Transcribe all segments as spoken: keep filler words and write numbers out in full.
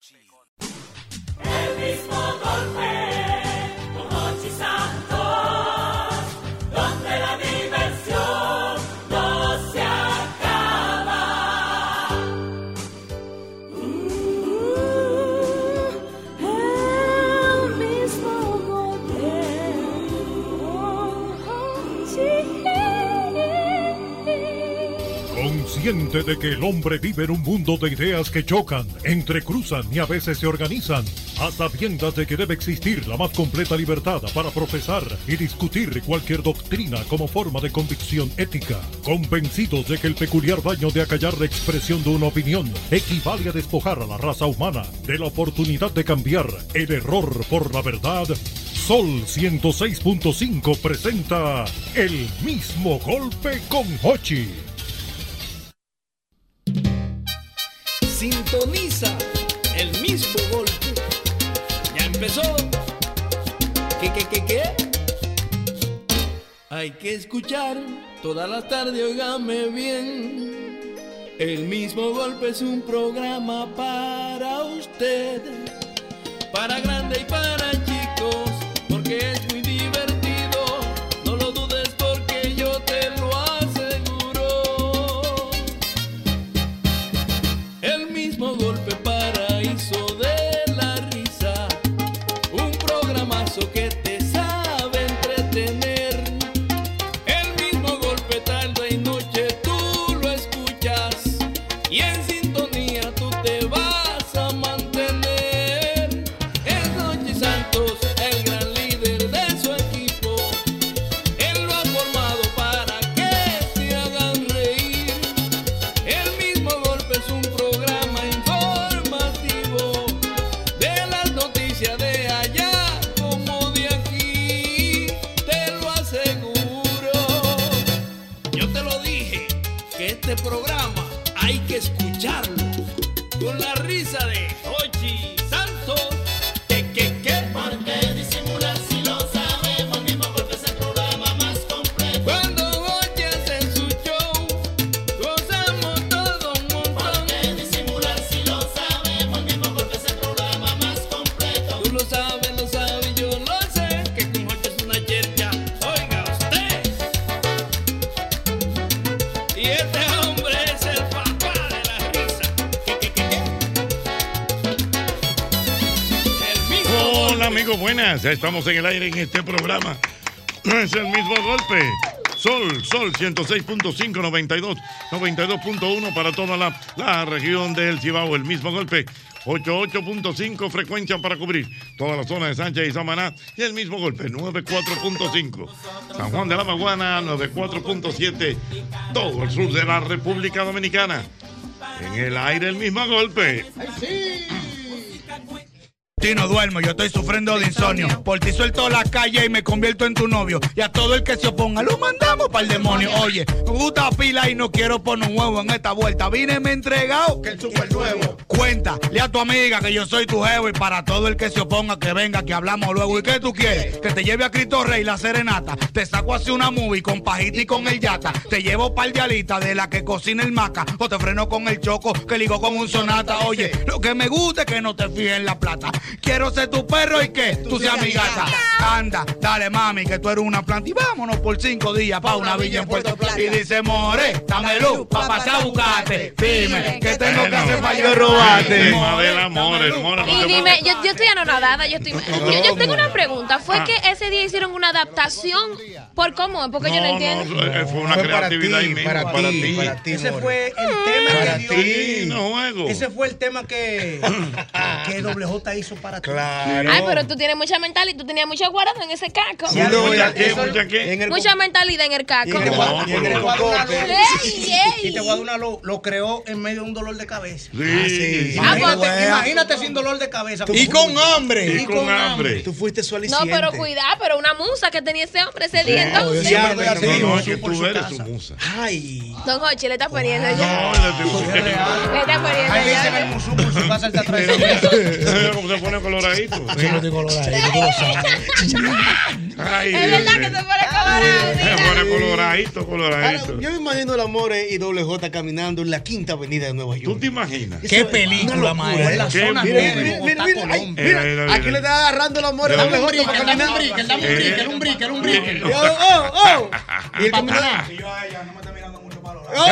El mismo golpe con Hochi Santos, donde la diversión no se acaba. Uh, el mismo golpe con Hochi. Consciente de que el hombre vive en un mundo de ideas que chocan, entrecruzan y a veces se organizan, a sabiendas de que debe existir la más completa libertad para profesar y discutir cualquier doctrina como forma de convicción ética, convencidos de que el peculiar daño de acallar la expresión de una opinión equivale a despojar a la raza humana de la oportunidad de cambiar el error por la verdad, Sol ciento seis punto cinco presenta El Mismo Golpe con Hochi. Sintoniza el mismo golpe. Ya empezó. ¿Qué, qué, qué, qué? Hay que escuchar toda la tarde, óigame bien. El mismo golpe es un programa para usted, para grande y para chicos, porque es muy divertido. No lo dudes porque yo te lo aseguro. El mismo golpe, paraíso de la risa, un programazo que te sabe entretener. El mismo golpe, tarde y noche tú lo escuchas y en sintonía tú te vas a mantener. Es Hochi Santos, el gran líder de su equipo. Él lo ha formado para que te hagan reír. El mismo golpe es un programa informativo de las noticias de allá como de aquí, te lo aseguro. Yo te lo dije, que este programa hay que escucharlo con la risa de Hochi Santos. ¿Qué, qué, qué? ¿Por qué disimular si lo sabemos? El mismo golpe es el programa más completo. Cuando Hochi hace su show, gozamos todo un montón. ¿Por qué disimular si lo sabemos? El mismo golpe es el programa más completo. Tú lo sabes, lo sabes, yo lo sé, que con Hochi es una chercha. Oiga usted. Y este hombre es el papá de la risa. ¿Qué, qué, qué, qué? El mismo Hola golpe. amigos, buenas. Ya estamos en el aire en este programa. Es el mismo golpe. Sol, Sol ciento seis punto cinco, noventa y dos, noventa y dos punto uno para toda la, la región del Cibao. El mismo golpe. ochenta y ocho punto cinco frecuencia para cubrir toda la zona de Sánchez y Samaná. Y el mismo golpe, noventa y cuatro punto cinco. San Juan de la Maguana, noventa y cuatro punto siete. Todo el sur de la República Dominicana. En el aire el mismo golpe. ti no duermo, yo estoy sufriendo de insomnio. Por ti suelto la calle y me convierto en tu novio. Y a todo el que se oponga lo mandamos para el demonio. Oye, me gusta pila y no quiero poner un huevo en esta vuelta. Vine me he entregado que el super nuevo. Cuéntale a tu amiga que yo soy tu jevo. Y para todo el que se oponga que venga, que hablamos luego. ¿Y qué tú quieres? Que te lleve a Cristo Rey la serenata. Te saco así una movie con pajita y con el yata. Te llevo par de alitas de la que cocina el maca. O te freno con el choco que ligo con un sonata. Oye, lo que me gusta es que no te fijes en la plata. Quiero ser tu perro y que tú seas mi gata. Anda, dale mami, que tú eres una planta. Y vámonos por cinco días pa' una villa en Puerto Plata. Y dice, more, dame luz pa' pasar a buscarte. Dime, ¿qué tengo que hacer para yo robarte? El tema del amor, el amor. Y dime, yo, yo estoy anonadada, yo estoy... Yo, yo tengo una pregunta. ¿Fue que ese día hicieron una adaptación? ¿Por cómo? Porque yo no entiendo. No, fue una Fue creatividad para ti, inmensa para para ti, ti. para ti, Ese more. fue el tema Para que ti. dio. No juego. Ese fue el tema que, que Doble J hizo para ti. Claro. Ay, pero tú tienes mucha mentalidad, tú tenías mucha guarada en ese caco. Sí, no, ¿Mucha qué? eso- ¿Mucha qué? en el Mucha mentalidad en el caco. Y en el No, guadu- y en el pero- guaduna- Ey, ey. Y te Guaduna lo, lo creó en medio de un dolor de cabeza. Sí. Ah, sí. Ah, Imagínate, pues- imagínate sin dolor de cabeza. Y con hambre. Y con hambre. Tú fuiste su No, aliciente. pero cuidado, pero una musa que tenía ese hombre ese día No, yo entonces. siempre Ya, me ya, lo sí, No, digo. no, es que por tú su eres casa. su musa. Ay. Don Jochi le está poniendo No, ya. le estoy Le está poniendo Ahí dicen ya. el musú, musú, casa el teatro de Mira cómo se pone coloradito. Yo no estoy coloradito, tú lo sabes. Ay, Es Dios verdad mío. que se pone colorado. Se mira. pone coloradito, coloradito. Ahora, yo me imagino el Amores y Doble J caminando en la quinta avenida de Nueva ¿Tú York. te imaginas? Qué película, maestro. Es la Qué zona movie. mía de Bogotá, Mira, Colombia. mira, mira. Aquí le está agarrando el Amores Yo- Doble J brick, para dame un caminar. brick, dame un brick, un brick, un brick. Oh, oh, oh. Y el caminando. Y yo a ella no me está mirando mucho para los Oh,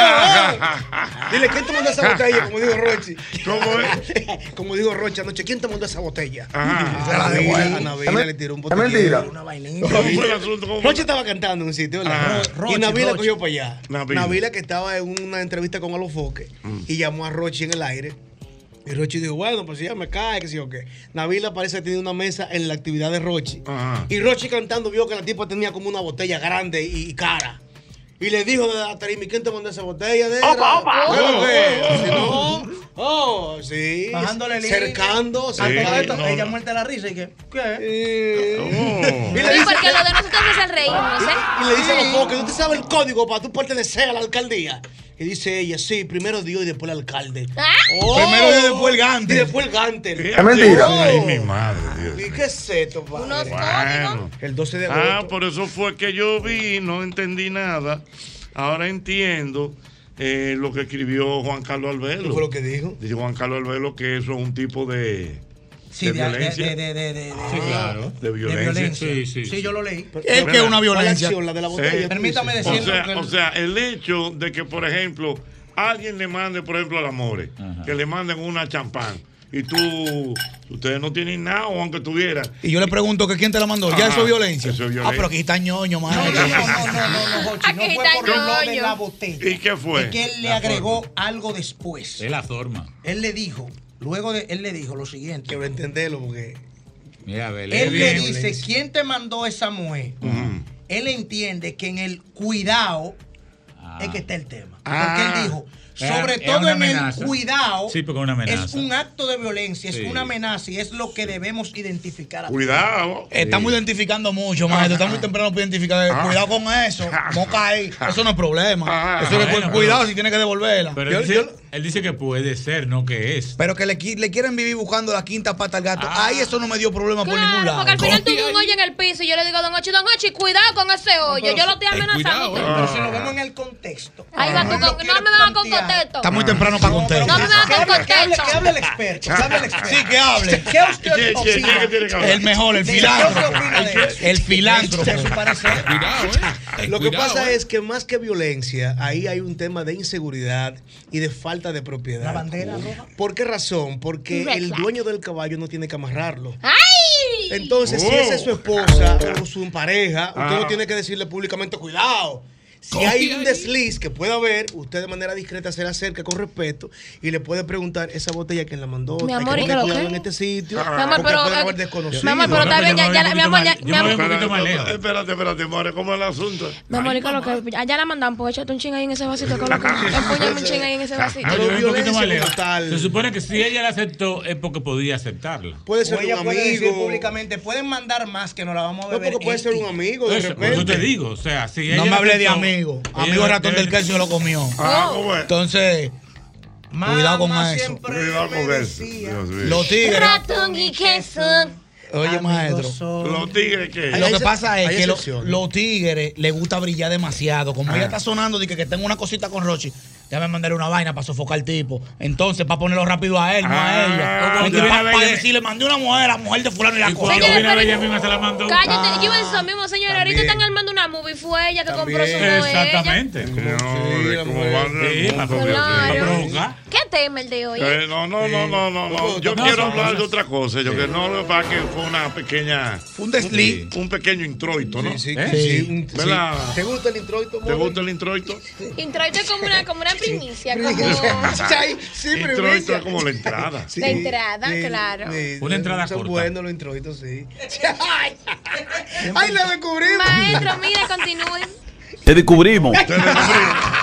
oh. Dile, ¿quién te mandó esa botella? Como dijo Rochi. ¿Cómo es? Como dijo Rochi anoche, ¿quién te mandó esa botella? Ajá. A Navila, a Navila le tiró un botellero. Una vainita. ¿Cómo fue el asunto? ¿Cómo fue? Rochi estaba cantando en un sitio, ¿verdad? Ajá. Y Rochi, Navila Rochi. cogió para allá. Navila. Navila que estaba en una entrevista con Alofoque y llamó a Rochi en el aire. Y Rochi dijo, bueno, pues si ya me cae, que sí o qué. Navila parece que tenía una mesa en la actividad de Rochi. Ajá. Y Rochi cantando vio que la tipa tenía como una botella grande y, y cara. Y le dijo de la tarima, ¿y quién te mandó esa botella? De Opa, opa. ¿Qué es lo que? Oh, Si no, oh, sí. Bajándole línea. Cercando, A todo Sí, esto, no, ella no. muerte la risa y que, ¿qué? Eh, Oh. Y le Sí, dice, porque lo de nosotros es el reírnos, ¿eh? y le dice a los foques, ¿usted sabe el código para tú pertenecer a la alcaldía? Y dice ella, sí, primero Dios y después el alcalde. ¿Ah? Oh, Primero Dios y después el Gante. Y después el Gante. Es mentira. Ay, mi madre, Dios. ¿Y qué es esto, padre? Unos Bueno. códigos. El doce de Ah, agosto. por eso fue que yo vi, no entendí nada. Ahora entiendo eh, lo que escribió Juan Carlos Albelo. ¿Qué fue lo que dijo? Dice Juan Carlos Albelo que eso es un tipo de, Sí, de de, de, violencia. de, de, de, de, Sí, claro. de de violencia. violencia. Sí, sí, sí. yo lo leí. Es que es una ¿Cuál violencia. acción? La de la botella. Sí. tú Permítame dices. O decirlo. sea, que el- o sea, el hecho de que, por ejemplo, alguien le mande, por ejemplo, al Amore, Ajá. que le manden una champán y tú, ustedes no tienen nada, o aunque tuvieran. Y yo le pregunto que quién te la mandó. Ajá, ¿Ya eso es violencia? eso es Ah, violencia. pero aquí está ñoño, No, maestro. no, no, no, no, no, no, Jochi, no Aquí fue está por lo de ñoño. la botella. ¿Y qué fue? Es que él le La agregó forma. algo después. Es la forma. Él le dijo, luego de él le dijo lo siguiente. Quiero entenderlo porque. Mira, ve, lee Él le bien. dice, ¿quién te mandó esa mujer? Ujú. Él entiende que en el cuidado Ah. es que está el tema. Ah. Porque él dijo, Es- sobre es todo una en el amenaza. cuidado, Sí, porque es una amenaza. es un acto de violencia, Sí. es una amenaza y es lo que debemos identificar. a Cuidado. Estamos identificando mucho, maestro. Está muy temprano para identificar. Ah. Cuidado con eso. Moca ahí. Eso no es problema. Ah. Eso es que- Bueno, cuidado pero- si tiene que devolverla. Pero Yo- él, dice, yo- él dice que puede ser, no que es. pero que le, qui- le quieren vivir buscando la quinta pata al gato. Ah. Ahí eso no me dio problema por ningún Claro, lado. porque al final Copia tuvo un ahí. hoyo en el piso y yo le digo, don Ochi, don Ochi, cuidado con ese hoyo. pero Yo lo si- estoy amenazando. cuidado, que- eh. Pero si lo vemos en el contexto. Ahí va como tú él lo con, quiere no me vengas con plantear. contexto. Está muy temprano para contestar. No me vengas Que con hable, que hable, contexto. que hable el experto. Que hable el experto. Sí, que hable. ¿Qué usted ¿Quién- quién- quién opina? que tiene que hablar? El mejor, el ¿Qué filántropo. opina de eso? El filántropo. De su parecer. Cuidado, ¿eh? Lo que Cuidado, pasa ¿eh? es que más que violencia, ahí hay un tema de inseguridad y de falta de propiedad. La bandera roja. ¿Por qué razón? Porque Red el flag. dueño del caballo no tiene que amarrarlo. ¡Ay! Entonces, si Oh. esa es su esposa o su pareja, usted Ah. no tiene que decirle públicamente, cuidado. Si Copia hay un ahí. desliz que pueda haber, usted de manera discreta se le acerca con respeto y le puede preguntar, esa botella quién la mandó, Mi hay amor, que ¿y tener qué lo cuidado que? en este sitio, Mi amor, porque pero, puede eh, haber desconocido. mi amor, pero está bien, ya, ya, la- mi amor, ya, mi amor, un poquito más lejos. Espérate, espérate, more, ¿cómo es el asunto? mi amor, ¿y qué es lo que? Allá la mandan, pues échate un ching ahí en ese vasito, que lo que. Empúñame un ching ahí en ese vasito. No, yo Pero voy un poquito violencia más lejos. como tal. Se supone que si ella la aceptó es porque podía aceptarla. Puede O ser ella un puede decir amigo. públicamente, pueden mandar más que nos la vamos a No, beber. porque puede ser un amigo de Eso, por eso repente. te digo, o sea, si ella No me la hable de aceptó, amigo. ella Amigo debe- ratón del queso lo comió. Ah, ¿cómo es? Entonces, Mamá Cuidado con eso. siempre Cuidado me con eso. decía, Dios mío. los tigres. Ratón y queso. Oye, amigos maestro. son- Los tigres que. Hay Lo que ex- pasa es hay que lo- excepciones. los tigres les gusta brillar demasiado. Como ella está sonando, de que, que tengo una cosita con Rochi, ya me mandaré una vaina para sofocar al tipo. Entonces, para ponerlo rápido a él, no Ah, a ella. cuando Entonces, viene para a ver, decirle, mandé una mujer a la mujer de fulano y la Y cogió. cuando Señores, vino a ver, pero- ella misma se la mandó. Cállate, yo iba a decir lo mismo, señores. Ahorita También. están armando una movie. Fue ella que compró su También. novela. Exactamente. No, Sí, de la cómo mujer. van Sí, el para mundo, provocar. Dios mío. Para provocar. ¿Qué tema el de hoy? Eh, no, no, no, no, no, no. Yo No, quiero son hablar de cosas. otra cosa. Yo que no, lo que pasa es que fue una pequeña. Un desliz. Un pequeño introito, ¿no? Sí, sí, ¿Eh? sí, un- sí. ¿Verdad? ¿Te gusta el introito? ¿Te gusta el introito? Introito es como una, como una primicia, como Sí, sí, Introito primicia. es como la entrada. Sí, de entrada, sí, claro. sí, Una entrada son corta. buenos los introitos, sí. ¡Ay! ¡Ay, lo descubrimos! Maestro, mire, continúen. Te descubrimos. Te descubrí.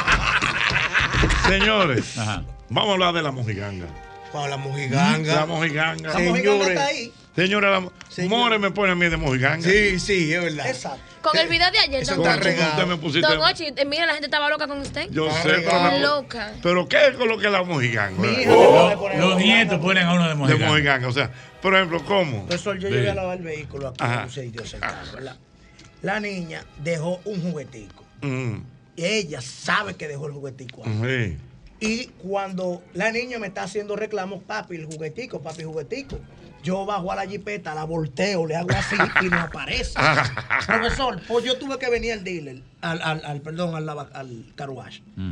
Señores, Ajá. vamos a hablar de la mojiganga. Para la La mojiganga. mojiganga. La mojiganga Señores, está ahí. Señora, la, Señora. More me pone a mí de mojiganga. Sí, sí, es verdad. Exacto. Con el video de ayer, Eso don está Ochi. regado. Usted me pusiste. Don Ochi, eh, mira, la gente estaba loca con usted. Yo Está sé, pero, regado. me- Loca. pero ¿qué es con lo que es la mojiganga? Mi ¿verdad? hija me acaba de Los, poner los mojiganga. nietos ponen a uno de De mojiganga. mojiganga, o sea, por ejemplo, ¿cómo? Profesor, yo Sí. llegué a lavar el vehículo aquí Ajá. en un sitio cercano, ¿verdad? La niña dejó un juguetico. Mm, Ella sabe que dejó el juguetico ahí. sí. Y cuando la niña me está haciendo reclamos, papi, el juguetico, papi, juguetico, yo bajo a la jipeta, la volteo, le hago así y no aparece. Profesor, pues yo tuve que venir al dealer, al, al, al perdón, al, lava- al car wash, Mm.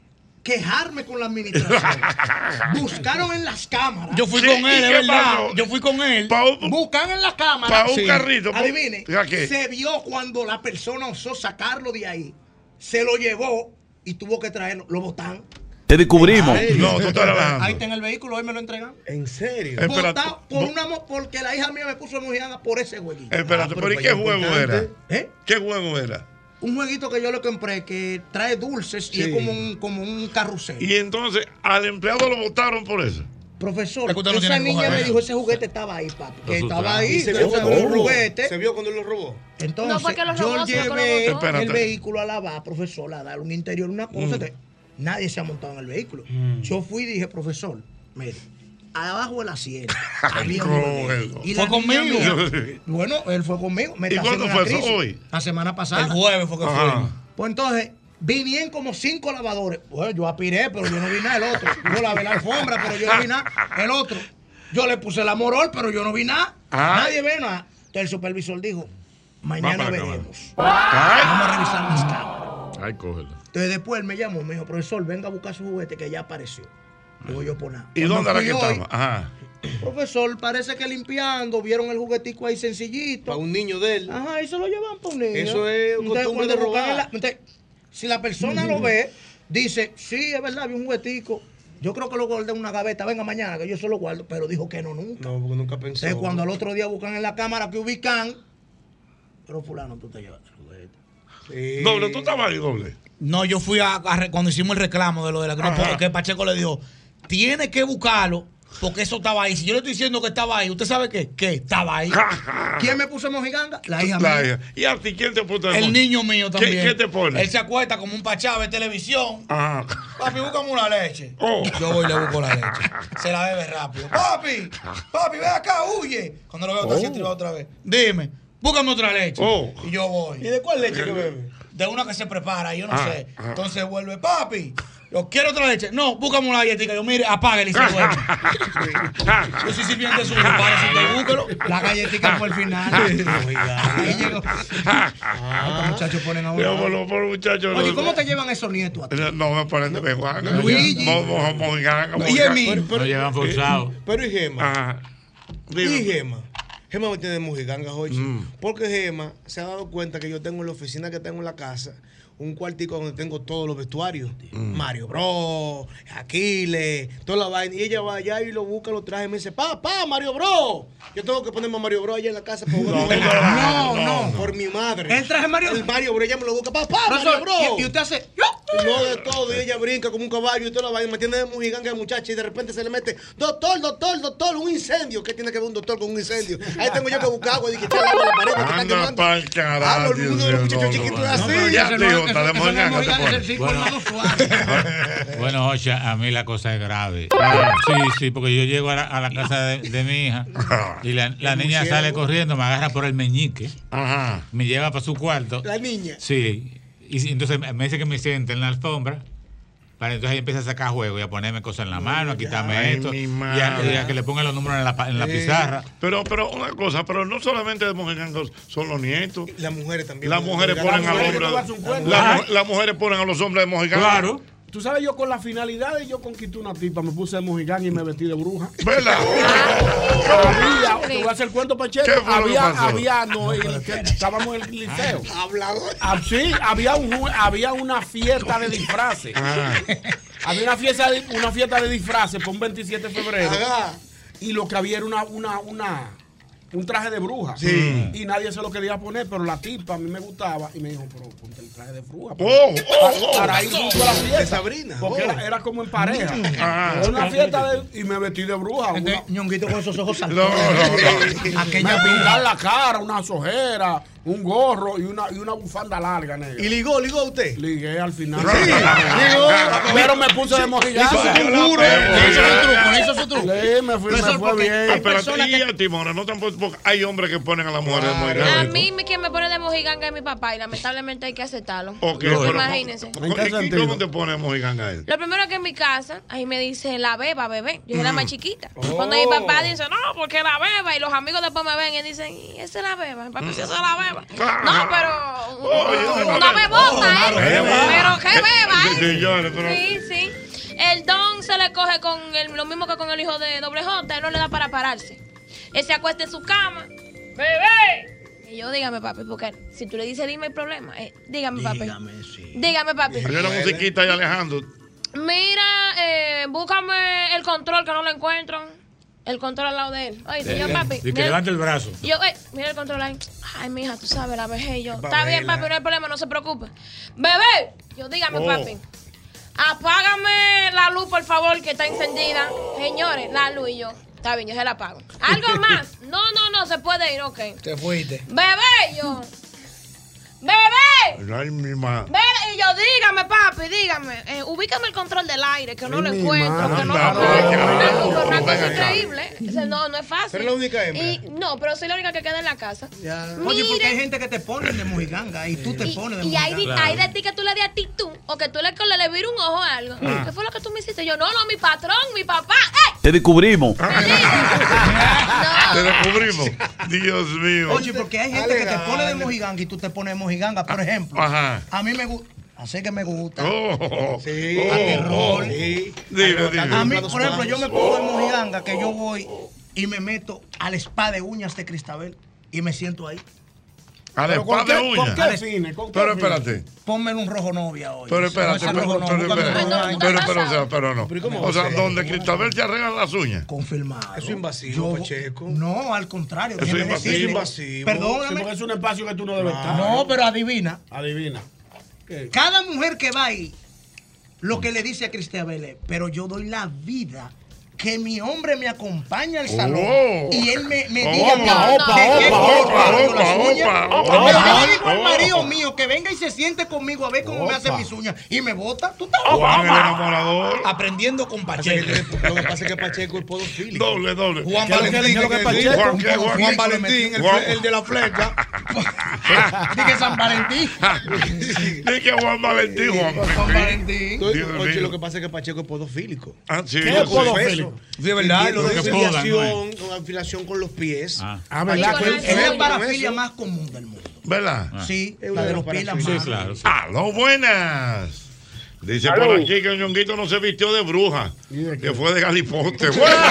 quejarme con la administración. Buscaron en las cámaras. Yo fui ¿Qué? con ¿Y él, es qué verdad. pasó? Yo fui con él. Pa' un- Buscan en la cámara. Pa' un carrito, pa- Adivine. ¿Ya qué? Se vio cuando la persona osó sacarlo de ahí. Se lo llevó y tuvo que traerlo. Lo botan. Te descubrimos. No, tú estás relajando. Ahí está en el vehículo, hoy me lo entregan. ¿En serio? Eh, Espérate. Botado por una mo- porque la hija mía me puso mojiganga por ese jueguito. Espérate, Ah, pero, pero ¿y para qué allá juego importante. era? ¿Eh? ¿Qué juego era? Un jueguito que yo le compré que trae dulces y Sí. es como un, como un carrusel. Y entonces al empleado lo votaron por eso. Profesor, Es que usted no esa tiene que niña coger me eso. dijo, ese juguete estaba ahí, papi. Que Asustado. estaba ahí, ¿Y se que vio ese cuando lo robó? juguete. ¿Se vio cuando lo robó? Entonces, No fue que lo yo robó, sino que lo llevé botó. Espérate. el vehículo a lavar, profesor, a dar un interior, una cosa Mm. que nadie se ha montado en el vehículo. Yo fui y dije, profesor, mire, abajo del asiento había un ¿cómo bebé. eso? Y ¿Fue la niña conmigo? mía- bueno, él fue conmigo. Me ¿Y está cuándo haciendo fue una eso? crisis. ¿Hoy? La semana pasada. El jueves fue que Ajá. fuimos. Pues entonces, vinieron como cinco lavadores. Bueno, yo aspiré, pero yo no vi nada. El otro. Yo lavé la alfombra, pero yo no vi nada. El otro. Yo le puse el amorol, pero yo no vi nada. Ah. Nadie ve nada. Entonces el supervisor dijo, mañana para acá, veremos. Ay, Vamos a revisar las cámaras. Ay, cógelo. Entonces después él me llamó, me dijo, profesor, venga a buscar su juguete que ya apareció. Digo yo, por nada. ¿y Cuando dónde era fui que hoy, estaba? Ajá. Profesor, parece que limpiando, vieron el juguetico ahí sencillito. Para un niño de él. Ajá, y se lo llevan para un niño. Eso es Entonces, costumbre cuando de buscan robar. en la- entonces, si la persona lo ve, dice, sí, es verdad, vi un juguetico. Yo creo que lo guardé en una gaveta, venga mañana, que yo se lo guardo, pero dijo que no nunca. No, porque nunca pensé. Entonces, cuando al otro día buscan en la cámara que ubican, pero fulano, tú te llevas el juguete. Sí. Doble, tú estabas ahí, doble. No, yo fui a, a re- cuando hicimos el reclamo de lo de la grupo, Ajá. que Pacheco le dijo, tiene que buscarlo, porque eso estaba ahí. Si yo le estoy diciendo que estaba ahí, ¿usted sabe qué? Que estaba ahí. ¿Quién me puso mojiganga? La hija La mía. hija. ¿Y a ti quién te puso El niño mío ¿Qué- también. qué te pone? Él se acuesta como un pachá de televisión. Ajá. Papi, búscame una leche. Oh. Yo voy y le busco la leche. Se la bebe rápido. Papi, papi, ven acá, huye. Cuando lo veo, está así tirado otra vez. Dime, búscame otra leche. Oh. Y yo voy. ¿Y de cuál leche que bebe? De una que se prepara, yo no Ah, sé. ah. Entonces vuelve, papi, yo quiero otra leche. No, búscame una galletita. Yo, mire, apáguele y se duerme. Yo soy sirviente suyo, párese usted, búsquelo. La galletita fue el final. Ahí llegó. Ah, estos muchachos ponen a Yo, uno. por los por los muchachos. Oye, no- ¿cómo te llevan esos nietos a ti? No me ponen de bejuanga. Luigi. Mo- mo- mojiganga, Y mojiganga. Emil. No llevan forzado. Pero ¿y Gema? Ajá. ¿Y Dime. Gema? Gema me tiene mojiganga hoy. Mm. Porque Gema se ha dado cuenta que yo tengo en la oficina que tengo en la casa un cuartico donde tengo todos los vestuarios. Mario Bros, Aquiles, toda la vaina. Y ella va allá y lo busca, lo traje y me dice, papá, Mario Bros. Yo tengo que ponerme a Mario Bros allá en la casa para jugar. No, con él. no, no, no, no. por mi madre. ¿El traje Mario El Mario Bros, ella me lo busca, papá, Profesor, Mario Bros. y, y usted hace. ¡yo! No de todo, y ella brinca como un caballo y toda la vaina, me tiene de mojiganga de muchacha y de repente se le mete, doctor, doctor, doctor, un incendio. ¿Qué tiene que ver un doctor con un incendio? Ahí tengo yo que buscar agua y que echar agua a la pared que está Anda quemando. pa'l carajo, Ah, no, Dios uno de los mío, muchachos no, chiquitos no, es no, así. pero ya Ese te no- digo, ese- está de ese no es mojiganga, te mojiganga, ese pone. es el Bueno. colmado suave. Bueno, Ocha, a mí la cosa es grave. Sí, sí, porque yo llego a la, a la casa de, de mi hija y la, la niña sale corriendo, me agarra por el meñique, Ajá. me lleva para su cuarto. La niña. Sí, y si- entonces me dice que me siente en la alfombra. Para entonces ahí empieza a sacar juego y a ponerme cosas en la mano, a quitarme Ay, esto mi y a, madre. y a que le pongan los números en la, pa- en la Eh, pizarra. Pero, pero una cosa, pero no solamente de mojigangas son los nietos. Las mujeres también. Las mujeres Las ponen a los mujeres hombres. que tú haces un cuento. Las mu- las mujeres ponen a los hombres de mojiganga. Claro. Tú sabes, yo con la finalidad de yo conquistar una tipa, me puse de mojigán y me vestí de bruja. ¿Verdad? Había, te voy a hacer cuento, Pacheco. ¿Qué fue lo que Había, pasó? había, no, en- que estábamos en el liceo. Hablador. Ah, sí, había, un, ju- había una fiesta de disfraces. Ah. Había una fiesta de, una fiesta de disfraces por un veintisiete de febrero. Ajá. Y lo que había era una, una, una, un traje de bruja. Sí. Y nadie se lo quería poner, pero la tipa a mí me gustaba y me dijo, pero ponte el traje de bruja. Oh, oh, para, oh, para ir junto a la fiesta. De Sabrina. Porque Oh. era, era como en pareja. Ah. Era una fiesta de, y me vestí de bruja. Una, Este Ñonguito con esos ojos No, saltones. no, no. Aquella me pintar pinta. la cara, unas ojeras, un gorro y una, y una bufanda larga negra. ¿Y ligó, ligó usted? Ligué al final. Sí, ligó. Pero me puse de mojigazo. Seguro. Le hizo su truco, le hizo su truco. Sí, me, fui, me Profesor, fue porque bien. hay Espérate, personas y que- a Timona, no tampoco, porque hay hombres que ponen a las mujeres de A mojiganga. mí me- quien me pone de mojiganga es mi papá y lamentablemente hay que aceptarlo. Ok, pero- Imagínense. ¿En qué ¿Y sentido? cómo te pone mojiganga él? Lo primero que en mi casa, ahí me dice la beba, bebé. Yo soy la más chiquita. Oh. Cuando mi papá dice, no, porque la beba. Y los amigos después me ven y dicen, ¿y esa es la beba? Mi papá dice, esa es la beba. No, pero Oye, una bebota, ¿eh? Pero qué beba, Sí, ¿eh? señores, pero- Sí, sí. El don se le coge con el, lo mismo que con el hijo de doble J. Él no le da para pararse. Él se acuesta en su cama. ¡Bebé! Y yo, dígame, papi, porque si tú le dices, dime el problema. Eh, dígame, papi. Dígame, sí. Dígame, papi. Hay una musiquita ahí, Alejandro. Mira, eh, búscame el control que no lo encuentro. El control al lado de él. Oye, señor papi. Y que mira- levante el brazo. Yo, eh, mira el control ahí. Ay, mija, tú sabes, la vejez. Y yo, está bien, papi, no hay problema, no se preocupe. Bebé, yo, dígame, Oh. papi. Apágame la luz, por favor, que está encendida. Señores, la luz y yo. Está bien, yo se la apago. ¿Algo más? No, no, no, se puede ir, ok. Te fuiste. Bebé, yo. Bebé. Ay, mi ma. Ve, y yo, dígame, papi, dígame. Eh, ubícame el control del aire, que no Ay, lo mi encuentro, madre. que no lo Anda, encuentro. ven Una acá. cosa- Una Ven cosa acá. increíble. Dice, no, no es fácil. Pero es la única hembra. Y, no, pero soy la única que queda en la casa. Ya. Oye, porque hay Mire, gente que te pone de mojiganga y tú te y, pones de y hay, de, mojiganga. hay de ti que tú le des actitud o que tú le, le, le vires un ojo a algo. ¿Qué fue lo que tú me hiciste? Yo, no, no, mi patrón, mi papá. ¡Eh! Te descubrimos. No. Te descubrimos. Dios mío. Oye, porque hay gente que te Dale, pone de dale. mojiganga y tú te pones de mojiganga. Por ejemplo, Ajá. a mí me gusta. Así que me gusta. Oh, Sí. oh, terror. Sí. Dime, dime. A mí, por ejemplo, yo me pongo de mojiganga que yo voy y me meto al spa de uñas de Cristabel y me siento ahí. A la Pero ¿con espada de qué, ¿con uña. qué fine? ¿Con qué Pero fine? espérate. Ponme en un rojo novia hoy. Pero espérate, No, ese pero, rojo no, pero, búscame un espérate. rojo no, novia. pero, no, pero, o no, sea, pero no. Pero ¿y cómo O sea, va a ser? donde Cristabel te arreglan las uñas. Confirmado. Eso es invasivo, Yo- Pacheco. No, al contrario. Eso es déjeme invasivo. decirle. Invasivo. Sí, Perdóname. porque es un espacio que tú no debes estar. No, pero adivina. Adivina. ¿Qué? Cada mujer que va ahí, lo que le dice a Cristabel es, pero yo doy la vida que mi hombre me acompañe al salón Oh. y él me, me Opa, diga mi amor, opa, de qué opa, color opa, hago las opa, uñas. opa, Pero opa, yo le digo al opa. marido mío que venga y se siente conmigo a ver cómo me hacen Opa. mis uñas y me bota. ¿Tú estás Juan el enamorador. aprendiendo con Pasa que- Pacheco? Lo que pasa es que Pacheco es podofílico. Doble, doble. Juan ¿Qué es lo que- Valentín, qué es lo que que- Pacheco? Juan, ¿qué, Juan? Juan Valentín, el, Juan- el de la flecha. Dije San Valentín. Dije Juan Valentín, Juan. Juan Valentín. Oye, Dios oye, mío. lo que pasa es que Pacheco es podofílico. Ah, sí. ¿Qué yo es sé. podofílico? Sí, es verdad. Tiene lo una de- que podan, afiliación, una afiliación con los pies. Ah. Ah, ¿verdad? Oye, Que con él- Es la Eso, parafilia eso. más común del mundo. ¿Verdad? Sí, Es la una de de los las pilas parafilias. más. Sí, claro. sí. ¡Aló, buenas! Dice Aló. por aquí que Ñonguito no se vistió de bruja, ¿Y de qué? que fue de galipote. ¡Buenas!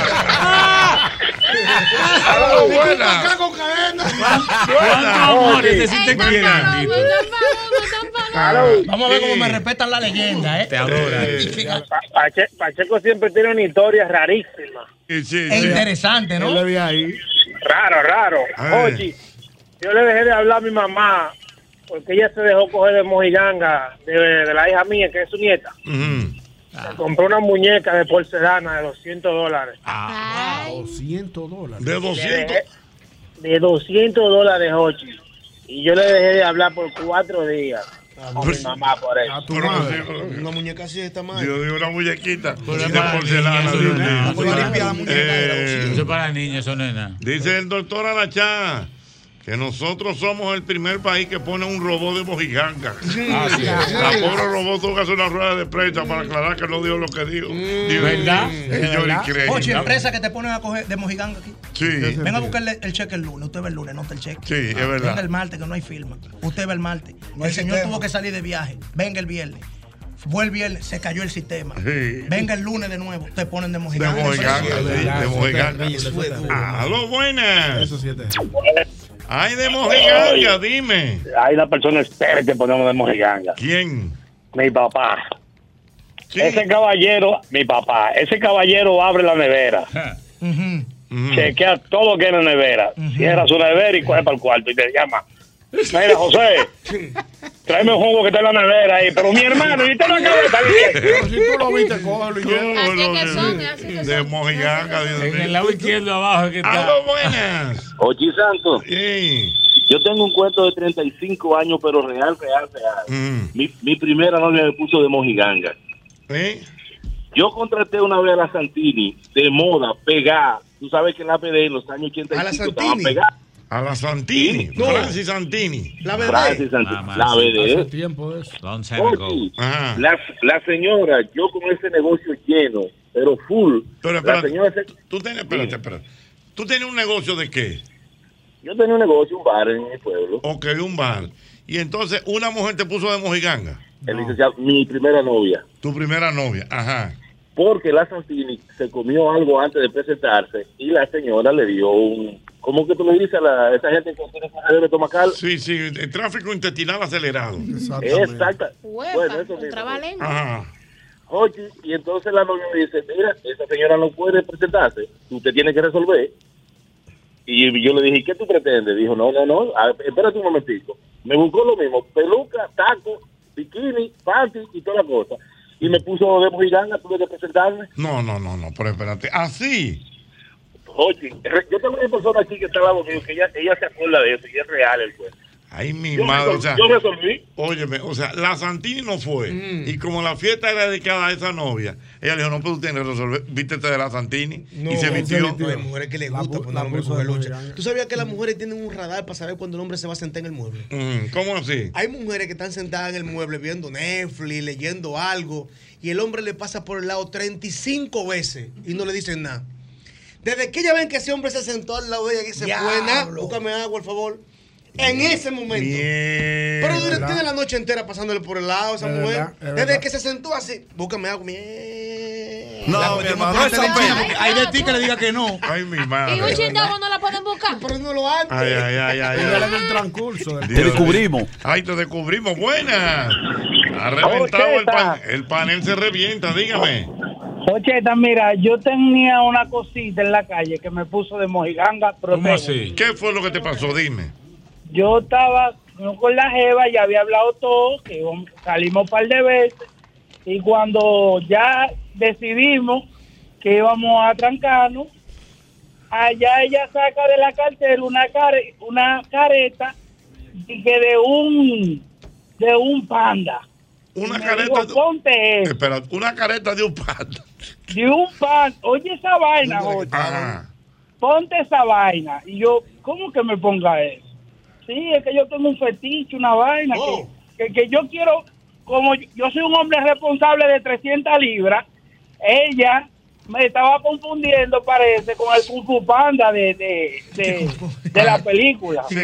¡Aló, buenas! Acá con cadena. ¿Cuántos amores te Ey, sienten tan quieran? palomo, tan palomo, tan palomo. Aló. Vamos a ver Sí. cómo me respetan la leyenda, ¿eh? Te adora. Eh, Pa- Pache- Pacheco siempre tiene una historia rarísima. sí, sí, Es sí. interesante, Él le ¿no? vi ahí. Raro, raro. Eh. Oye, yo le dejé de hablar a mi mamá porque ella se dejó coger de mojiganga de, de la hija mía, que es su nieta. Ujú. Me compró una muñeca de porcelana de doscientos dólares. Ay. doscientos dólares. De Le doscientos. dejé de doscientos dólares, Ochi. Y yo le dejé de hablar por cuatro días a mi mamá por eso. A tu Pero, madre. sí, Una muñeca así de tamaño. Dios mío, una muñequita Pero de para porcelana. niños, Dios eso no es mío. nada. Voy a limpiar la muñeca de la Eh, Eso es para niños, eso no es nada. Dice el doctor Arachá que nosotros somos el primer país que pone un robot de mojiganga. Ah, sí. La pobre robot tuvo que hacer una rueda de prensa para aclarar que no dijo lo que dijo. Dios ¿Verdad? mío, señor, increíble. Oye, empresa que te ponen a coger de mojiganga aquí. Sí, Ven a buscarle el cheque el lunes. Usted ve el lunes, nota el cheque. sí, es Venga verdad. el martes, que no hay firma. Usted ve el martes. No el hay señor sistema. tuvo que salir de viaje. Venga el viernes. Fue el viernes, se cayó el sistema. Sí. Venga el lunes de nuevo. Te ponen de De mojiganga. mojiganga, sí, de mojiganga. Eso fue duro. Aló, buenas. Eso sí es de- Ay, de mojiganga, dime. Hay una persona experta que ponemos de mojiganga. ¿Quién? Mi papá. ¿Quién? Ese caballero, mi papá, ese caballero abre la nevera. Ujú. chequea todo lo que es en la nevera, cierra su nevera y coge para el cuarto y te llama. Mira, José, tráeme un jugo que está en la nevera ahí, pero mi hermano, y te lo acabo de salir. Pero si tú lo viste, cógelo y llévalo. Así es que son, así que son. De Mojiganga, Dios mío. En el lado izquierdo abajo que está. ¡Aló, buenas! Ochi Santos, Sí. yo tengo un cuento de treinta y cinco años, pero real, real, real. Mm. Mi, mi primera novia me puso de mojiganga. ¿Eh? Yo contraté una vez a la Santini, de moda, pegada. Tú sabes que en la P D en los años ochenta ¿A la y cinco estaban Santini? pegadas. A la Santini. No. Francis Santini. La Francis bebé. Santini, Mamá, la sí, Hace B D. tiempo de eso. Long time ago. Ochi, Ajá. la, la señora, yo con ese negocio lleno, pero full. Pero la espérate, señora se- tú tienes, espérate, espérate. ¿Tú tienes un negocio de qué? Yo tenía un negocio, un bar en mi pueblo. Ok, un bar. Y entonces una mujer te puso de mojiganga. El licenciado, mi primera novia. Tu primera novia. Ajá. Porque la Santini se comió algo antes de presentarse y la señora le dio un... ¿Cómo que tú le dices a la, esa gente que tiene cáncer estomacal? Sí, sí, el tráfico intestinal acelerado. Exacta. Huepa, Bueno, eso un mismo. trabalengua. Ajá. Oye, y entonces la novia me dice, mira, esa señora no puede presentarse, usted tiene que resolver. Y yo le dije, ¿qué tú pretendes? Dijo, no, no, no, a- espérate un momentico. Me buscó lo mismo, peluca, taco, bikini, panty y toda la cosa. Y me puso de mojiganga, tuve que presentarme. No, no, no, no, pero espérate. Así. Oye, yo tengo una persona aquí que está al lado mío, que ella, ella se acuerda de eso y es real el cuento. Ay, mi Yo madre, resol- o sea, yo resolví. óyeme, o sea, la Santini no fue. Y como la fiesta era dedicada a esa novia, ella le dijo, no, pero tú tienes que resolver, vístete de la Santini. No, y se vistió. no, hay mujeres que les La gusta pu- poner la al hombre puso coger de lucha. mojiganga. ¿Tú sabías que las mujeres tienen un radar para saber cuándo el hombre se va a sentar en el mueble? Mm, ¿Cómo así? Hay mujeres que están sentadas en el mueble viendo Netflix, leyendo algo, y el hombre le pasa por el lado treinta y cinco veces y no le dicen nada. Desde que ella ven que ese hombre se sentó al lado de ella y se Diablo. fue, nada, búscame agua, por favor. En ese momento. Bien. Pero dura- ¿verdad? tiene la noche entera pasándole por el lado a esa Es mujer. verdad, es Desde verdad. que se sentó así, búscame agua. Mierda. No, La mi cuestión hermano, más esa grande del pena, mundo. porque hay de ti que le diga que no. Ay, mi Y un madre. chindabo no la pueden buscar. Pero no lo antes. Ay, ay, ay, ay. Dígale ay. del transcurso. del- Dios descubrimos. mío. Ay, te descubrimos. Buenas. Ha reventado el, Ocheta. pan, el panel, se revienta, dígame. Ocheta, mira, yo tenía una cosita en la calle que me puso de mojiganga. ¿Cómo así? ¿Qué fue lo que te pasó? Dime. Yo estaba con la jeva, ya había hablado todo, que íbamos- salimos un par de veces, y cuando ya decidimos que íbamos a trancarnos, allá ella saca de la cartera una care, una careta y que de un de un panda. Una Y me careta dijo, de- ponte eso, Espera, una careta de un pato. de un panda. Oye esa vaina, Jorge. Ajá. Ponte esa vaina. Y yo, ¿cómo que me ponga eso? Sí, es que yo tengo un fetiche, una vaina, Oh. que, que, que yo quiero, como yo, yo soy un hombre responsable de trescientas libras, ella me estaba confundiendo, parece, con el Kung Fu Panda de, de, de, de la película. Sí.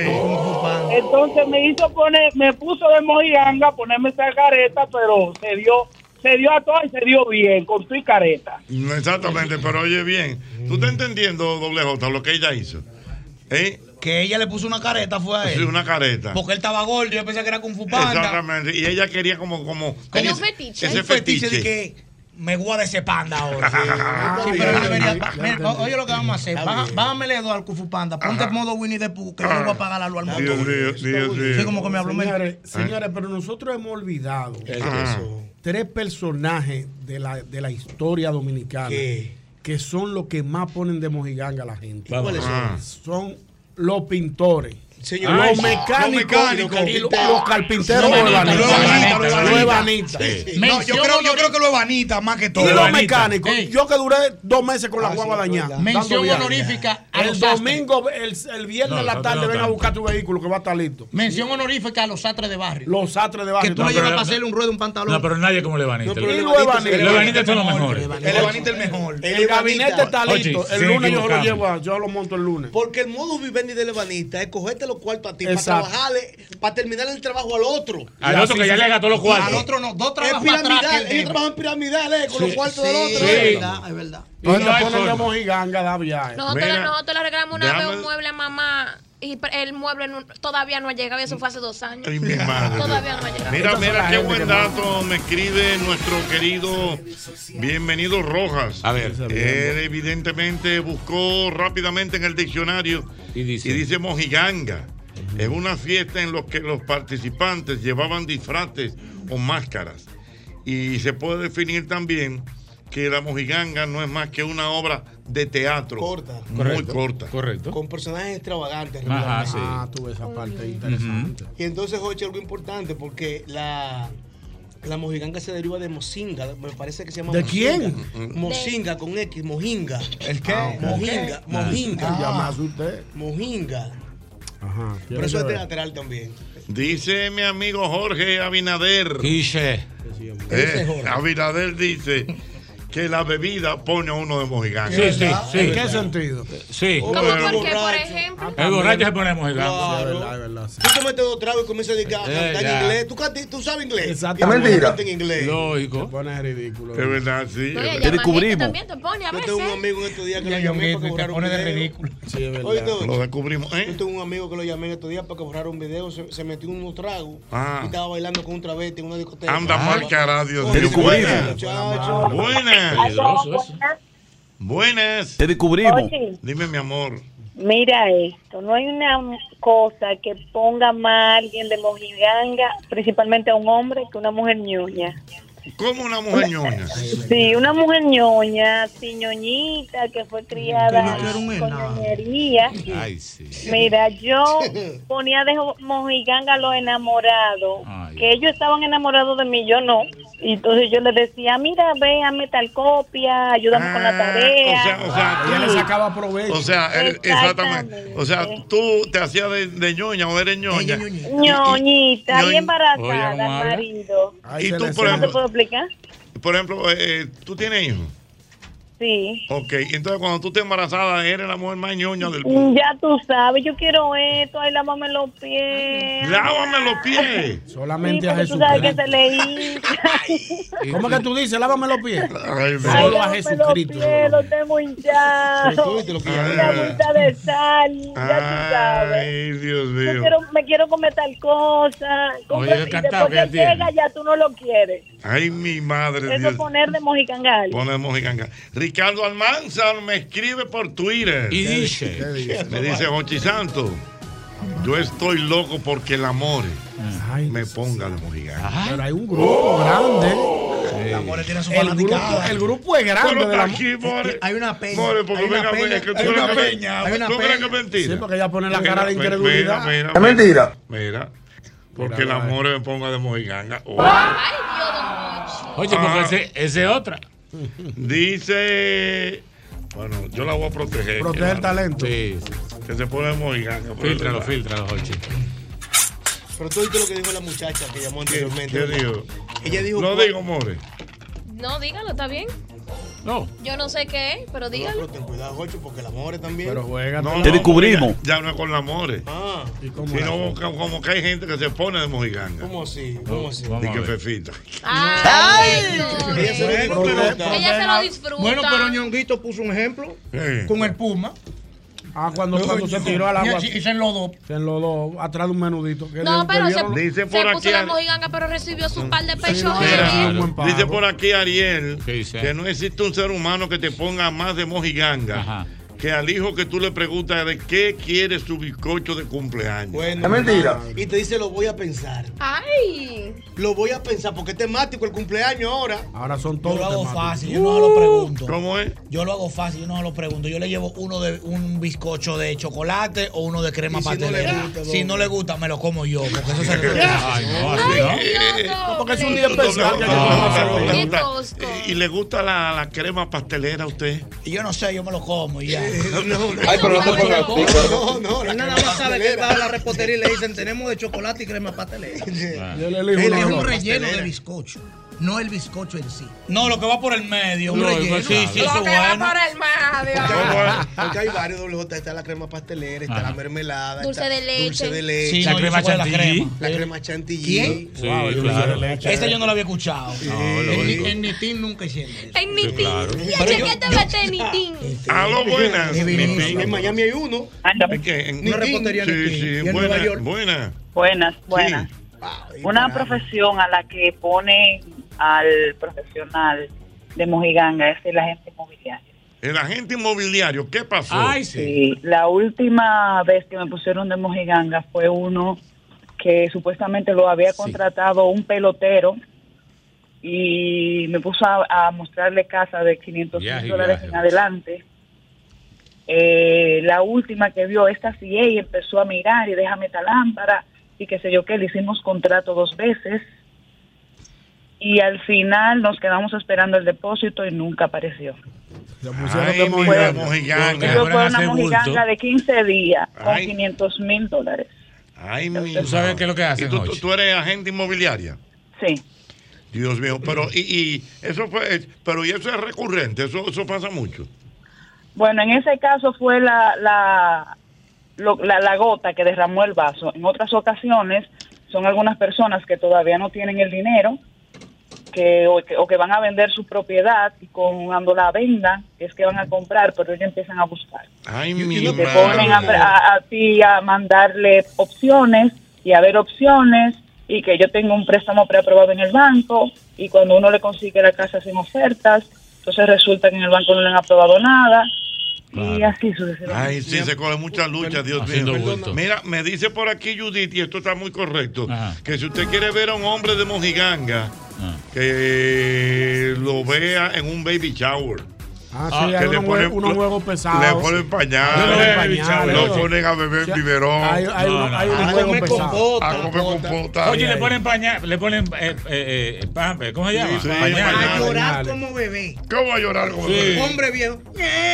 Entonces me hizo poner, me puso de mojiganga, ponerme esa careta, pero se dio, se dio a todo y se dio bien, con tu y careta. No exactamente, pero oye bien. ¿Tú estás entendiendo, doble J, lo que ella hizo? ¿Eh? Que ella le puso una careta fue a él. Sí, una careta. Porque él estaba gordo, yo pensé que era Kung Fu Panda. Exactamente. Y ella quería como, como, Tenía como un fetiche. ese Un fetiche fetiche. de que me guarda ese panda ahora. Ah, Sí, bien, pero él debería. ya va- mira, entendí. oye lo que vamos a hacer. Está Baja- bien. Bájamele dos al Kung Fu Panda. Ponte modo Winnie the Pooh, que yo le voy a pagar la luz al Dios motor. mío, Dios mío. Sí, como que me habló Señores, señores, pero nosotros hemos olvidado Ah. tres personajes de la, de la historia dominicana ¿Qué? que son los que más ponen de mojiganga a la gente. ¿Cuáles son? Ah. Son los pintores. Señor, los, Ay, mecánicos, los mecánicos y los, carpinteros. los carpinteros Los nuevanitas. ebanitas, los ebanitas, Los ebanitas. Sí. No, yo creo, yo creo que lo es Vanita más que todo. Y los Ebanita. mecánicos. Ey. Yo que duré dos meses con la Ah, guagua sí, dañada. verdad. Mención dando viaje. honorífica a El los sastres. domingo, el, el viernes No, en la no, tarde, no ven a tanto. buscar tu vehículo que va a estar listo. Mención honorífica a los sastres de barrio. Los sastres de Que barrio. tú le pero- llevas a hacerle un ruedo, un pantalón. No, pero nadie como Levanita. No, pero Y el los Ebanita ebanitas. se- Los ebanitas son los mejores. El Ebanita es el mejor. El El gabinete Ebanita. está Oye, listo. El sin lunes yo lo equivocarme. llevo, a- yo lo monto el lunes. Porque el modo vivendi del ebanista es cogerte los cuartos a ti Exacto. para trabajarle, para terminar el trabajo al otro. Al otro que ya le gastó los Al cuartos. otro no, dos Es trabajos para atrás. que piramidal, él ellos debe. trabajan piramidal eh, con los cuartos del Sí, otro. es eh. verdad, es verdad. Entonces no te hay ponen de forma. mojiganga, da viaje. Nosotros, Mira, nosotros le regalamos una déjame- vez un mueble a mamá y el mueble no- todavía no ha llegado. Eso fue hace dos años. Ay, mi madre. Todavía no ha llegado. Mira, mira qué buen dato me escribe nuestro querido Bienvenido Rojas. A ver. Él evidentemente buscó rápidamente en el diccionario Y dice, y dice mojiganga. Es una fiesta en la que los participantes llevaban disfraces o máscaras. Y se puede definir también que la mojiganga no es más que una obra de teatro. Corta. Muy Correcto. corta. correcto. Con personajes extravagantes. Ajá, regularmente. sí. Ah, tuve esa parte interesante. Y entonces, Joche, algo importante, porque la, la mojiganga se deriva de mozinga. Me parece que se llama ¿De mozinga. quién? Mozinga con X, mojinga. ¿El qué? Ah, Mojinga, mojinga. Ya me asusté. Mojinga. Ajá. Pero eso es ¿Quiere teatral también. Dice mi amigo Jorge Abinader. Quiche. Eh, Abinader dice que la bebida pone a uno de mojiganga. Sí, sí, sí. ¿En qué sentido? Sí. ¿Cómo Bueno, por qué? Por borracho. ejemplo. El borracho se pone mojiganga. Sí, es Claro. verdad, es verdad. sí. Tú te metes dos tragos y comienzas a decir, a cantar ya. en inglés. ¿Tú, canti- ¿Tú sabes inglés? Exactamente. Y tú cantas en inglés. Te Lógico. pones ridículo. Es verdad, sí. No, es y verdad. allá más gente también te pone a Yo veces. tengo un amigo en estos días que Ya, lo llamé Yonguito, para que y te borrara un pone de video. ridículo. Sí, es verdad. Oye, todo. Lo descubrimos, Yo ¿eh? tengo un amigo que lo llamé en estos días para que borrara un video. Se, se metió en unos tragos Ah. y estaba bailando con un travesti en una discoteca. Anda Ah. mal cara, Dios Oye, mío. buenas, Buenas. muchacho. Buenas. Peligroso eso. Buenas. Te descubrimos. Oye, Dime, mi amor. mira esto, no hay una cosa que ponga más a alguien de mojiganga, principalmente a un hombre, que una mujer ñoña. ¿Cómo una mujer ñoña? Sí, una mujer ñoña, sí, ñoñita, que fue criada Que no quiero un con helado. ñoñería. Ay, sí. Mira, yo ponía de mojiganga a los enamorados, Ay. que ellos estaban enamorados de mí, yo no. Y entonces yo les decía, mira, véame tal copia, ayúdame con la tarea. O sea, o sea, Ella le tú- sacaba provecho. O sea, el- exactamente. Exactamente. O sea, tú te hacías de, de ñoña o eres ñoña. Ñoñita, Ñoñ- y embarazada, Oye, ¿cómo el habla? marido. Ahí Y se tú, le por ¿No sale. te ejemplo, puedo explicar? por ejemplo, eh, tú tienes hijos. Sí. Ok, entonces cuando tú estás embarazada, eres la mujer más ñoña del mundo. Mm, Ya tú sabes, yo quiero esto, ay, lávame los pies. Lávame los pies. Sí, Solamente a porque tú sabes que Jesucristo. se le hincha. ¿Cómo que tú dices? Lávame los pies. Ay, Ay, Solo a lávame los Jesucristo. pies, los tengo hinchados. Tú y te lo quieres. Una agüita de sal, ya tú sabes. Ay, Dios Yo mío. quiero, me quiero comer tal cosa. Compra- Oye, y cantado después que él que tiene. llega ya tú no lo quieres. Ay, mi madre. Eso es Dios. poner de mojicangal. Pone mojiganga. Ricardo Almanzar me escribe por Twitter. Y dice. ¿Qué dice? Me dice, Jochi Santo, yo estoy loco porque el amor Ay, me ponga de mojiganga. pero hay un grupo grande. El amor tiene su El grupo, fanaticada. el grupo es grande. Pero de la- aquí, more. Hay una peña. More, porque hay una venga, peña. es que tú hay crees una que- peña. Hay una ¿Tú crees que peña. es mentira? Sí, porque ella pone la Mira, cara de mira, incredulidad. Mira, mira, Es mentira. Mira, porque Mira, el va. amor me ponga de mojiganga. Oh. Ay, Dios, don Hochi. Oye, porque Ah. ese, ese es otra. Dice, bueno, yo la voy a proteger. Protege el talento. Sí, sí. Que se pone de mojiganga. pero Fíltralo, es verdad. fíltralo, Jochi. Pero tú oíste lo que dijo la muchacha que llamó ¿Qué, anteriormente. qué ¿verdad? dijo? Ella dijo. Lo cua- digo, more. No, dígalo, está bien. No. Yo no sé qué es, pero No, dígalo. pero ten cuidado, Jocho, porque el amor también. Pero juega. No, Te no, descubrimos. Ya, ya no es con la more. Ah, ¿Y cómo Sino es? como, como que hay gente que se pone de mojiganga. ¿cómo así? ¿Cómo así? Vamos Y a que ver. fefita. Ay, Ella se lo Bueno, disfruta. pero- Ella se lo disfruta. Bueno, pero Ñonguito puso un ejemplo Eh. con el Puma. Ah, cuando, cuando se tiró al agua. Y se enlodó. Se enlodó atrás de un menudito. Que No, le- pero le se, dieron- Dice se por puso aquí la al- mojiganga, pero recibió su par de Sí, pechos. no, heavy. era un Claro. buen pago. Dice por aquí Ariel ¿Qué dice? que no existe un ser humano que te ponga más de mojiganga Ajá. que al hijo que tú le preguntas de qué quiere su bizcocho de cumpleaños. Bueno, Es mentira. Y te dice, lo voy a pensar. Ay. Lo voy a pensar porque es temático el cumpleaños ahora. Ahora son Yo todos lo hago temáticos. fácil, yo no se lo pregunto. ¿Cómo es? Yo lo hago fácil, yo no se lo pregunto. Yo le llevo uno de un bizcocho de chocolate o uno de crema Y si no le pastelera. gusta, si no le gusta, me lo como yo, porque eso se le Ay, no, así no. No, porque es un día Doble especial. que hay que voz. tomárselo Le bien. Qué gusta- tosco. ¿Y le gusta la, la crema pastelera a usted? Y yo no sé, yo me lo como y ya. Ay, pero no te pongas así, No, no, la Él nada crema más sabe que él pastelera. va a la repostería y le dicen, tenemos de chocolate y crema pastelera. Yo le elijo Él una es un ropa. relleno de pastelera. bizcocho. no el bizcocho en sí. No, lo que va por el medio. Un No, relleno. pues, Sí, sí, Lo eso que es va bueno. por el medio. Porque, porque hay varios doble J. Está la crema pastelera, está Ajá. la mermelada, Dulce está de leche. dulce de leche. Sí, la crema chantilly. La crema chantilly. ¿Quién? Sí, claro. Esa yo no la había escuchado. Sí. En, ni- en Nitín nunca hicieron eso. En Nitín. claro. Y Pero el yo- que te mete en Nitín. Aló, buenas. En Miami hay uno. ¿En qué? En Una repostería Sí, Nitín. sí, Y en buena, Nueva York. buena. Buenas, buenas. Ay, Una carajo. profesión a la que pone al profesional de mojiganga es el agente inmobiliario. El agente inmobiliario, ¿qué pasó? Ay, sí. Sí, la última vez que me pusieron de mojiganga fue uno que supuestamente lo había contratado un pelotero y me puso a, a mostrarle casa de quinientos Viaje, mil dólares viaje. en adelante. Eh, la última que vio esta C A y empezó a mirar y déjame esta lámpara y qué sé yo qué, le hicimos contrato dos veces y al final nos quedamos esperando el depósito y nunca apareció. Ay, mira, mojiganga. Eso fue una mojiganga de quince días con Ay. quinientos mil dólares. Ay, mi ¿Tú sabes qué es lo que hacen, ¿Y tú, tú, Jochi? tú eres agente inmobiliaria? Sí. Dios mío, pero y, y eso fue, pero y eso es recurrente, eso, eso pasa mucho. Bueno, en ese caso fue la, la, lo- la, la gota que derramó el vaso. En otras ocasiones son algunas personas que todavía no tienen el dinero que o, que o que van a vender su propiedad y con- cuando la vendan es que van a comprar, pero ellos empiezan a buscar. Ay, Y mi te ponen a, madre. a, a ti a mandarle opciones y a ver opciones y que yo tengo un préstamo preaprobado en el banco y cuando uno le consigue la casa sin ofertas, entonces resulta que en el banco no le han aprobado nada y así sucesivamente. Ay, sí, se coge mucha lucha, Dios Haciendo mío. bulto. Mira, me dice por aquí Judith, y esto está muy correcto, que si usted quiere ver a un hombre de mojiganga, que lo vea en un baby shower. Ah, Ah, sí, que hay le unos, ponen- hue- unos juegos pesados. Le ponen pañales, Le ponen pañales. lo ponen a beber O sea, biberón. hay- hay No, unos- no, hay no. unos A juegos comer pesados. compota, A comer compota. Oye, le ponen pañal, le ponen eh, eh, eh, pa- ¿cómo se llama? Sí, Pañal. A llorar como bebé. ¿Cómo a llorar como Sí. bebé? Hombre viejo.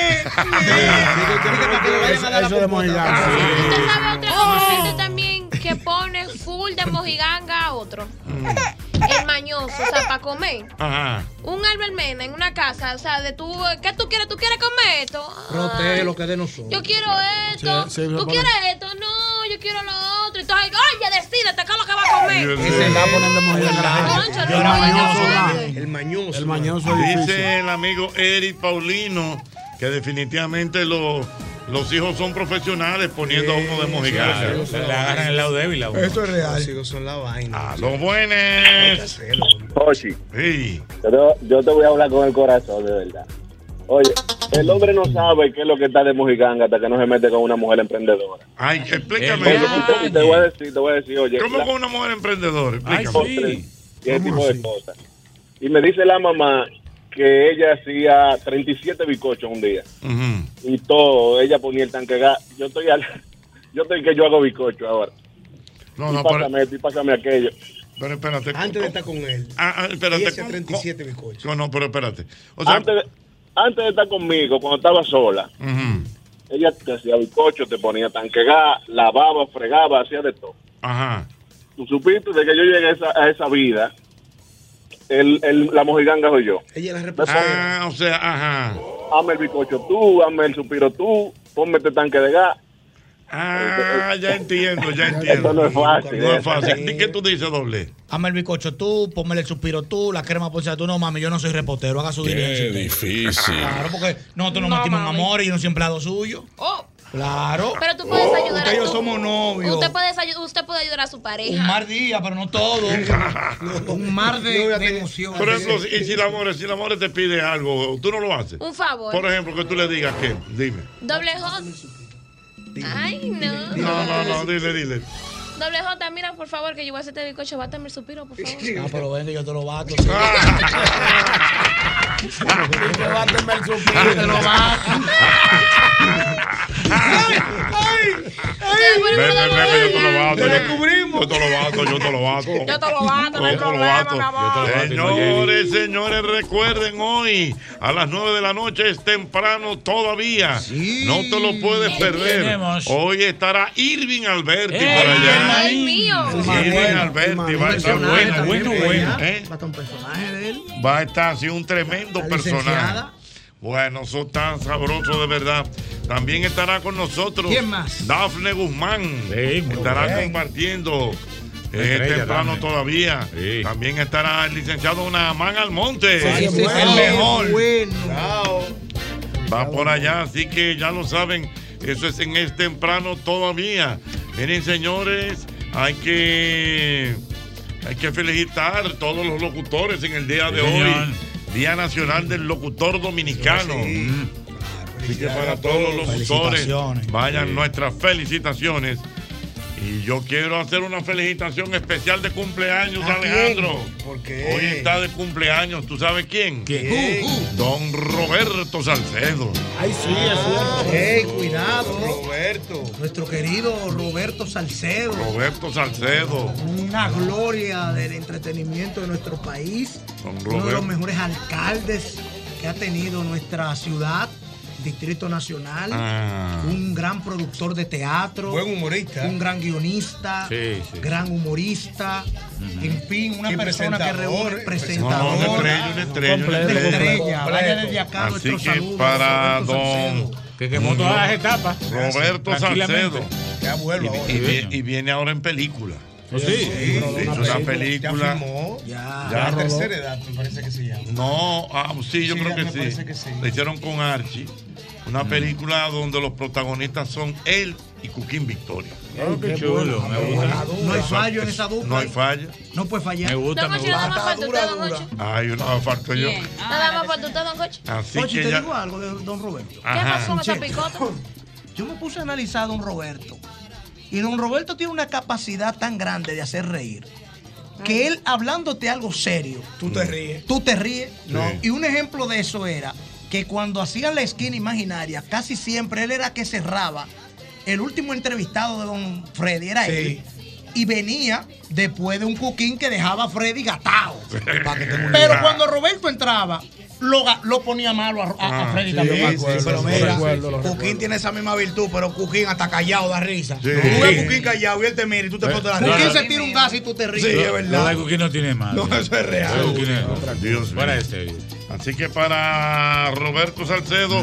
Eso de mojiganga. ¿Usted sabe otra gente también que pone full de mojiganga a otro? El mañoso, o sea, para comer. Ajá. Un Albert Mena en una casa, o sea, de tú, ¿qué tú quieres? ¿Tú quieres comer esto? Protege lo que es de nosotros. Yo quiero esto. Sí, sí, se ¿Tú pone- quieres esto? No, yo quiero lo otro. Entonces, oye, decídete, ¿qué es lo que va a comer? Y se va poniendo mojiganga la gente. Concha, no El puede mañoso, ser. va. El mañoso. El mañoso es difícil. Dice el amigo Eric Paulino que definitivamente los, los hijos son profesionales poniendo a uno de mojiganga. Claro, se le agarran el lado débil a uno. Eso es real. Los hijos son la vaina. A los buenos. Ochi, Sí. yo te, yo te voy a hablar con el corazón, de verdad. Oye, el hombre no sabe qué es lo que está de mojiganga hasta que no se mete con una mujer emprendedora. Ay, explícame. Oye, y te, y te voy a decir, te voy a decir, oye. ¿Cómo la- con una mujer emprendedora? Ay, Explícame. sí. y ese tipo de cosas. Y me dice la mamá que ella hacía treinta y siete bizcochos un día. Ujú. Y todo, ella ponía el tanque de gas. Yo estoy al, yo estoy que yo hago bizcocho ahora. No, y no, pero, pásame esto y pásame aquello. pero espérate. Antes de estar con él. Ah, ah, espérate. Y ese ¿cómo- treinta y siete bizcochos. No, no, pero espérate. O sea, Antes de, antes de estar conmigo, cuando estaba sola, ujú. ella te hacía bizcocho, te ponía tanque de gas, lavaba, fregaba, hacía de todo. Ajá. Tú supiste de que yo llegué a esa, a esa vida, el, el, la mojiganga soy yo. Ella es la reposera. Ah, o sea, ajá. Hazme el bizcocho tú, hazme el suspiro tú, ponme este tanque de gas. Ah, ya entiendo, ya entiendo. Esto no es fácil. No ¿eh? es fácil. ¿Di qué tú dices, doble? Hazme el bizcocho tú, ponme el suspiro tú, la crema por tú. No, mami, yo no soy repostero, haga su diligencia. difícil. Claro, porque nosotros nos No, metimos en mami. amores y yo no soy empleado suyo. Oh, Claro. pero tú puedes ayudar Usted a y yo tu- somos novios. Usted puede, ayu- usted puede ayudar a su pareja. Un mar día, pero no todo. Un mar de, de emociones. Por ejemplo, y si la amor, si la amor te pide algo, tú no lo haces. Un favor. Por ejemplo, que tú le digas que, dime. Doble J. Ay, no. No, no, no, dile, dile. Doble J, mira, por favor, que yo voy a hacerte bizcocho. Bátame el suspiro, por favor. Ah, pero ven que yo te lo bato. Sí. Báteme el suspiro. Te lo bato. Ustedes por Ven, ven, ven, que yo te lo bato. Te yo- descubrimos. Yo te lo bato, yo te lo bato. Yo te lo bato, no hay Yo te lo problema, bato. mi amor. Señores, señores, recuerden hoy a las nueve de la noche es temprano todavía. No te lo puedes perder. Tenemos. Hoy estará Irving Alberti ¡Eh, por allá. Ay, mío. Irving Alberti va a estar bueno, bueno, bueno. ¿eh? Hasta un personaje de él. Va a estar así un tremendo La personaje. licenciada. Bueno, eso está sabroso de verdad. También estará con nosotros ¿Quién más? Dafne Guzmán. Sí, muy estará bien. compartiendo. Una Es estrella, temprano Dafne. todavía. Sí. También estará el licenciado Naamán Almonte. Sí, Ay, sí, bueno. el mejor. Bueno. Chao. Va por allá, así que ya lo saben. Eso es en Es Temprano todavía. Miren, señores, hay que hay que felicitar a todos los locutores en el día de Sí, hoy. señor. Día Nacional del Locutor Dominicano. Sí. Mm. Así que para todos los locutores, Felicitaciones. vayan Sí. nuestras felicitaciones. Y yo quiero hacer una felicitación especial de cumpleaños, ¿A Alejandro. quién? ¿Por qué? Hoy está de cumpleaños, ¿tú sabes quién? ¿Quién? Don Roberto Salcedo. Ay, sí, es cierto. Ey, cuidado. Roberto. Nuestro querido Roberto Salcedo. Roberto Salcedo. Una gloria del entretenimiento de nuestro país. Don Uno de los Roberto. mejores alcaldes que ha tenido nuestra ciudad, Distrito Nacional. Ah. Un gran productor de teatro. Buen humorista. Un gran guionista. Sí, sí. Gran humorista. En fin, una Y persona que presentador, reúne No, presentador. no, una estrella, una estrella, una Una Completo, estrella. estrella. Vaya desde acá Así nuestro que saludo. para Roberto don Salcedo. Que quemó todas las etapas. Roberto Tranquilamente. Salcedo. Ya vuelvo ahora. Y, y vi- y viene ahora en película. Oh, sí. Sí, Hizo una Ya película. filmó. Ya. La tercera edad, me parece que se llama. No, ah, sí, yo Sí, creo me que sí. parece que sí. La hicieron con Archie. Una película donde los protagonistas son él y Cuquín Victoria. Oh, qué chulo. Me gusta. No hay fallo en esa dupla. No hay falla. No puede fallar. Me gusta, Don me Hochi, nada gusta. más falta usted, Don Hochi. Ay, una falta yo. Nada más falta usted, Don Hochi. Así Oye, que te ya. digo algo de don Roberto. ¿Qué pasó con esa picota? Yo me puse a analizar a don Roberto. Y don Roberto tiene una capacidad tan grande de hacer reír. Que él hablándote algo serio, Tú te ríes. tú te ríes. No. Y un ejemplo de eso era que cuando hacían la esquina imaginaria, casi siempre él era que cerraba. El último entrevistado de don Freddy era Sí. él. Y venía después de un Cuquín que dejaba a Freddy gatado. Para que te Pero moleste. cuando Roberto entraba, lo, ga- lo ponía malo a, a- a Ah, Freddy sí, también. sí, Pero sí, mira, recuerdo, lo Cuquín recuerdo. tiene esa misma virtud, pero Cuquín hasta callado da risa. Sí. Tú ves a Cuquín callado y él te mira y tú te Eh, pones la no, risa. Cuquín no. se tira un gas y tú te ríes. Sí, es Lo verdad. de Cuquín no tiene más. No, eso es real. Lo de Cuquín es- Dios Fuera mío. de serio. Así que para Roberto Salcedo,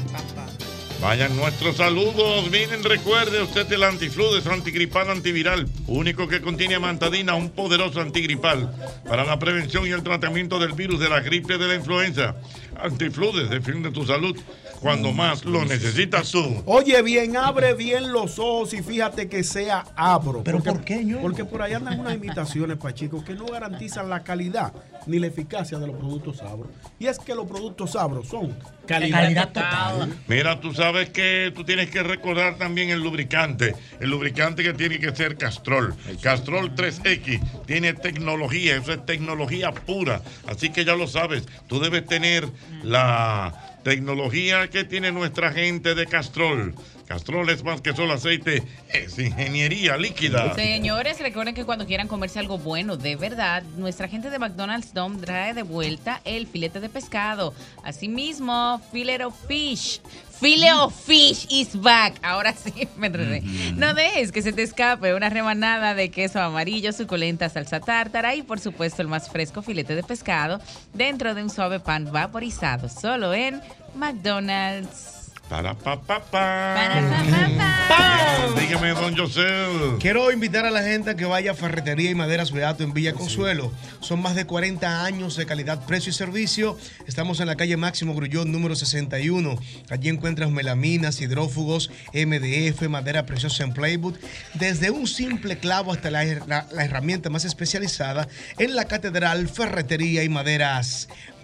vayan nuestros saludos. Miren, recuerde usted el antifludes, antigripal, antiviral, único que contiene amantadina, un poderoso antigripal para la prevención y el tratamiento del virus de la gripe de la influenza. Antifludes, defiende tu salud cuando más lo necesitas tú. Oye bien, abre bien los ojos y fíjate que sea abro. ¿Pero porque, por qué, ño? Porque por ahí andan unas imitaciones, Pachico, que no garantizan la calidad ni la eficacia de los productos abro. Y es que los productos abro son calidad, Calidad total. Mira, tú sabes que tú tienes que recordar también el lubricante. El lubricante que tiene que ser Castrol. Castrol tres equis tiene tecnología, eso es tecnología pura. Así que ya lo sabes, tú debes tener la tecnología que tiene nuestra gente de Castrol. Castrol es más que solo aceite, es ingeniería líquida. Señores, recuerden que cuando quieran comerse algo bueno, de verdad, nuestra gente de McDonald's Dome trae de vuelta el filete de pescado. Asimismo, filet of fish. Filet of fish is back. Ahora sí, me enredé. No dejes que se te escape una rebanada de queso amarillo, suculenta salsa tártara y, por supuesto, el más fresco filete de pescado dentro de un suave pan vaporizado. Solo en McDonald's. Para pa pa pa. Para, pa, pa, pa. Dígame, don José. Quiero invitar a la gente a que vaya a Ferretería y Madera Sueato en Villa Consuelo. Son más de cuarenta años de calidad, precio y servicio. Estamos en la calle Máximo Grullón, número sesenta y uno. Allí encuentras melaminas, hidrófugos, M D F, madera preciosa en plywood. Desde un simple clavo hasta la, la- la herramienta más especializada en la Catedral, Ferretería y Maderas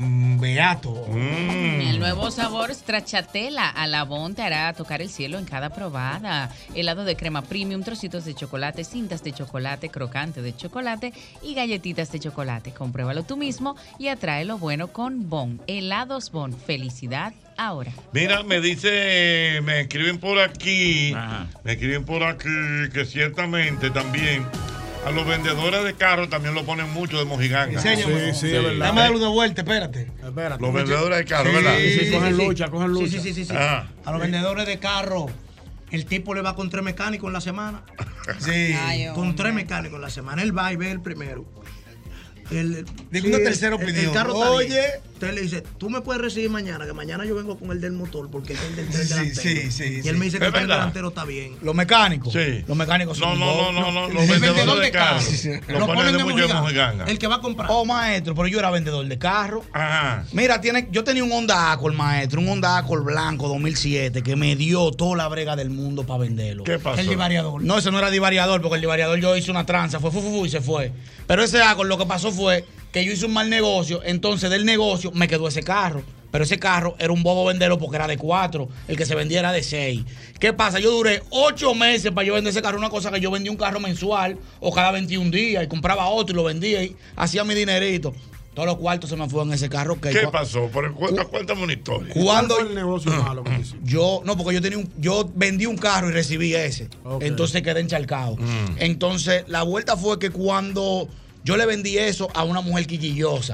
Beato. Mm. El nuevo sabor stracciatella Alabón te hará tocar el cielo en cada probada. Helado de crema premium, trocitos de chocolate, cintas de chocolate, crocante de chocolate y galletitas de chocolate. Compruébalo tú mismo y atrae lo bueno con Bon. Helados Bon. Felicidad ahora. Mira, me dice, me escriben por aquí, me escriben por aquí que ciertamente también a los vendedores de carros también lo ponen mucho de mojiganga. Enséñame. Sí, sí, es verdad. Dame darle una vuelta, espérate. Espérate. Los vendedores de carros, Sí, ¿verdad? sí, Sí, sí, cogen sí. lucha, cogen lucha. Sí, sí, sí, sí. Ah. A los vendedores de carro, el tipo le va con tres mecánicos en la semana. Sí. Ay, Con hombre. tres mecánicos en la semana. Él va y ve el primero. El, Dime una tercera el- el opinión. carro está Oye. bien. Usted le dice, tú me puedes recibir mañana, que mañana yo vengo con el del motor, porque es el del tren Sí, delantero. sí, sí, y sí. él me dice que Es el tren verdad. delantero está bien. Los mecánicos. Sí. Los mecánicos No, son no, no, no, no, los El vendedores vendedor de de carros carro. lo Lo ponen ponen de de mucho de mojiganga. mojiganga. El que va a comprar. Oh, maestro, pero yo era vendedor de carro. Ajá. Mira, tiene, yo tenía un Honda Accord, maestro, un Honda Accord blanco dos mil siete que me dio toda la brega del mundo para venderlo. ¿Qué pasó? El divariador. No, ese no era divariador, porque el divariador yo hice una tranza, fue fu, fu, fu, y se fue. Pero ese Accord lo que pasó fue que yo hice un mal negocio, entonces del negocio me quedó ese carro. Pero ese carro era un bobo venderlo porque era de cuatro, el que se vendía era de seis. ¿Qué pasa? Yo duré ocho meses para yo vender ese carro, una cosa que yo vendía un carro mensual o cada veintiún días y compraba otro y lo vendía y hacía mi dinerito. Todos los cuartos se me fueron en ese carro. Que ¿Qué cua- pasó? Pero cuenta- Cuéntame una historia. Cuando ¿Cuál fue el negocio malo que hizo? yo, no, porque yo tenía un, yo vendí un carro y recibí ese. Ok. Entonces quedé encharcado. Mm. Entonces, la vuelta fue que cuando yo le vendí eso a una mujer quillillosa,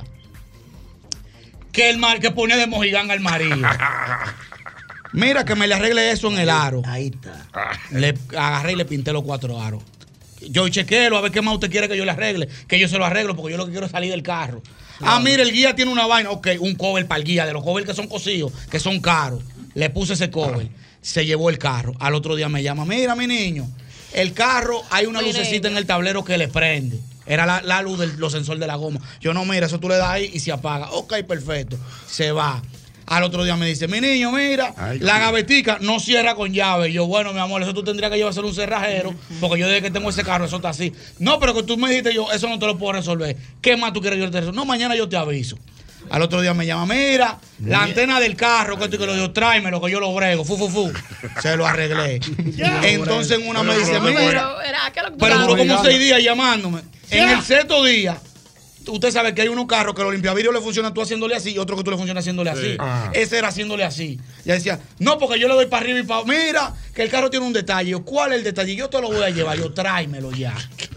que el mar, que ponía de mojiganga al marido. Mira que me le arregle eso en el aro. Ahí está. Le agarré y le pinté los cuatro aros. Yo chequélo a ver qué más usted quiere que yo le arregle. Que yo se lo arreglo porque yo lo que quiero es salir del carro. Ah, mire, el guía tiene una vaina. Ok, un cover para el guía, de los covers que son cosidos, que son caros. Le puse ese cover. Se llevó el carro. Al otro día me llama, mira, mi niño, el carro hay una Mire. lucecita en el tablero que le prende. Era la, la luz de los sensores de la goma. Yo, no, mira, eso tú le das ahí y se apaga. Ok, perfecto. Se va. Al otro día me dice, mi niño, mira, Ay, la qué- gavetica no cierra con llave. Y yo, bueno, mi amor, eso tú tendrías que llevarse un cerrajero, porque yo desde que tengo ese carro, eso está así. No, pero que tú me dijiste, yo, eso no te lo puedo resolver. ¿Qué más tú quieres que yo te resuelva? No, mañana yo te aviso. Al otro día me llama, mira, la antena del carro, que esto y que lo digo, tráemelo, que yo lo brego, fu, fu, fu. Se lo arreglé. Entonces en una me dice, mira, Pero, era, ¿qué es lo que tú pero dabas? duró como seis días llamándome. En el sexto día, usted sabe que hay unos carros que los limpiavidrios le funcionan tú haciéndole así y otro que tú le funciona haciéndole Sí. así. Ajá. Ese era haciéndole así. Ya decía, no, porque yo le doy para arriba y para mira, que el carro tiene un detalle. Yo, ¿cuál es el detalle? Yo te lo voy a llevar. Yo, tráemelo ya.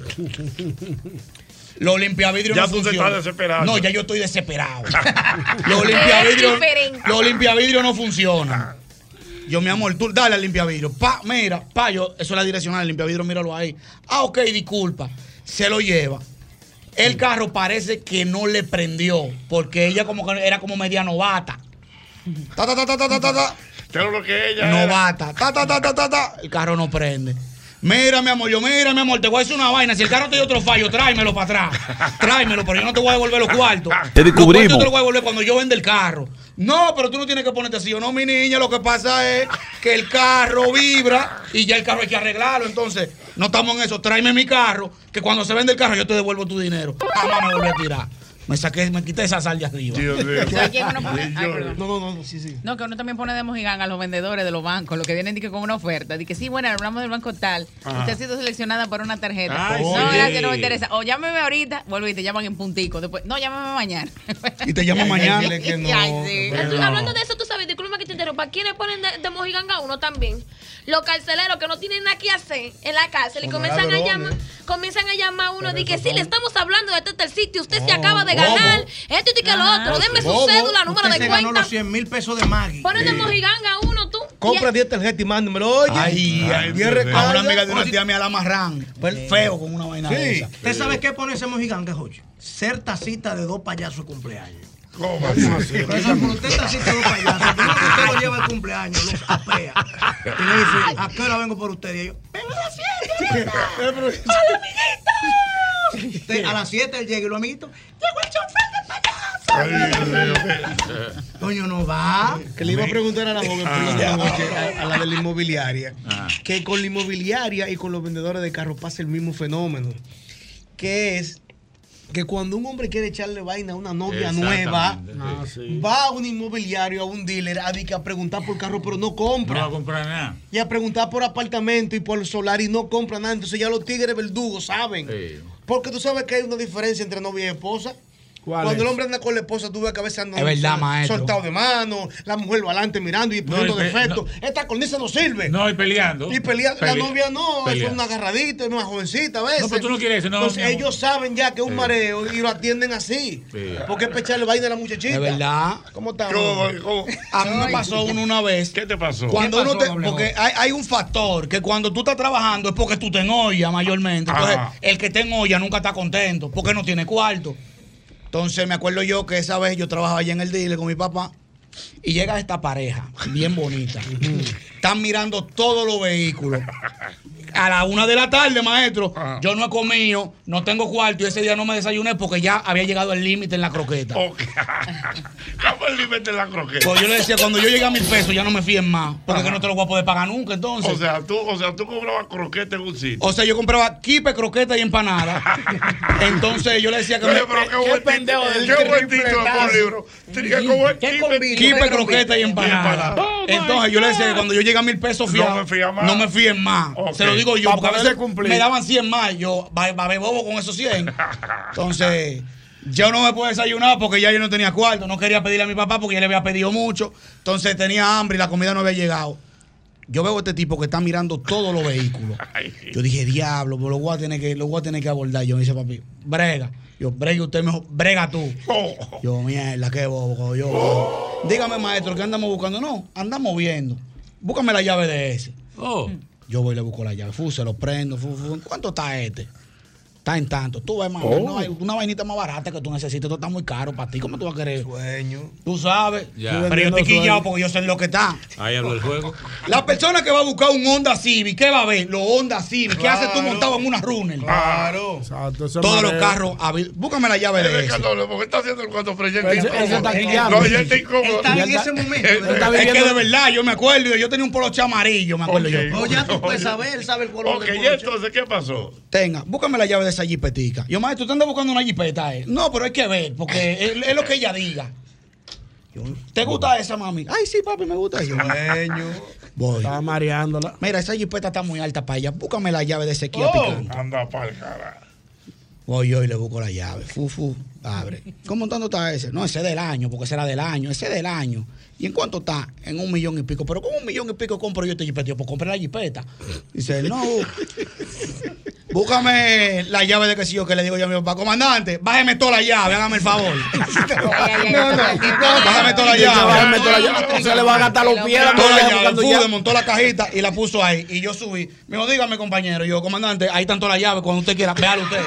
Los limpiavidrios Ya no tú te funcionan. estás desesperado. No, ya yo estoy desesperado. Los limpiavidrios, diferente. los limpiavidrios no funcionan. Yo, mi amor, tú dale al limpiavidrio. Pa, mira, pa, yo, eso es la direccional, el limpiavidrio, míralo ahí. Ah, ok, disculpa. Se lo lleva. El carro parece que no le prendió, porque ella como que era como media novata. Ta, ta, ta, ta, ta, ta, ta, ta. ¿Qué es lo que ella era? Novata. Ta, ta, ta, ta, ta, ta. El carro no prende. Mira, mi amor, yo, mira, mi amor, te voy a decir una vaina. Si el carro te dio otro fallo, tráemelo para atrás. Tráemelo, pero yo no te voy a devolver los cuartos. Te descubrimos. Los cuartos te los voy a devolver cuando yo venda el carro. No, pero tú no tienes que ponerte así. Yo, no, mi niña, lo que pasa es que el carro vibra y ya el carro hay que arreglarlo. Entonces, no estamos en eso. Tráeme mi carro, que cuando se vende el carro yo te devuelvo tu dinero. Jamás me volví a tirar. Me saqué, me quité esa sal de arriba. Dios mío. ¿Sabes quién uno pone? Ay, perdón. No, no, no, sí, sí. No, que uno también pone de mojiganga a los vendedores de los bancos, los que vienen di que con una oferta. Di que sí, bueno, hablamos del banco tal. Ajá. Usted ha sido seleccionada por una tarjeta. Ay, no, sí. gracias, no me interesa. O llámeme ahorita, vuelvo y te llaman en puntico. Después, no, llámame mañana. Y te llamo mañana. Dile que no. Ay, sí. Pero Tú- no. Hablando de eso, tú sabes, disculpa que te interrumpa. ¿Quiénes ponen de, de mojiganga a uno también? Los carceleros que no tienen nada que hacer en la cárcel y Como comienzan a ladrones. llamar, comienzan a llamar a uno Pero de que esos sí, son- le estamos hablando de este tal sitio, usted se Oh, acaba de bobo. ganar, esto y que lo Ajá. otro, denme su Bobo. cédula, número Usted de se ganó cuenta. los cien mil pesos de Maggie. Ponen de mojiganga a uno tú. Compra diez tarjetas y mándamelo. Oye. Ay, Ay, ay, Dios a mío. una amiga de una tía mía la amarran. Feo con una vaina Sí. de esa. ¿Usted sabe qué pone ese mojiganga, Jochi? Ser tacita de dos payasos de cumpleaños. ¿Cómo así? Por eso, por usted tacita de dos payasos. Primero que usted lo lleva al cumpleaños, los apea. Y le dice, ¿a qué hora vengo por usted? Y yo, vengo a las siete. Usted, a las siete él llega y los amiguitos, llegó el chofer del payaso. Ay, Dios mío. Coño, no va. Que le iba a preguntar a la joven por la noche, a, a la de la inmobiliaria, Ah. que con la inmobiliaria y con los vendedores de carros pasa el mismo fenómeno, que es que cuando un hombre quiere echarle vaina a una novia nueva, Ah, sí. va a un inmobiliario, a un dealer, a, a preguntar por carro, pero no compra. No va a comprar nada. Y a preguntar por apartamento y por solar y no compra nada. Entonces ya los tigres verdugos saben. Sí. Porque tú sabes que hay una diferencia entre novia y esposa. ¿Cuál Cuando es? el hombre anda con la esposa, tú ves que a veces anda Es verdad, sol- maestro. soltado de mano, la mujer va adelante mirando y poniendo No, y pe- defectos. Esta cornisa no sirve. No, y peleando. Y pelea, la Pele- novia no, pelea. es una agarradita, es una jovencita a veces. No, pero tú no quieres eso, no, Entonces mi amor. ellos saben ya que es un Sí. mareo y lo atienden así. Sí. Porque es para echarle vaina a la muchachita. Es verdad. ¿Cómo está? ¿Cómo, cómo? A mí me pasó uno una vez. ¿Qué te pasó? Cuando ¿Qué uno pasó, te, doble porque J? hay, hay un factor que cuando tú estás trabajando es porque tú te enollas mayormente. Entonces, Ajá. el que te ennolla nunca está contento porque no tiene cuarto. Entonces, me acuerdo yo que esa vez yo trabajaba allá en el dealer con mi papá y llega esta pareja bien bonita. Están mirando todos los vehículos. A la una de la tarde, maestro, Ajá. yo no he comido, no tengo cuarto y ese día no me desayuné porque ya había llegado el límite en la croqueta. Ok. ¿Cómo el límite de la croqueta? Pues yo le decía, cuando yo llegué a mil pesos ya no me fíen más, porque que no te lo voy a poder pagar nunca entonces. O sea, tú, o sea, tú cobrabas croqueta en un sitio. O sea, yo compraba kipe, croqueta y empanada. Entonces yo le decía que Oye, me, pero qué buen pendejo título, del qué buen tripletazo. título para un libro. Qué buen ¿Qué kipe- combina? kipe, croqueta y empanada. empanada. Entonces yo le decía que cuando yo llegué a mil pesos fiado, No me fía más. no me fíen más. Ok. Se lo digo yo, Pa' porque a poderle veces cumplir. me daban cien más. Yo, va va a ver bobo con esos cien. Entonces, yo no me pude desayunar porque ya yo no tenía cuarto. No quería pedirle a mi papá porque ya le había pedido mucho. Entonces tenía hambre y la comida no había llegado. Yo veo a este tipo que está mirando todos los vehículos. Ay. Yo dije, diablo, pues lo voy a tener que, lo voy a tener que abordar. Yo me dice, papi, brega. Yo, brega usted mejor, brega tú. Oh. Yo, mierda, qué bobo. Yo, dígame, maestro, ¿qué andamos buscando? No, andamos viendo. Búscame la llave de ese. Oh. Yo voy y le busco la llave. Fu, se lo prendo. Fu, fu. ¿Cuánto está este? Está en tanto. Tú ves, más Oh. no hay una vainita más barata que tú necesitas. Esto está muy caro para ti. ¿Cómo tú vas a querer? Sueño. Tú sabes. Ya. Pero yo Vendiendo estoy quillado sueño. porque yo sé en lo que está. Ahí habló el juego. La persona que va a buscar un Honda Civic, ¿qué va a ver? Los Honda Civic. ¿Qué haces tú montado en una runner? Claro. Exacto, ese Todos los mareo. carros. habi- Búscame la llave de ese. Doble, porque está haciendo el cuento frente Ese- ese está quillando. No, ya está incómodo. Está Ya en está- ese momento. Él está Es que viviendo- de verdad, yo me acuerdo. Yo tenía un poloche amarillo, me acuerdo Ok. yo. No, ya tú puedes saber, él sabe el color Ok, del ¿y poloche. entonces qué pasó? Tenga, búscame la llave de esa jipetica. Yo, maestro, ¿tú andas buscando una jipeta? Eh? No, pero hay que ver, porque es, es lo que ella diga. Yo, ¿te gusta esa, mami? Ay, sí, papi, me gusta eso. Sueño. Voy. Estaba mareándola. Mira, esa jipeta está muy alta para ella. Búscame la llave de ese Kia Oh, Picanto. anda pa'l carajo. Voy yo y le busco la llave. Fu, fu, abre. ¿Cómo tanto está ese? No, ese es del año, porque ese era del año. Ese es del año. ¿Y en cuánto está? En un millón y pico. Pero con un millón y pico compro yo este jipeta. Yo, pues compré la jipeta. Dice, no. Búscame la llave de que si yo que le digo yo a mi papá, comandante, bájeme toda la llave, hágame el favor. No, no. Bájame toda la Dice, bájame llave. toda la llave. No se le van a gastar los pies. Toda la llave, buscando fu, llave. desmontó la cajita y la puso ahí. Y yo subí. Me dijo, dígame, compañero. Y yo, comandante, ahí están todas las llaves. Cuando usted quiera, véalo usted.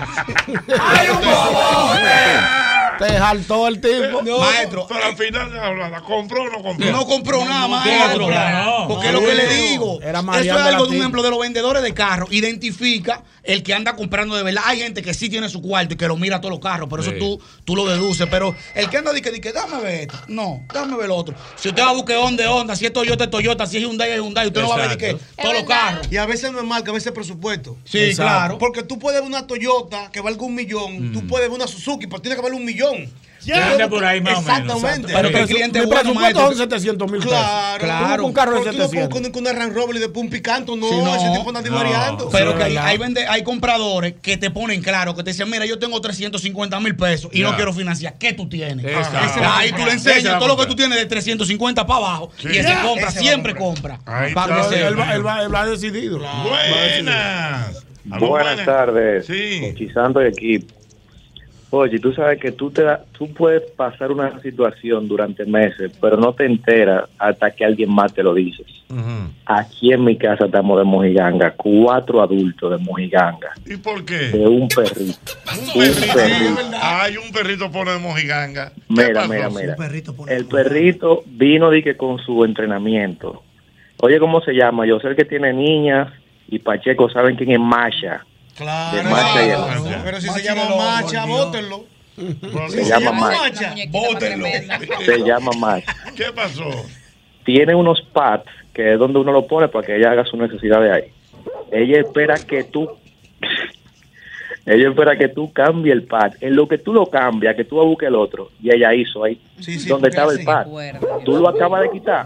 Te saltó el tipo. Maestro, Pero al final de la hablada, ¿compró o no compró? no compró nada, no, maestro. no. Porque es lo que le digo. Era Eso Mariano es de la algo de un tía. ejemplo de los vendedores de carros. Identifica el que anda comprando de verdad. Hay gente que sí tiene su cuarto y que lo mira todos los carros. Por eso Sí. tú, tú lo deduces. Pero el que anda de que, de que dame ver esto. No, dame ver lo otro. Si usted va a buscar Honda, Honda. Si es Toyota, es Toyota. Si es Hyundai, es Hyundai. Usted no va a ver de que Exacto. todos los carros. Y a veces no es mal, que a veces es presupuesto. Sí, Exacto. claro. Porque tú puedes ver una Toyota que valga un millón, tú puedes ver una Suzuki, pero tiene que valer un millón. Ya. Anda por ahí más o menos. Exactamente. Pero que el Mi cliente es presupuesto bueno, son maestro. setecientos mil pesos. Claro, Claro. Tú un carro de Pero tú no puedes setecientos. con- con una Range Rover y después un picanto, no, Sí, no. ese tipo anda No. variando. Pero Sí, que hay, ¿verdad? hay, vende- hay compradores que te ponen claro, que te dicen, mira, yo tengo trescientos cincuenta mil pesos y Ya. no quiero financiar. ¿Qué tú tienes? Exacto. Esa es la- Ahí tú le Esa es enseñas la todo lo que compra. tú tienes de trescientos cincuenta para abajo Sí. y ese Ya. compra, Ese va a siempre comprar. compra. Ahí Para está. que Él, sepa. va, él, va, él va decidido. Buenas. Aló, Buenas tardes, Sí. Mochizando y equipo. Oye, tú sabes que tú te da- tú puedes pasar una situación durante meses, pero no te enteras hasta que alguien más te lo dice. Ujú. Aquí en mi casa estamos de mojiganga, cuatro adultos de mojiganga, ¿Y por de qué? un perrito. Un Un perrito. perrito. Hay un perrito por de mojiganga. ¿Qué Mira, pasó? mira, mira. Un perrito pone- El perrito vino de que con su entrenamiento. Oye, ¿cómo se llama? Yo sé el que tiene niñas y Pacheco saben quién es Masha. Claro, De macha y el- claro. Pero si se Macha llama y el ojo, macha, por Dios. bótenlo. Se llama Masha. macha. Bótenlo. Se llama Masha. ¿Qué pasó? Tiene unos pads que es donde uno lo pone para que ella haga su necesidad de ahí. Ella espera que tú Ella espera que tú cambies el pad. En lo que tú lo cambias, que tú vas a buscar el otro. Y ella hizo ahí. Sí, sí, donde porque estaba así. el pad. Tú lo acabas de quitar.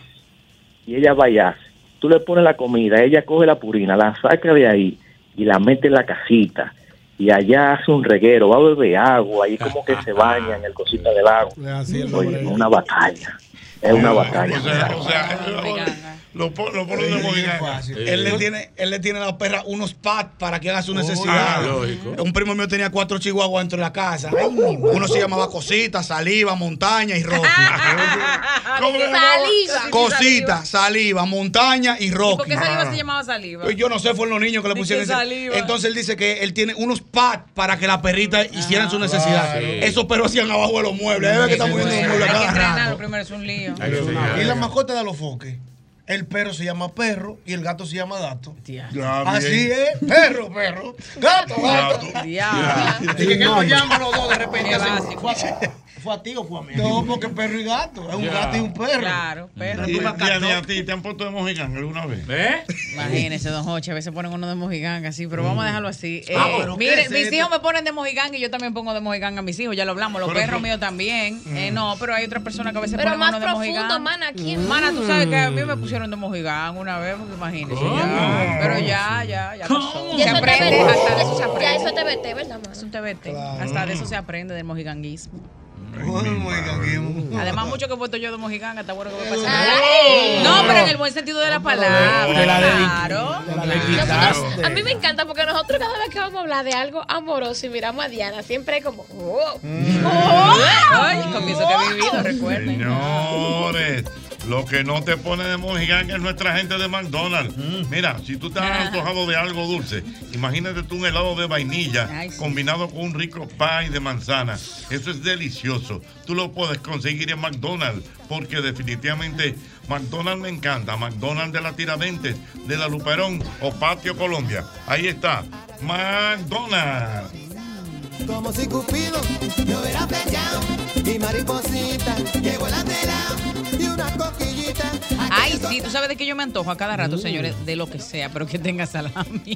Y ella va y hace. Tú le pones la comida, ella coge la purina, la saca de ahí y la mete en la casita. Y allá hace un reguero, va a beber agua y como que se baña en el cosita del agua. Oye, es una batalla. Es una batalla. O sea, o sea, lo, pon- lo pone de mojiganga. Él le tiene, él le tiene a la perra unos pads para que haga su necesidad. ah, lógico. Un primo mío tenía cuatro chihuahuas dentro de la casa. Uno se llamaba Cosita, Saliva, Montaña y Rocky. ¿Cómo se llamaba? Saliva. Cosita, Saliva, Montaña y Rocky. ¿Por qué Saliva se llamaba Saliva? Pues yo no sé, fueron los niños que le ¿De pusieron qué ese. Saliva? Entonces él dice que él tiene unos pads para que la perrita hicieran su necesidad. Esos perros hacían abajo de los muebles. Ahí ve que está moviendo los muebles Hay que cada rato. entrenarlo primero, es un lío. Y la mascota de los foques. El perro se llama perro y el gato se llama gato. Ya, Así bien. es, perro, perro. Gato, gato. Diablo. Y que, que nos llaman los dos de repente. Qué así, básico. ¿Fue, a- ¿Fue a ti o fue a mí? No, porque perro y gato. Es un Ya. gato y un perro. Claro, perro. ¿Y, y a, y a ti te han puesto de mojiganga alguna vez? ¿Eh? Imagínese, don Joche, a veces ponen uno de mojiganga, sí, pero vamos a dejarlo así. Eh, Ah, pero ¿qué mire, es mis esto? hijos me ponen de mojiganga y yo también pongo de mojiganga a mis hijos, ya lo hablamos, los Pero perros eso- míos también. Eh, no, pero hay otras personas que a veces Pero ponen más uno de profundo, mojiganga. mana, ¿quién? Mana, tú sabes que a mí me pusieron de mojiganga una vez, porque imagínese. Ya, pero ya, ya, ya pasó. Ya Se eso es aprende, T B T. hasta de eso se Ya aprende. eso es T B T, ¿verdad, mano? Es un T B T. Hasta de eso se aprende del mojiganguismo. Mojiganguismo. Además, mucho que he puesto yo de mojiganga, está bueno que me pase. Ay. No, pero en el buen sentido de la palabra. De la de- Claro. de la de Nosotros- quitaste. a mí me encanta porque nosotros cada vez que vamos a hablar de algo amoroso y miramos a Diana, siempre hay como... oh, oh, Ay, comienzo que he vivido, recuerden. Señores, lo que no te pone de mojiganga es nuestra gente de McDonald's. Mm. Mira, si tú te has Ah. antojado de algo dulce, imagínate tú un helado de vainilla combinado con un rico pie de manzana. Eso es delicioso. Tú lo puedes conseguir en McDonald's porque definitivamente McDonald's me encanta. McDonald's de la Tiradentes, de la Luperón o Patio Colombia. Ahí está, McDonald's. Como si Cupido me hubiera flechado y mariposita llegó la tela y una coquillita. Ay, sí, tú sabes de que yo me antojo a cada rato, señores, de lo que sea, pero que tenga salami.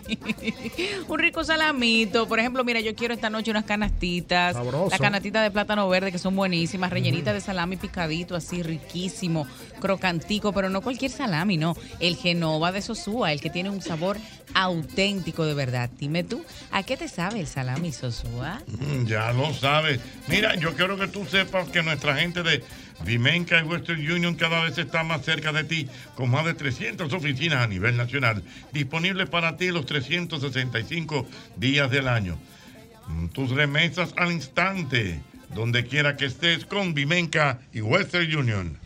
Un rico salamito. Por ejemplo, mira, yo quiero esta noche unas canastitas. Sabroso. Las canastitas de plátano verde que son buenísimas, rellenitas de salami picadito, así riquísimo, crocantico, pero no cualquier salami, no. El Genova de Sosúa, el que tiene un sabor auténtico de verdad. Dime tú, ¿a qué te sabe el salami Sosúa? Mm, Ya lo sabes. Mira, yo quiero que tú sepas que nuestra gente de Vimenca y Western Union cada vez está más cerca de ti, con más de trescientas oficinas a nivel nacional, disponibles para ti los trescientos sesenta y cinco días del año. Mm, Tus remesas al instante, donde quiera que estés, con Vimenca y Western Union.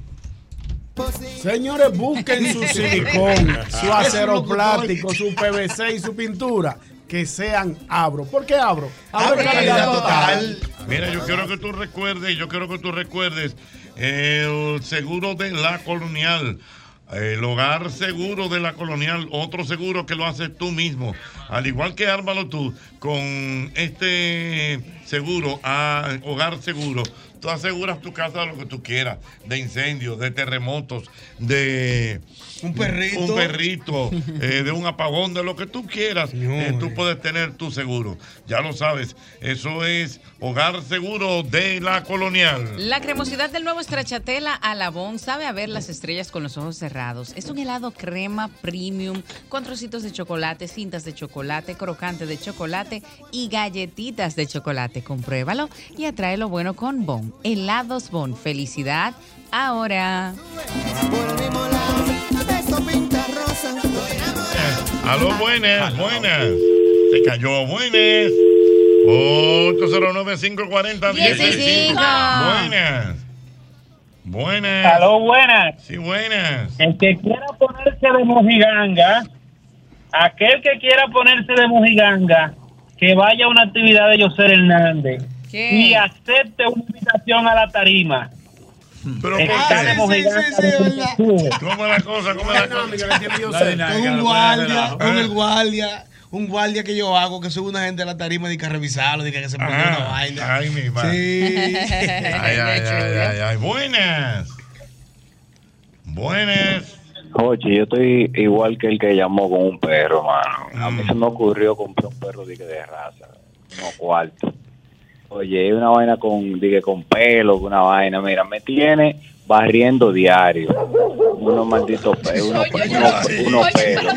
Señores, busquen su silicón, su acero plástico, su P V C y su pintura que sean Abro. ¿Por qué Abro? Abro es calidad total. Mira, yo quiero que tú recuerdes, yo quiero que tú recuerdes el seguro de la Colonial. El hogar seguro de la Colonial, otro seguro que lo haces tú mismo. Al igual que ármalo tú, con este seguro, a hogar seguro, tú aseguras tu casa de lo que tú quieras, de incendios, de terremotos, de un perrito, un perrito eh, de un apagón, de lo que tú quieras, eh, tú puedes tener tu seguro. Ya lo sabes, eso es hogar seguro de la Colonial. La cremosidad del nuevo Stracciatella Alabón sabe a ver las estrellas con los ojos cerrados. Es un helado crema premium con trocitos de chocolate, cintas de chocolate, crocante de chocolate y galletitas de chocolate. Compruébalo y atrae lo bueno con Bon. Helados Bon. Felicidad ahora. Aló, buenas, buenas. Se cayó, buenas. ocho cero nueve, cinco cuatro cero, uno cinco. Buenas. Buenas. Aló, buenas. Sí, buenas. El que quiera ponerse de mojiganga, aquel que quiera ponerse de mojiganga, que vaya a una actividad de José Hernández ¿Qué? y acepte una invitación a la tarima. Pero El que está de mojiganga de ¿Cómo es la cosa? ¿Cómo es la cosa? Con un guardia, con el guardia, un guardia que yo hago, que sube una gente a la tarima y que a revisarlo, y que se ponga Ah, una vaina. Ay, mi madre. Sí. Ay, ay, ay, ay, ay. Buenas. Buenas. Oye, yo estoy igual que el que llamó con un perro, mano. A mí se me ocurrió comprar un perro de, de raza, no cuarto. Oye, es una vaina con, dije, con pelo, una vaina, mira, me tiene barriendo diario. Unos malditos pelos, unos, unos, unos pelos.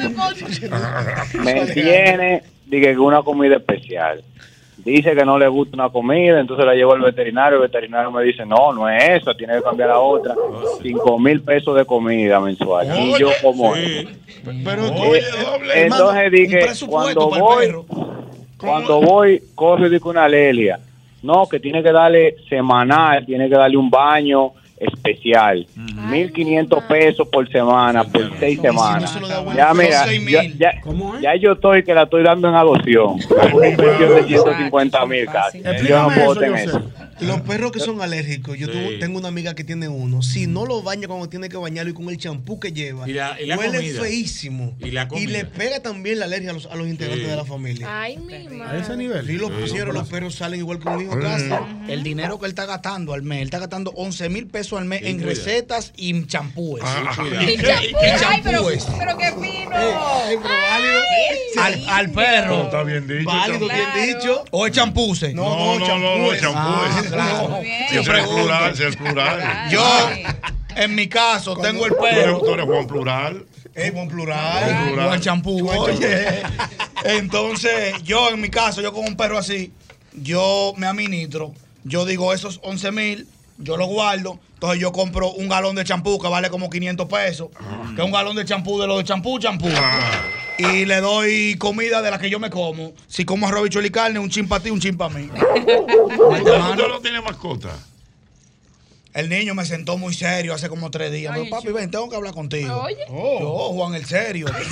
Me tiene, dije, que una comida especial. Dice que no le gusta una comida, entonces la llevo al veterinario, el veterinario me dice, no, no es eso, tiene que cambiar a otra. Cinco mil pesos de comida mensual. Oye, y yo como sí. Pero eh, entonces dije, cuando voy, cuando voy, corro y digo una alergia. No, que tiene que darle semanal, tiene que darle un baño especial. mil quinientos pesos por semana, por seis semanas. Ya, mira, ya, ya, ya yo estoy que la estoy dando en adopción. Una inversión de ciento cincuenta mil casi. Yo no puedo tener eso. Los perros que son alérgicos, yo tuvo, tengo una amiga que tiene uno. Si no lo baña cuando tiene que bañarlo y con el champú que lleva, y la, y la huele comida. feísimo. Y, la y le pega también la alergia a los, a los integrantes sí. de la familia. Ay, mi madre. A ese nivel. Sí, los pusieron, los perros salen igual que un hijo casi. El dinero que él está gastando al mes, él está gastando once mil pesos al mes Sí, en cuida. recetas y champúes. Ah, Sí, cuida. y Y champú, ay, pero, champúes. pero qué fino. Ay, pero válido. Al, al perro. Está bien dicho. Válido, Claro. bien dicho. O el champúse. No, no, no, no, no, champú. Ah, es- claro. Muy bien. Siempre es plural, es el plural. Yo, en mi caso, tengo el Tú eres- perro. tú eres Juan Plural. Es buen Buen plural. plural. Buen champú. Oye. Entonces, yo en mi caso, yo con un perro así, yo me administro. Yo digo esos once mil, yo lo guardo. Entonces yo compro un galón de champú que vale como quinientos pesos. Que es un galón de champú de lo de champú, champú. Y le doy comida de la que yo me como. Si como arroz, bichuelo y carne, un chin para ti, un chin para mí. ¿Usted no tiene mascota? El niño me sentó muy serio hace como tres días. Me dijo, papi, ven, tengo que hablar contigo. Oye. Yo, Juan, el serio. No,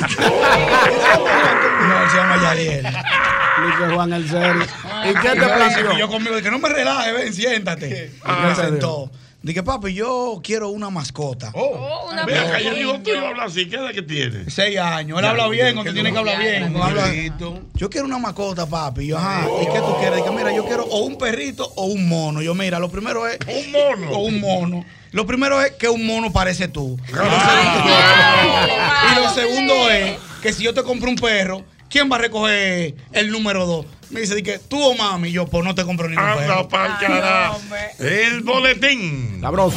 él se llama Yariel. Dice Juan el serio. ¿Y qué te Yo, planteó? yo conmigo, dije, no me relajes, ven, siéntate. Y Ah. me sentó. Dije, papi, yo quiero una mascota. Oh, una Mira, acá yo pequeña. digo, tú y hablas así, ¿qué edad que tiene? Seis años. Él habla bien, cuando tiene que hablar bien. no habla- Perrito. Yo quiero una mascota, papi. Yo, ajá. ¿Y qué tú quieres? Dije, mira, yo quiero o un perrito o un mono. Yo, mira, lo primero es. Un mono. O un mono. Lo primero es que un mono parece tú. Y lo Ay, segundo- y lo segundo es que si yo te compro un perro, ¿quién va a recoger el número dos? Me dice, que tú o mami. Yo, pues no te compro ningún Anda perro. pa'l Ay, carajo. hombre. El boletín. Sabroso.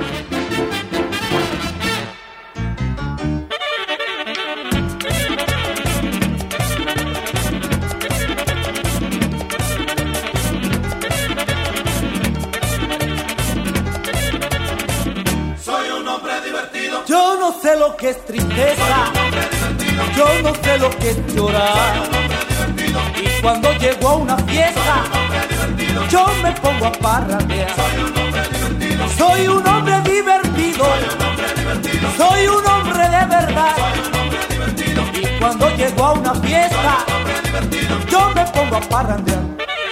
Soy un hombre divertido. Yo no sé lo que es tristeza, yo no sé lo que es llorar. Y cuando llego a una fiesta, yo me pongo a parrandear. Soy un hombre divertido, soy un hombre de verdad. Y cuando llego a una fiesta, yo me pongo a parrandear.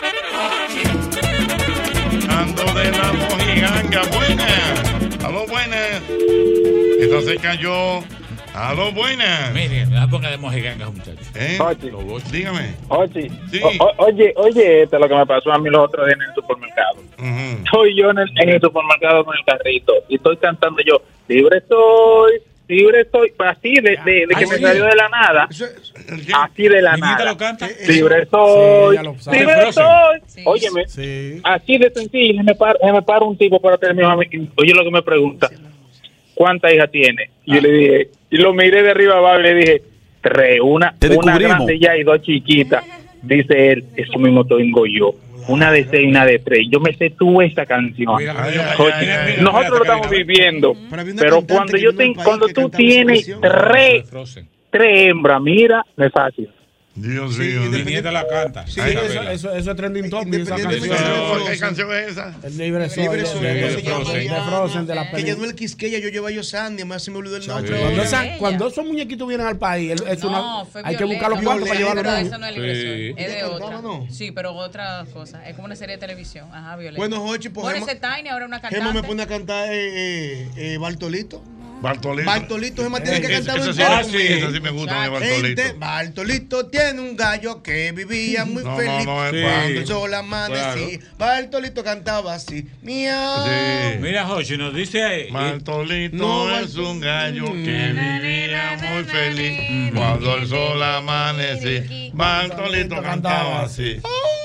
Ando de la mojiganga. Buenas. Aló, buenas. Esta se cayó. Aló, buenas. Miren, me ponga de mojigangas, muchachos. ¿Eh? Oye, Dígame. oye, Sí. o- o- oye, oye, esto es lo que me pasó a mí los otros días en el supermercado. Ujú. Estoy yo en el, en el supermercado con el carrito y estoy cantando yo, libre soy, libre soy, pues así de, de, de que Ay, me sí. salió de la nada, ¿El qué? así de la ¿Niñita nada. lo canta? Libre Sí, soy, ella lo sabe. libre Frozen. soy. Sí. Óyeme, Sí. así de sencillo, me para, me para un tipo para terminar. Oye, lo que me pregunta, ¿cuántas hijas tiene? Y yo le dije, y lo miré de arriba abajo y le dije, tres, una, Te una descubrimos. grande ya y dos chiquitas. Dice él, eso mismo tengo yo. Una de seis y una de tres. Yo me sé tú esta canción. Mira, Ay, mira, ay, Oye, ay, ay, ay, nosotros lo mira, estamos mira. viviendo, Pero había una pero cantante cuando que yo vino al ten- país cuando que tú cantaba esa tienes canción. tres, Frozen. tres hembras, mira, no es fácil. Dios Sí, mío. y Mi nieta la canta. Sí, Ay, eso, Isabela. eso, eso es trending topic, esa Independientemente canción. de Pero, Frozen. ¿qué canción es esa? El libre soy. Libre de- soy, de- ¿cómo de se llama? Frozen, de Frozen, de la Que ya película. no es el Quisqueya, yo llevo a Yosandi, además se me olvidó el nombre. Cuando, ahora. esa- cuando esos muñequitos vienen al país, es- es una- No, fue hay que buscar los Violeta. cuartos para llevarlos. Pero niños. esa no es Libre Soy, Sí. es de ¿Ella otra. cantaba, no? Sí, pero otra cosa. Es como una serie de televisión. Ajá, Violeta. Bueno, Jochi, pues Bueno, Gema- ese Tiny ahora una cantante. Gema me pone a cantar eh, eh, eh, Bartolito. Bartolito. Bartolito se mantiene que Eh, cantaba esa en sí, coro ah, con sí, él. esa sí me gusta, mi Bartolito. Gente, Bartolito tiene un gallo que vivía muy No, no, feliz. no, es- Cuando sí. el sol amanecía, Bartolito cantaba así. Miau. Mira, Jochi, nos dice ahí. Bartolito No, es un gallo que vivía muy feliz. Cuando el sol amanece, Bartolito cantaba así.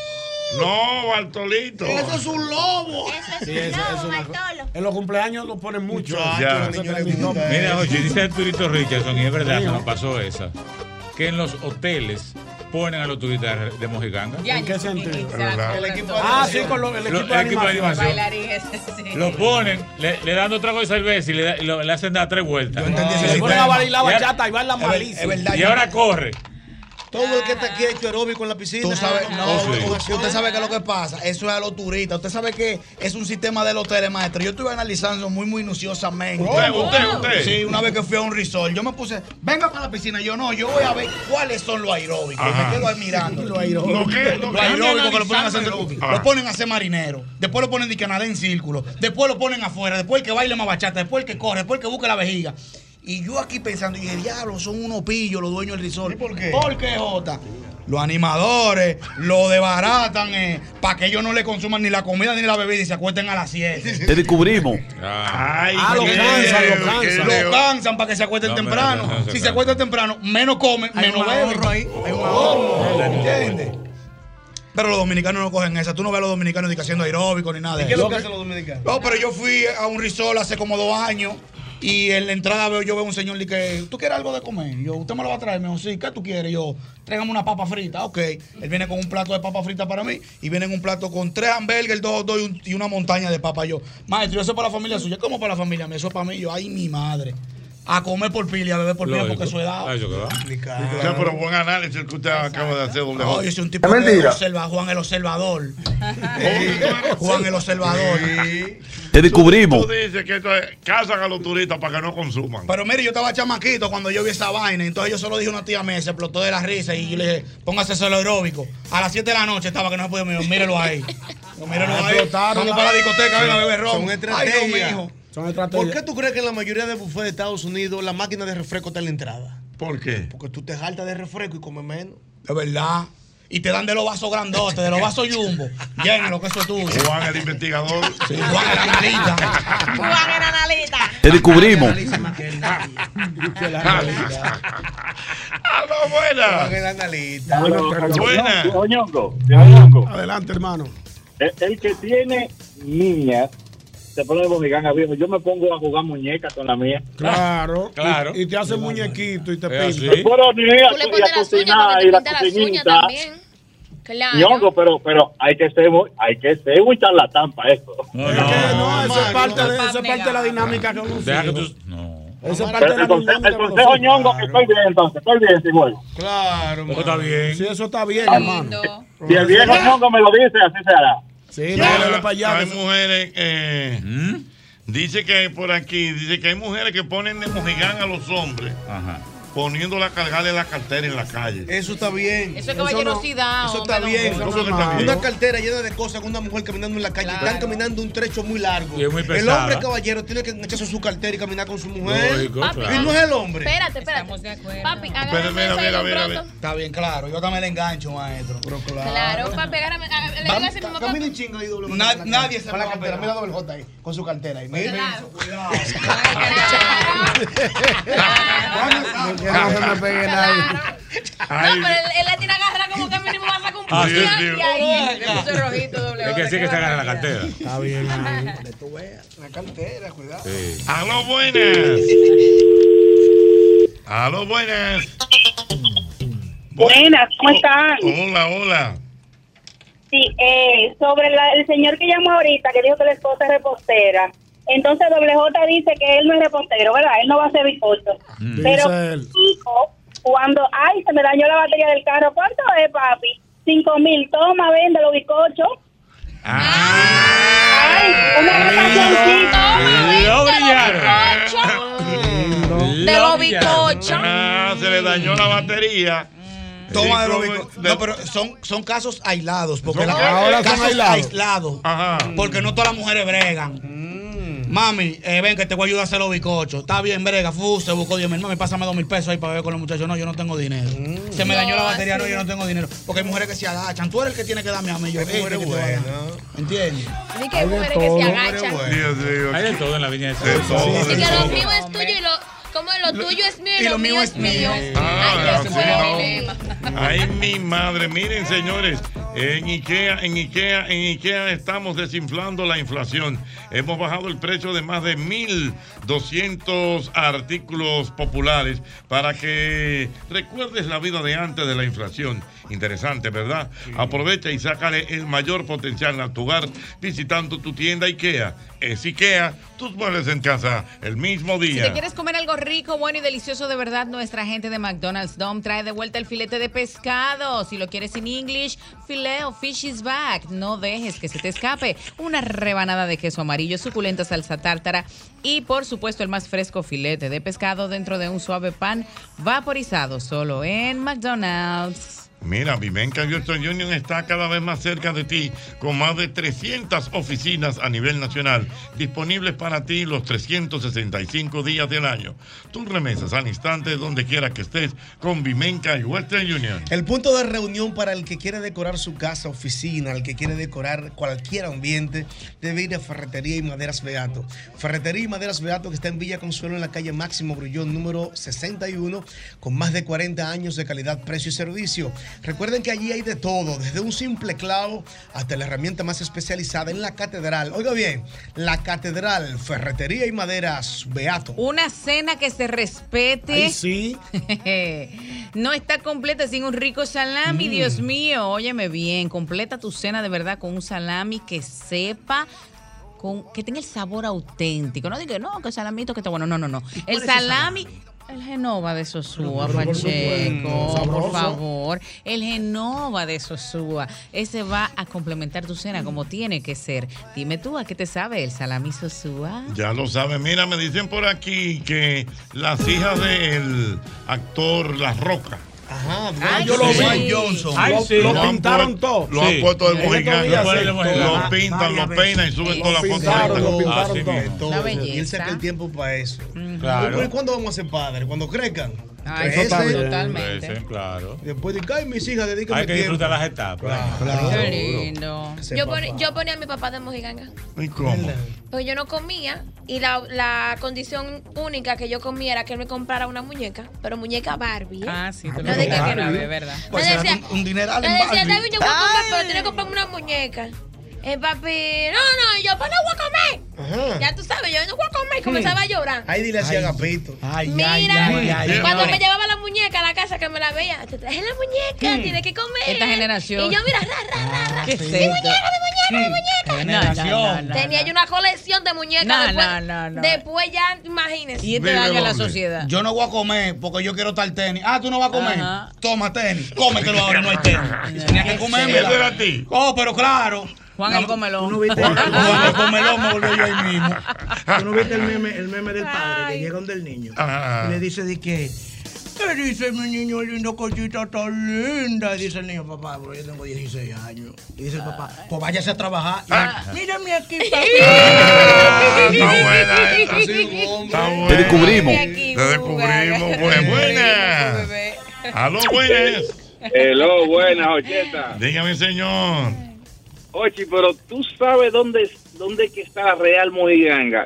No, Bartolito. Eso es un lobo. Sí, eso, eso es una cosa. En los cumpleaños lo ponen mucho. Ya. Eso tremendo. Mira, Jochi, dice Arturito Richardson, y es verdad, se nos pasó esa, que en los hoteles ponen a los turistas de mojiganga. ¿En qué sentido? ¿Verdad? El equipo Ah, sí, con lo- el Lo- equipo de el equipo de animación. animación. Bailarines, sí. Lo ponen, le, le dan otro trago de cerveza y le, da- y lo- le hacen dar tres vueltas. Le ponen a bailar Y ahora- bachata y bailan Es ver- malísimo. es verdad. Y ahora corre. Todo el que está aquí ha hecho aeróbico en la piscina. Tú sabes, no, Oh, sí. u- usted sabe qué es lo que pasa. Eso es a los turistas. Usted sabe que es un sistema del hotel, maestro. Yo estuve analizando muy minuciosamente. Usted, usted, usted. Sí, una vez que fui a un resort, yo me puse, venga para la piscina. Yo no, yo voy a ver cuáles son los aeróbicos. Ajá. Me quedo ahí mirando. Los aeróbicos. ¿Lo qué? ¿Lo Los qué? aeróbicos que lo ponen a hacer, Ah. lo ponen a hacer marinero. Después lo ponen de que nada en círculo. Después lo ponen afuera. Después el que baile más bachata. Después el que corre. Después el que busca la vejiga. Y yo aquí pensando, y el diablo, son unos pillos los dueños del resort. ¿Y por qué? ¿Por qué, Jota? Los animadores lo desbaratan eh, para que ellos no le consuman ni la comida ni la bebida y se acuesten a las siete. Te descubrimos. Ay, Ah, lo qué cansan, leo, lo qué cansan. leo. Lo cansan para que se acuesten No, pero temprano. no, no se si se cansan. acuestan temprano, menos comen, Hay menos un beben. ahorro ahí. Hay un Oh, ahorro. ¿entiendes? Pero los dominicanos no cogen esa. Tú no ves a los dominicanos ni que haciendo aeróbico ni nada de ¿Qué es lo eso. que hacen los dominicanos? No, pero yo fui a un resort hace como dos años y en la entrada veo, yo veo un señor y que, ¿tú quieres algo de comer? Yo, ¿usted me lo va a traer? Me dijo, sí, ¿qué tú quieres? Yo, tráigame una papa frita. Ok. Él viene con un plato de papa frita para mí y viene en un plato con tres hamburgues, dos, dos y, un- y una montaña de papa. Yo, maestro, eso es para la familia suya. ¿Cómo para la familia mía? Eso es para mí. Yo, ay, mi madre. A comer por pila y a beber por pila porque eso es edad. Ah, eso que va. O sea, pero buen análisis el que usted acaba de hacer, doble No, J. yo soy un tipo de observa, Juan el observador. Juan el observador. Te descubrimos. Tú dices que esto es, cazan a los turistas para que no consuman. Pero mire, yo estaba chamaquito cuando yo vi esa vaina. Entonces yo solo dije a una tía mía, se explotó de la risa. Y yo le dije, póngase solo aeróbico. A las siete de la noche estaba que no se podía. Me dijo, mírelo ahí. Yo, mírelo Ah, ahí. explotaron Vamos la- para la discoteca, venga a beber ron. Son Ay, estrategias. no, mijo. Son ¿Por estrategias. qué tú crees que en la mayoría de buffets de Estados Unidos la máquina de refresco está en la entrada? ¿Por qué? Porque tú te jaltas de refresco y comes menos. Es verdad. Y te dan de los vasos grandotes, de los vasos jumbo. Llénalo, que eso es tuyo. Juan el investigador. Sí, Juan el analista. Juan era analista. Te descubrimos. ¡Aló, buena! Juan el analista. Buena. Ñongo, Ñongo, Adelante, hermano. el, el que tiene niñas se pone de mojiganga viejo. Yo me pongo a jugar muñecas con la mía. Claro. Claro. Y, y te hace muñequito y te Es pinta. así. Pero ni a, Tú le y pones a las uñas cocinar para que y te la pinte las uñas cocinita. también. Claro. Ñongo, pero, pero hay que ser muy, hay que ser un charlatán para eso. No, Es que no. no, eso es no, parte, no, de, no, eso es parte de la dinámica que uno Deja que sigue. tú. No. Eso es parte Pero de la el, conse- dinámica el que uno consejo sigue. Ñongo, que estoy bien entonces, estoy bien, igual. Claro, Eso está bien. Sí, eso está bien, hermano. Lindo. Si el viejo Ñongo me lo dice, así se hará. Sí, Ya, no, dale para allá. hay que- mujeres, eh, ¿Mm? dice que por aquí, dice que hay mujeres que ponen de mojigán a los hombres, Ajá. poniéndola a cargarle la cartera en la calle. Eso está bien. Eso es caballerosidad. Eso hombre, está bien. no. Eso que está bien. Una cartera llena de cosas con una mujer caminando en la calle. Claro. Están caminando un trecho muy largo. Y es muy el pesada. hombre caballero tiene que echarse su cartera y caminar con su mujer. Lógico, Papi, claro. Y no es el hombre. Espérate, espérate. Estamos de acuerdo. Papi, Espera, agárrame mira, esa mira, ahí mira, pronto. mira. Está bien, claro. Yo también le engancho, maestro. Claro, papi, agárrame. agárrame, Le digo así mismo, Camina papi. un chingo ahí doble. Na- J con la nadie cartera. se Con me la va a cartera. pegar. Mira doble J ahí. Con su cartera ahí. Mira. Claro. Que no se me pegue nadie. No, pero él, él la tiene agarrada como que mínimo va a sacar un Ah, puñal sí, sí. y ahí. Le puse rojito doble. Es que sí que se agarra la cartera. Está bien, ahí. Tú veas, la cartera, cuidado. Sí. ¡Aló, buenas! ¡Aló, buenas! Buenas, ¿cómo están? Hola, hola. Sí, eh, sobre la- el señor que llamó ahorita, que dijo que la esposa es repostera. Entonces, doble J dice que él no es repostero, ¿verdad? Él no va a hacer bizcocho. Pero, Dice él. hijo, cuando, ay, se me dañó la batería del carro, ¿cuánto es, papi? Cinco mil, toma, vende los bizcochos. Ay, una vacacioncita. Lo brillaron. De los bizcochos. Ah, se le dañó la batería. Toma de los Sí, bicos- como- No, pero son, son casos aislados. Porque Son- la- ahora son casos aislados. aislados. Ajá. Porque no todas las mujeres bregan. Mami, eh, ven que te voy a ayudar a hacer los bizcochos. Está bien, brega, fu, se buscó diez mil. Mami, pásame dos mil pesos ahí para beber con los muchachos. No, yo no tengo dinero. Mm. Se me dañó la batería, no, yo no tengo dinero. Porque hay mujeres que se agachan. Tú eres el que tiene que darme a mí. Yo, hey, que buena. ¿Entiendes? Ni que hay mujeres que se agachan. Hay de todo en la viña de todo. Sí, que lo mío es tuyo y lo... Como lo tuyo es mío y, y lo mío es mío. Ah, Ay, sí, no. Ay, mi madre. Miren, señores, en IKEA, en IKEA, en IKEA estamos desinflando la inflación. Hemos bajado el precio de más de mil doscientos artículos populares para que recuerdes la vida de antes de la inflación. Interesante, ¿verdad? Sí. Aprovecha y sácale el mayor potencial a tu hogar visitando tu tienda IKEA. Es IKEA, tus muebles en casa el mismo día. Si te quieres comer algo rico, bueno y delicioso de verdad, nuestra gente de McDonald's Dome trae de vuelta el filete de pescado. Si lo quieres en English, filet o fish is back. No dejes que se te escape una rebanada de queso amarillo, suculenta salsa tártara y, por supuesto, el más fresco filete de pescado dentro de un suave pan vaporizado, solo en McDonald's. Mira, Vivenca Western Union está cada vez más cerca de ti, con más de trescientas oficinas a nivel nacional, disponibles para ti los trescientos sesenta y cinco días del año. Tus remesas al instante, donde quiera que estés, con Vivenca y Western Union. El punto de reunión para el que quiere decorar su casa, oficina, el que quiere decorar cualquier ambiente, debe ir a Ferretería y Maderas Beato. Ferretería y Maderas Beato, que está en Villa Consuelo, en la calle Máximo Grullón, número sesenta y uno, con más de cuarenta años de calidad, precio y servicio. Recuerden que allí hay de todo, desde un simple clavo hasta la herramienta más especializada en la Catedral. Oiga bien, la Catedral, Ferretería y Maderas Beato. Una cena que se respete. Ay, sí. No está completa sin un rico salami, mm. Dios mío. Óyeme bien, completa tu cena de verdad con un salami que sepa... Con, que tenga el sabor auténtico. No diga, no, que el salamito que está bueno. No, no, no. El salami... El Genova de Sosúa, Pacheco, por, por favor. El Genova de Sosúa. Ese va a complementar tu cena como tiene que ser. Dime tú, ¿a qué te sabe el salami Sosúa? Ya lo sabes. Mira, me dicen por aquí que las hijas del actor La Roca. Ajá, Ay, yo lo vi. Sí. Johnson. Ay, lo, sí. lo, lo pintaron todo. Lo han puesto de mojicano. Lo Lo pintan, lo peinan y suben toda la foto. Lo pintaron todo. Una belleza. Y él saca el tiempo para eso. Claro. ¿Y cuándo vamos a ser padres? Cuando crezcan. Ay, eso está bien. Totalmente. Ese, claro. Después de que, ay, mis hijas, dedícame Hay que tiempo. disfrutar las etapas. Claro. Qué lindo. Yo, pon, yo ponía a mi papá de mojiganga. ¿Y cómo? Pues yo no comía y la, la condición única que yo comía era que él me comprara una muñeca, pero muñeca Barbie. ¿eh? Ah, sí, no te de lo que Barbie, es verdad. Pues me decía, un, un dineral me en decía, Barbie. David, yo voy a comprar, pero tiene que comprarme una muñeca. El papi, no, no, y yo, pues no voy a comer. Ajá. Ya tú sabes, yo no voy a comer y comenzaba a llorar. Ay, dile así a Agapito. Ay, Mira, ay, ay, ay, cuando ay. me llevaba la muñeca a la casa que me la veía, te traje la muñeca, Mm. tienes que comer. Esta generación. Y yo, mira, ra, ra, ra, ra. ¿Qué es mi esto? muñeca, mi muñeca, mi muñeca. Generación. No, no, no, Tenía yo una colección de muñecas. No, después, no, no, no. después ya, imagínese. Y este Vive daño a la doble. sociedad. Yo no voy a comer porque yo quiero estar tenis. Ah, tú no vas a comer. Ajá. Toma tenis. Cómetelo ahora, no hay tenis. Tenía que comerme. ¿Eso era a ti? Oh, pero claro. Juan el comelón. ¿Tú no viste, Juan el comelón me volvió yo ahí mismo. ¿Tú no viste el meme, el meme del padre que llega donde el niño? Ah. Y le dice de que, ¿qué dice mi niño lindo, cosita tan linda? Y dice el niño, papá, pero yo tengo dieciséis años. Y dice el papá, pues váyase a trabajar. Y Ah. él, mírame aquí, papá. Ah, está buena esa. Está buena. Te descubrimos. Te descubrimos. Pues buena. Aló, buenas. Hello, buenas, Ocheta. Dígame, señor. Ochi, pero tú sabes dónde, dónde que está la real mojiganga.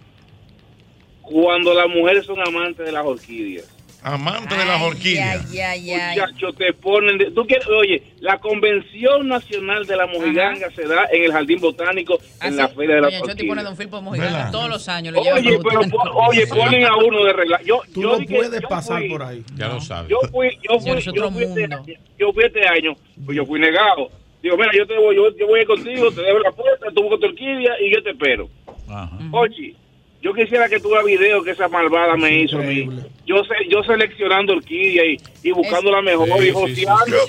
Cuando las mujeres son amantes de las orquídeas. Amante de las orquídeas. Ay, ay, ay. Muchachos, te ponen... De, tú quieres, oye, la Convención Nacional de la Mojiganga Ajá. se da en el Jardín Botánico, ¿Ah, en sí? la Feria de la Oye, yo te pone Don Filpo Mojiganga ¿verdad? todos los años. Lo Oye, llevan pero para pon, oye, ponen a uno de regla. Yo, Tú yo no dije, puedes yo pasar fui, por ahí. Ya lo sabes. Yo fui, yo fui, Señor, es yo otro fui, este, mundo. yo fui este año, pues yo fui negado. Digo, mira, yo te voy, yo, yo voy a ir contigo, te dejo la puerta, tú buscas tu orquídea y yo te espero. Ajá. Oye, yo quisiera que tuviera video que esa malvada me hizo a mí. Yo sé, yo seleccionando orquídea y, y buscando Es- la mejor Sí, y sí, joseando. sí, sí. Yo,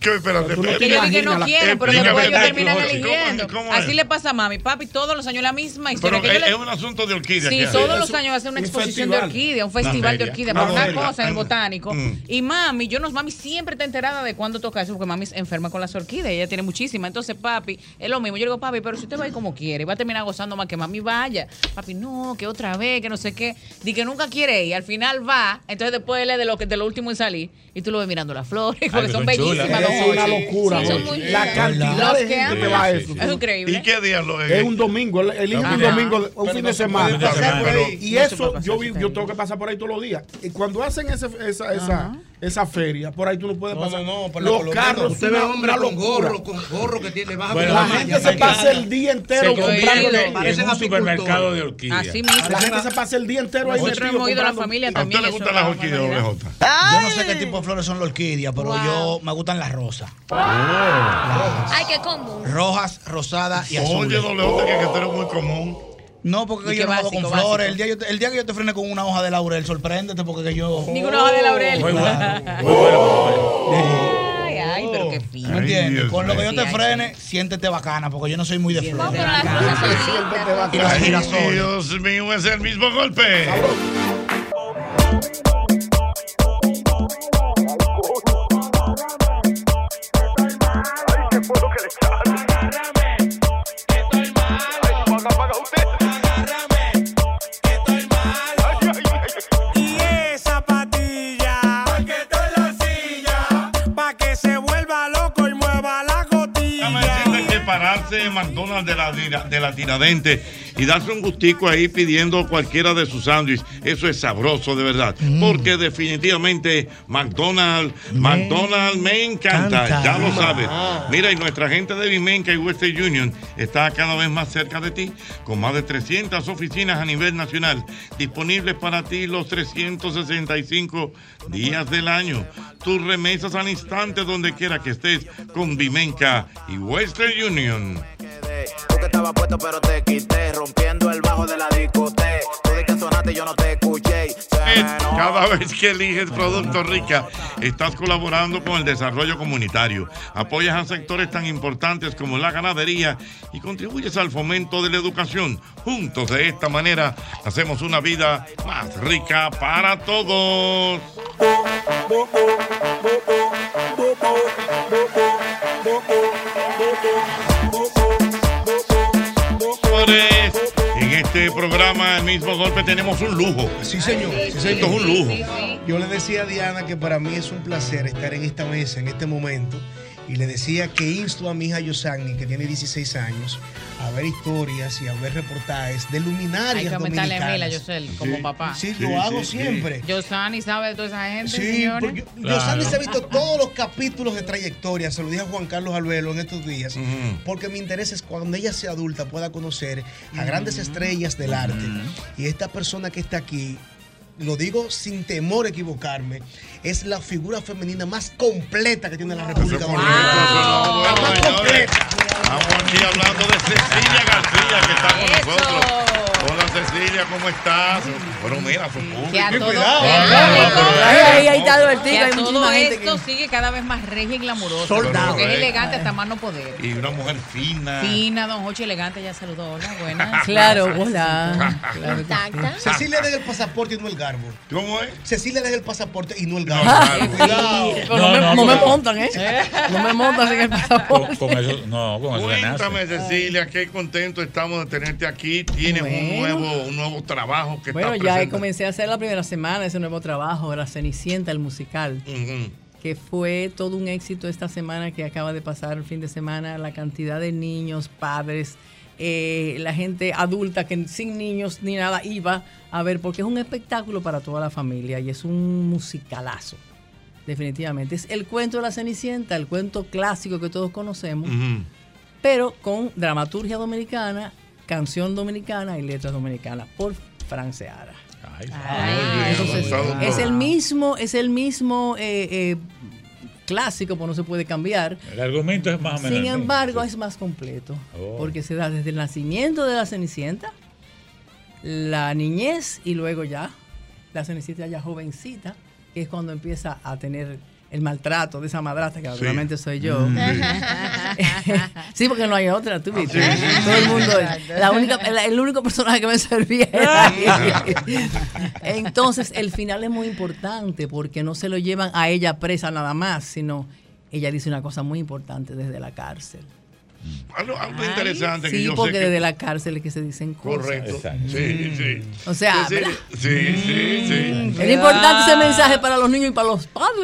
¿Qué? Espérate, Es que yo vi que no quieren, pero después ellos terminan ¿Cómo- eligiendo. cómo- cómo es? Así le pasa a mami. Papi, todos los años la misma historia. Pero que yo es, le- es un asunto de orquídea. Sí, que todos hace. los años hace una Un exposición festival. de orquídea, un Una festival de feria. orquídea, Una para una feria. cosa en el Mm. botánico. Mm. Y mami, yo no, mami siempre está enterada de cuándo toca eso, porque mami es enferma con las orquídeas, ella tiene muchísimas. Entonces, papi, es lo mismo. Yo le digo, papi, pero si usted va a ir como quiere, va a terminar gozando más que mami vaya. Papi, no, que otra vez, que no sé qué. Di que nunca quiere ir, al final va, entonces después él es de lo, que- de lo último en salir, y tú lo ves mirando las flores, porque que son son bellísimas. chulas. don Es una Jorge. locura, Sí, son Jorge. muy La lindas. cantidad Los de que gente que aman. va a eso. Es increíble. ¿Y qué día lo es? Es un domingo, él elige Ajá. un domingo, un Pero fin no de se semana. puede pasar por ahí. Y No se eso, puede pasar yo, por vi- ahí. yo tengo que pasar por ahí todos los días. Y cuando hacen ese, esa, esa, esa feria, por ahí tú no puedes No, pasar. no, no, por la los colombiana. carros, Usted una- ve hombre una con locura. gorro, con gorro que tiene, le baja Bueno, por la la gente malla, se pasa el día entero Se comprando. convierte en Parecen un apicultores. supermercado de orquídeas. Así mismo. La gente se pasa el día entero ahí Nosotros metido hemos ido a la comprando. familia ¿A usted también. le eso gustan es las una orquídeas, barbaridad. O B J? Yo no sé qué tipo de flores son las orquídeas, pero Wow. yo me gustan las rosas. Ay, qué combo. Rojas, rosadas y Oye, azules. doble J, que esto es muy común. No, porque ¿Y yo qué no hago básico, con flores. básico? El día, yo te- el día que yo te frene con una hoja de laurel, sorpréndete porque que yo... Ninguna hoja de laurel. Muy bueno, muy bueno. Ay, ay, pero qué fino. ¿Me entiendes? Dios Con lo que yo mío. te Sí, frene, siéntete bacana, porque yo no soy muy de No, flores. pero las rosas son lindas. Y los Ay, girasoles. Dios mío, es el mismo golpe. Y esa patilla, pa' que estoy la silla, pa' que se vuelva loco y mueva la Déjame gotilla. decirte que pararse en McDonald's de la, tira- de la Tiradentes y darse un gustico ahí pidiendo cualquiera de sus sándwiches, eso es sabroso de verdad. Porque definitivamente McDonald's, McDonald's me encanta, encanta. ya lo sabes. Mira, y nuestra gente de Vimenca y Western Union está cada vez más cerca de ti, con más de trescientas oficinas a nivel nacional, disponibles para ti los trescientos sesenta y cinco días del año. Tus remesas al instante donde quiera que estés con Vimenca y Western Union. Tú que estabas puesto pero te quité, rompiendo el bajo de la discoteca. Tú de que sonaste y yo no te escuché. Se me enojó. Cada vez que eliges Productos Rica, estás colaborando con el desarrollo comunitario, apoyas a sectores tan importantes como la ganadería y contribuyes al fomento de la educación. Juntos, de esta manera, hacemos una vida más rica para todos. Señores, en este programa, el mismo golpe, tenemos un lujo. Sí, señor. Sí, Esto señor. es un lujo. Yo le decía a Diana que para mí es un placer estar en esta mesa, en este momento. Y le decía que insto a mi hija Yosani, que tiene dieciséis años, a ver historias y a ver reportajes de Hay luminarias que aumentarle dominicanas. mil a Yosel como Sí, papá. Sí, lo hago siempre. Yosani sabe de toda esa gente, Sí, señores. porque Yosani se ha visto todos los capítulos de trayectoria, se lo dije a Juan Carlos Albelo en estos días, porque mi interés es cuando ella sea adulta pueda conocer a grandes estrellas del arte. Y esta persona que está aquí, lo digo sin temor a equivocarme, es la figura femenina más completa que tiene la República Dominicana. La más completa. Estamos aquí hablando de Cecilia García, que está con nosotros. Hola Cecilia, ¿cómo estás? Bueno, mira, su público. Que a todo, Cuidado. Ahí, ahí está que divertido, a hay todo muchísima gente esto que- sigue cada vez más regia y glamurosa. Soldado. Porque es Correcto. elegante hasta más no poder. Y una mujer fina. Fina, don Jochi, elegante, ya saludó. Hola, buenas. Claro, hola. Claro que sí. Cecilia deja el pasaporte y no el garbo. ¿Cómo es? Cecilia deja el pasaporte y no el garbo. claro. Cuidado. Pero no me- No, no, no me pero- montan, ¿eh? No me montas en el pasaporte. Con, con eso, no, con eso se nace. Cuéntame, Cecilia, qué contento estamos de tenerte aquí. Tienes un Bueno. nuevo, un nuevo trabajo que Bueno, está ya presentando. comencé a hacer la primera semana ese nuevo trabajo, La Cenicienta, el musical, que fue todo un éxito esta semana que acaba de pasar el fin de semana. La cantidad de niños, padres, eh, la gente adulta que sin niños ni nada iba a ver, porque es un espectáculo para toda la familia y es un musicalazo. Definitivamente. Es el cuento de La Cenicienta, el cuento clásico que todos conocemos, pero con dramaturgia dominicana, canción dominicana y letras dominicanas por Fran Seara. Entonces, es el mismo, es el mismo eh, eh, clásico, pues no se puede cambiar. El argumento es más o menos. Sin el mismo. embargo, es más completo, Oh. porque se da desde el nacimiento de la Cenicienta, la niñez y luego ya la Cenicienta ya jovencita, que es cuando empieza a tener el maltrato de esa madrastra, que Sí. obviamente soy yo. Mm. Sí, porque no hay otra, tú viste. Todo el mundo, la única, el, el único personaje que me servía era ahí. Entonces, el final es muy importante porque no se lo llevan a ella presa nada más, sino ella dice una cosa muy importante desde la cárcel. Algo, algo interesante que Sí, yo porque sé que... desde la cárcel es que se dicen cosas. Correcto. Mm. Sí, sí. O sea, sí, ¿verdad? sí, sí, sí. Es importante ese mensaje para los niños y para los padres.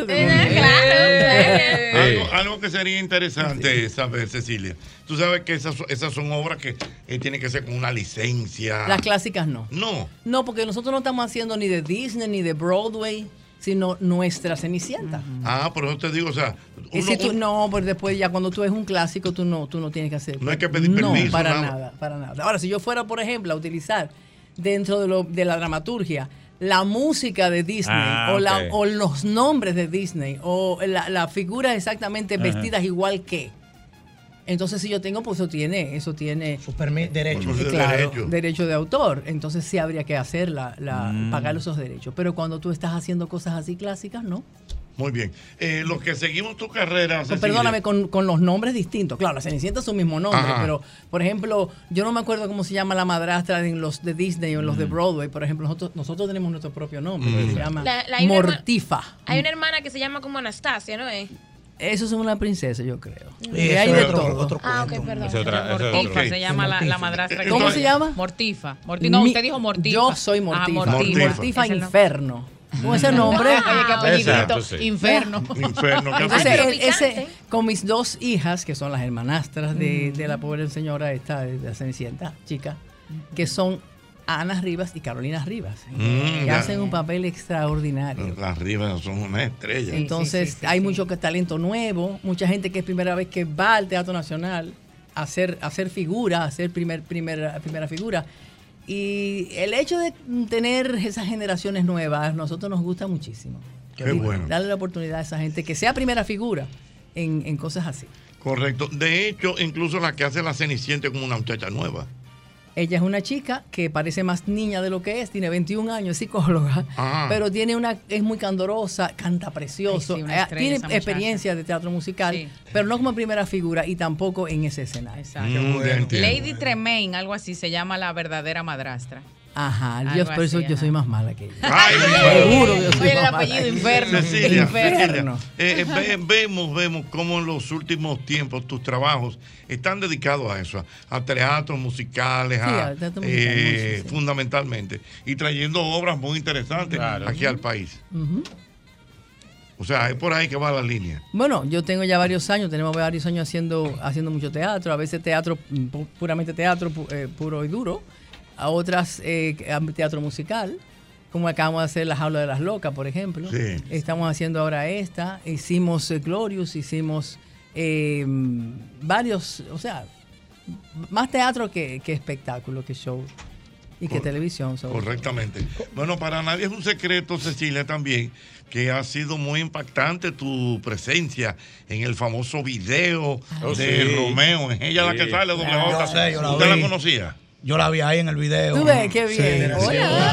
Algo, algo que sería interesante saber, Cecilia. Tú sabes que esas, esas son obras que eh, tienen que ser con una licencia. Las clásicas no. No. No, porque nosotros no estamos haciendo ni de Disney ni de Broadway, sino nuestra Cenicienta. Ah, pero yo te digo, o sea, Y uno- si tú, no, pues después ya cuando tú ves un clásico, tú no, tú no tienes que hacer. No hay que pedir permiso, No, para nada. nada. para nada. Ahora, si yo fuera, por ejemplo, a utilizar dentro de, lo, de la dramaturgia la música de Disney Ah, o, la, ok. o los nombres de Disney o la, las figuras exactamente Ajá. vestidas igual que. Entonces, si yo tengo, pues eso tiene, eso tiene sus derechos. Eh, claro, derecho de autor. Entonces sí habría que hacer la, la Mm. pagar esos derechos. Pero cuando tú estás haciendo cosas así clásicas, no. Muy bien. Eh, los que seguimos tu carrera, Pues, Cecilia, perdóname, con, con los nombres distintos. Claro, la Cenicienta es su mismo nombre, Ajá. pero, por ejemplo, yo no me acuerdo cómo se llama la madrastra en los de Disney o en los de Broadway. Por ejemplo, nosotros, nosotros tenemos nuestro propio nombre, que Mm. se llama La- la- hay una herma- Mortifa. Hay una hermana que se llama como Anastasia, ¿no es? Eso es una princesa, yo creo. Sí, Y eso hay es de otro- todo. otro Ah, ok, cuento. perdón. Es otra- eso es Mortifa otro. se llama la, la madrastra. que- ¿Cómo se llama? Mortifa. Morti- no, Mi- usted dijo Mortifa. Yo soy Ah, Mortifa. Mortifa. Mortifa Es el no- Inferno. Con ese nombre. Oye, qué apellidito. Exacto, sí. Inferno. Inferno, qué Entonces, apellido. el- ese, con mis dos hijas, que son las hermanastras de, de la pobre señora esta, de la Cenicienta, chica, que son Ana Rivas y Carolina Rivas, Mm, que ya. hacen un papel extraordinario. Las Rivas son una estrella. Entonces, hay mucho que talento nuevo, mucha gente que es primera vez que va al Teatro Nacional a hacer, a hacer figura, a hacer primer, primera, primera figura. Y el hecho de tener esas generaciones nuevas, a nosotros nos gusta muchísimo. Qué Y bueno. Darle la oportunidad a esa gente que sea primera figura en, en cosas así. Correcto. De hecho, incluso la que hace la Cenicienta es como una muchacha nueva. Ella es una chica que parece más niña de lo que es, tiene veintiún años, es psicóloga, Ah. pero tiene una, es muy candorosa, canta precioso, Ay, sí, una eh, estrella tiene esa muchacha. experiencia de teatro musical, pero no como primera figura y tampoco en ese escenario. Exacto. Mm, ya entiendo. Lady Tremaine, algo así, se llama la verdadera madrastra. Ajá, Algo yo, por eso así, yo ajá. soy más mala que ella. Ay, Seguro que yo soy Oye, el más mala apellido que ella. Inferno. Cecilia, Inferno. Cecilia, eh, ve- vemos, vemos cómo en los últimos tiempos tus trabajos están dedicados a eso, a, a teatros musicales, Sí, a, al teatro musical, eh, mucho, sí. fundamentalmente, y trayendo obras muy interesantes aquí al país. Ujú. O sea, es por ahí que va la línea. Bueno, yo tengo ya varios años, tenemos varios años haciendo, haciendo mucho teatro, a veces teatro, mm, pu- puramente teatro pu- eh, puro y duro, a otras eh, teatro musical, como acabamos de hacer La Jaula de las Locas, por ejemplo. Sí. Estamos haciendo ahora esta, hicimos eh, Glorious, hicimos eh, varios, o sea, más teatro que, que espectáculo, que show y que Cor- televisión. sobre todo. Correctamente. Bueno, para nadie es un secreto, Cecilia, también, que ha sido muy impactante tu presencia en el famoso video Oh, de sí. Romeo. Es ella la que Sí. sale, doble Yo J. sé, yo la ¿Usted vi. la conocía? Yo la vi ahí en el video. Tú ves, qué Sí, bien. sí.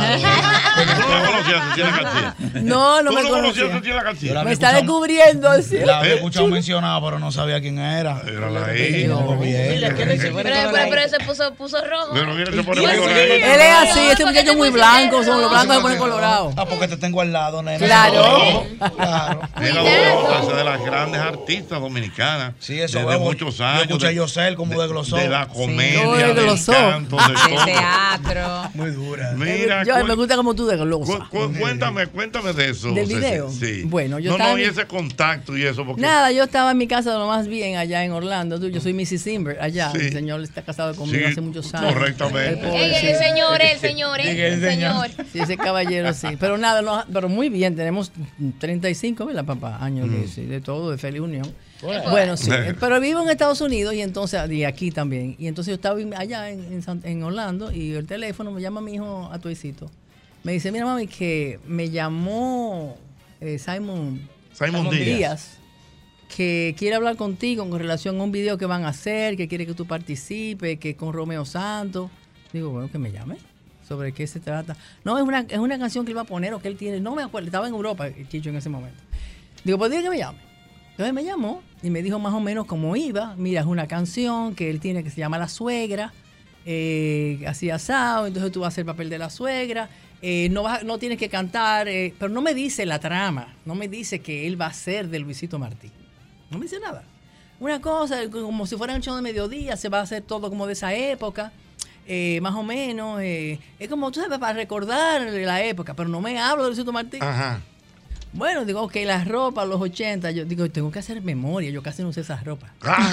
¿Tú la conocías, Cecilia García? No, no ¿Tú me no conocías a conocía. Cecilia García? Yo la Me había está escuchado- descubriendo así. La había Eh, escuchado chulo. mencionada, pero no sabía quién era. Era la E. Sí, no, bien. Pero, pero, pero se puso, puso rojo. Pero mira, se pone Pues muy sí. colorado. Él es así, este porque muchacho te es muy puse blanco, negro. son los blancos se ponen colorados. Ah, porque te tengo al lado, nene. Claro. Claro. Es la doble J, esa de las grandes artistas dominicanas. Sí, eso desde veo. muchos Yo años. escuché de- a Yosel como desglosó. De la No, comedia, del desglosó. canto, de De todo. teatro. Muy dura. Mira, Yo, cu- me gusta como tú de glosa. cu- cu- cuéntame, cuéntame de eso. ¿Del Ceci. video? Sí. Bueno, yo No, estaba no, y en- ese contacto y eso. Porque Nada, yo estaba en mi casa lo más bien allá en Orlando. Tú, Yo soy Missus Simber allá. Sí. El señor está casado conmigo Sí, hace muchos años. correctamente. El pobre, Ey, sí. el señor, el señor, Diga, eh, el el señor. señor. Sí, ese caballero sí. Pero nada, no, pero muy bien. Tenemos treinta y cinco, ¿verdad, papá? Años de, sí, de todo, de feliz unión. Bueno, sí. Bueno. Pero vivo en Estados Unidos y entonces, y aquí también. Y entonces yo estaba allá en, en San- en Orlando y el teléfono me llama mi hijo Atuecito. Me dice, mira, mami, que me llamó eh, Simon, Simon Díaz. Díaz, que quiere hablar contigo con relación a un video que van a hacer, que quiere que tú participes, que con Romeo Santos. Digo, bueno, que me llame. ¿Sobre qué se trata? No, es una, es una canción que él va a poner o que él tiene. No me acuerdo, estaba en Europa, el Chicho, en ese momento. Digo, pues dile que me llame. Entonces me llamó y me dijo más o menos cómo iba. Mira, es una canción que él tiene que se llama La Suegra, eh, así asado, entonces tú vas a hacer el papel de la suegra. Eh, no, vas, no tienes que cantar, eh, pero no me dice la trama, no me dice que él va a ser de Luisito Martí. No me dice nada. Una cosa, como si fuera un show de mediodía, se va a hacer todo como de esa época, eh, más o menos. Eh, es como, tú sabes, para recordar la época, pero no me hablo de Luisito Martí. Ajá. Bueno, digo, ok, las ropas, los ochenta, yo digo, tengo que hacer memoria, yo casi no usé esas ropas.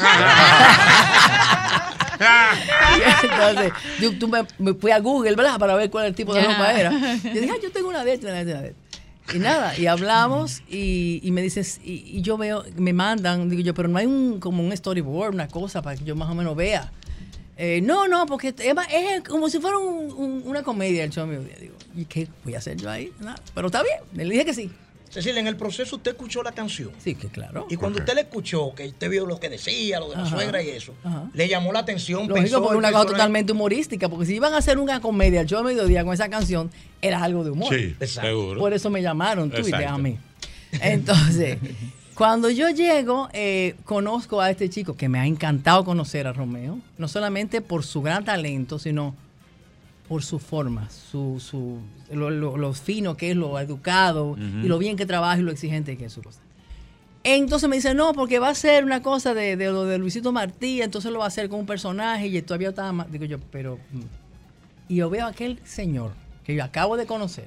Entonces, yo, tú me, me fui a Google, ¿verdad? Para ver cuál el tipo de ropa era. Yo dije, ah, yo tengo una de estas, una de estas. Y nada, y hablamos y, y me dices, y, y yo veo, me mandan, digo yo, pero no hay un como un storyboard, una cosa para que yo más o menos vea. Eh, no, no, porque es, es como si fuera un, un, una comedia el show mío. Digo, ¿y qué voy a hacer yo ahí? Nada. Pero está bien, le dije que sí. Cecilia, en el proceso usted escuchó la canción. Sí, que claro. Y cuando usted la escuchó, que usted vio lo que decía, lo de la Ajá. suegra y eso, Ajá. le llamó la atención. Lógico, pensó, porque es una pensó, cosa totalmente humorística, porque si iban a hacer una comedia el show de mediodía con esa canción, era algo de humor. Sí, seguro. Por eso me llamaron tú y te Exacto. a mí. Entonces, cuando yo llego, eh, conozco a este chico que me ha encantado conocer a Romeo, no solamente por su gran talento, sino por su forma, su, su, lo, lo, lo fino que es, lo educado, Ujú. y lo bien que trabaja y lo exigente que es su cosa. Entonces me dice, no, porque va a ser una cosa de, de lo de Luisito Martí, entonces lo va a hacer con un personaje y todavía estaba más. Digo yo, pero. mm. Y yo veo a aquel señor que yo acabo de conocer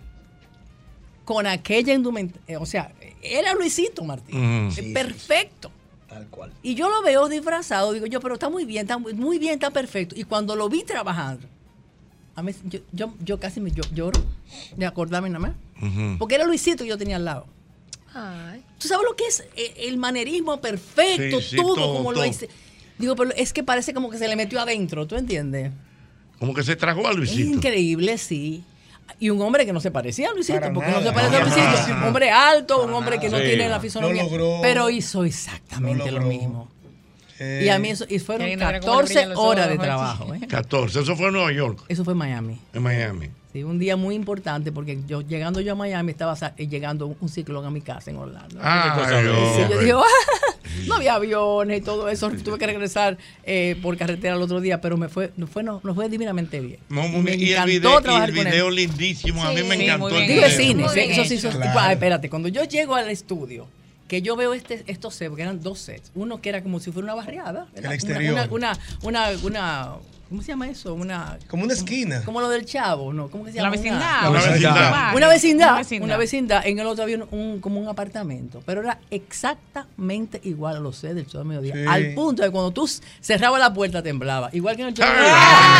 con aquella indumentaria. O sea, era Luisito Martí. Mm. Es Sí, sí, perfecto. Tal cual. Y yo lo veo disfrazado, digo yo, pero está muy bien, está muy, muy bien, está perfecto. Y cuando lo vi trabajando, a mí, yo, yo, yo casi me yo- lloro de acordarme nada más. Porque era Luisito que yo tenía al lado. Ay. ¿Tú sabes lo que es el, el manerismo perfecto, Sí, sí, todo, todo, como todo. lo hice? Digo, pero es que parece como que se le metió adentro, ¿tú entiendes? Como que se tragó a Es Luisito. increíble, sí. Y un hombre que no se parecía a Luisito, Para porque nada. no se parece a No, Luisito. no, Un no. hombre alto, un hombre que no Sí. tiene la fisonomía. Lo logró. Pero hizo exactamente lo, mismo. Y a mí eso, y fueron Qué lindo ver cómo le catorce brillan los horas de ojos, trabajo. ¿eh? catorce. Eso fue en Nueva York. Eso fue en Miami. En Miami. Sí, un día muy importante porque yo llegando yo a Miami estaba sa- eh, llegando un, un ciclón a mi casa en Orlando. Ah, Y sí, yo dije, "Ah", no había aviones y todo eso. Tuve que regresar eh, por carretera el otro día, pero me fue, no fue, no, no fue divinamente bien. No, Y muy me bien. Y el encantó video, y trabajar el con él. video lindísimo. A mí me Sí, encantó muy el bien. video. Digo, cine, Muy sí, bien eso sí. hecho. eso- Claro. ah, espérate, cuando yo llego al estudio, que yo veo este, estos sets, porque eran dos sets, uno que era como si fuera una barriada, ¿verdad? El Una- exterior. Una, una, una, una- ¿cómo se llama eso? Una, como una esquina. Como lo del Chavo, ¿no? ¿Cómo que se La llama? vecindad. Una, Una vecindad. Una vecindad. Una vecindad. Una vecindad. En el otro había un, un- como un apartamento, pero era exactamente igual a los sets del show de mediodía. Sí. Al punto de cuando tú cerrabas la puerta temblaba. Igual que en el show de mediodía.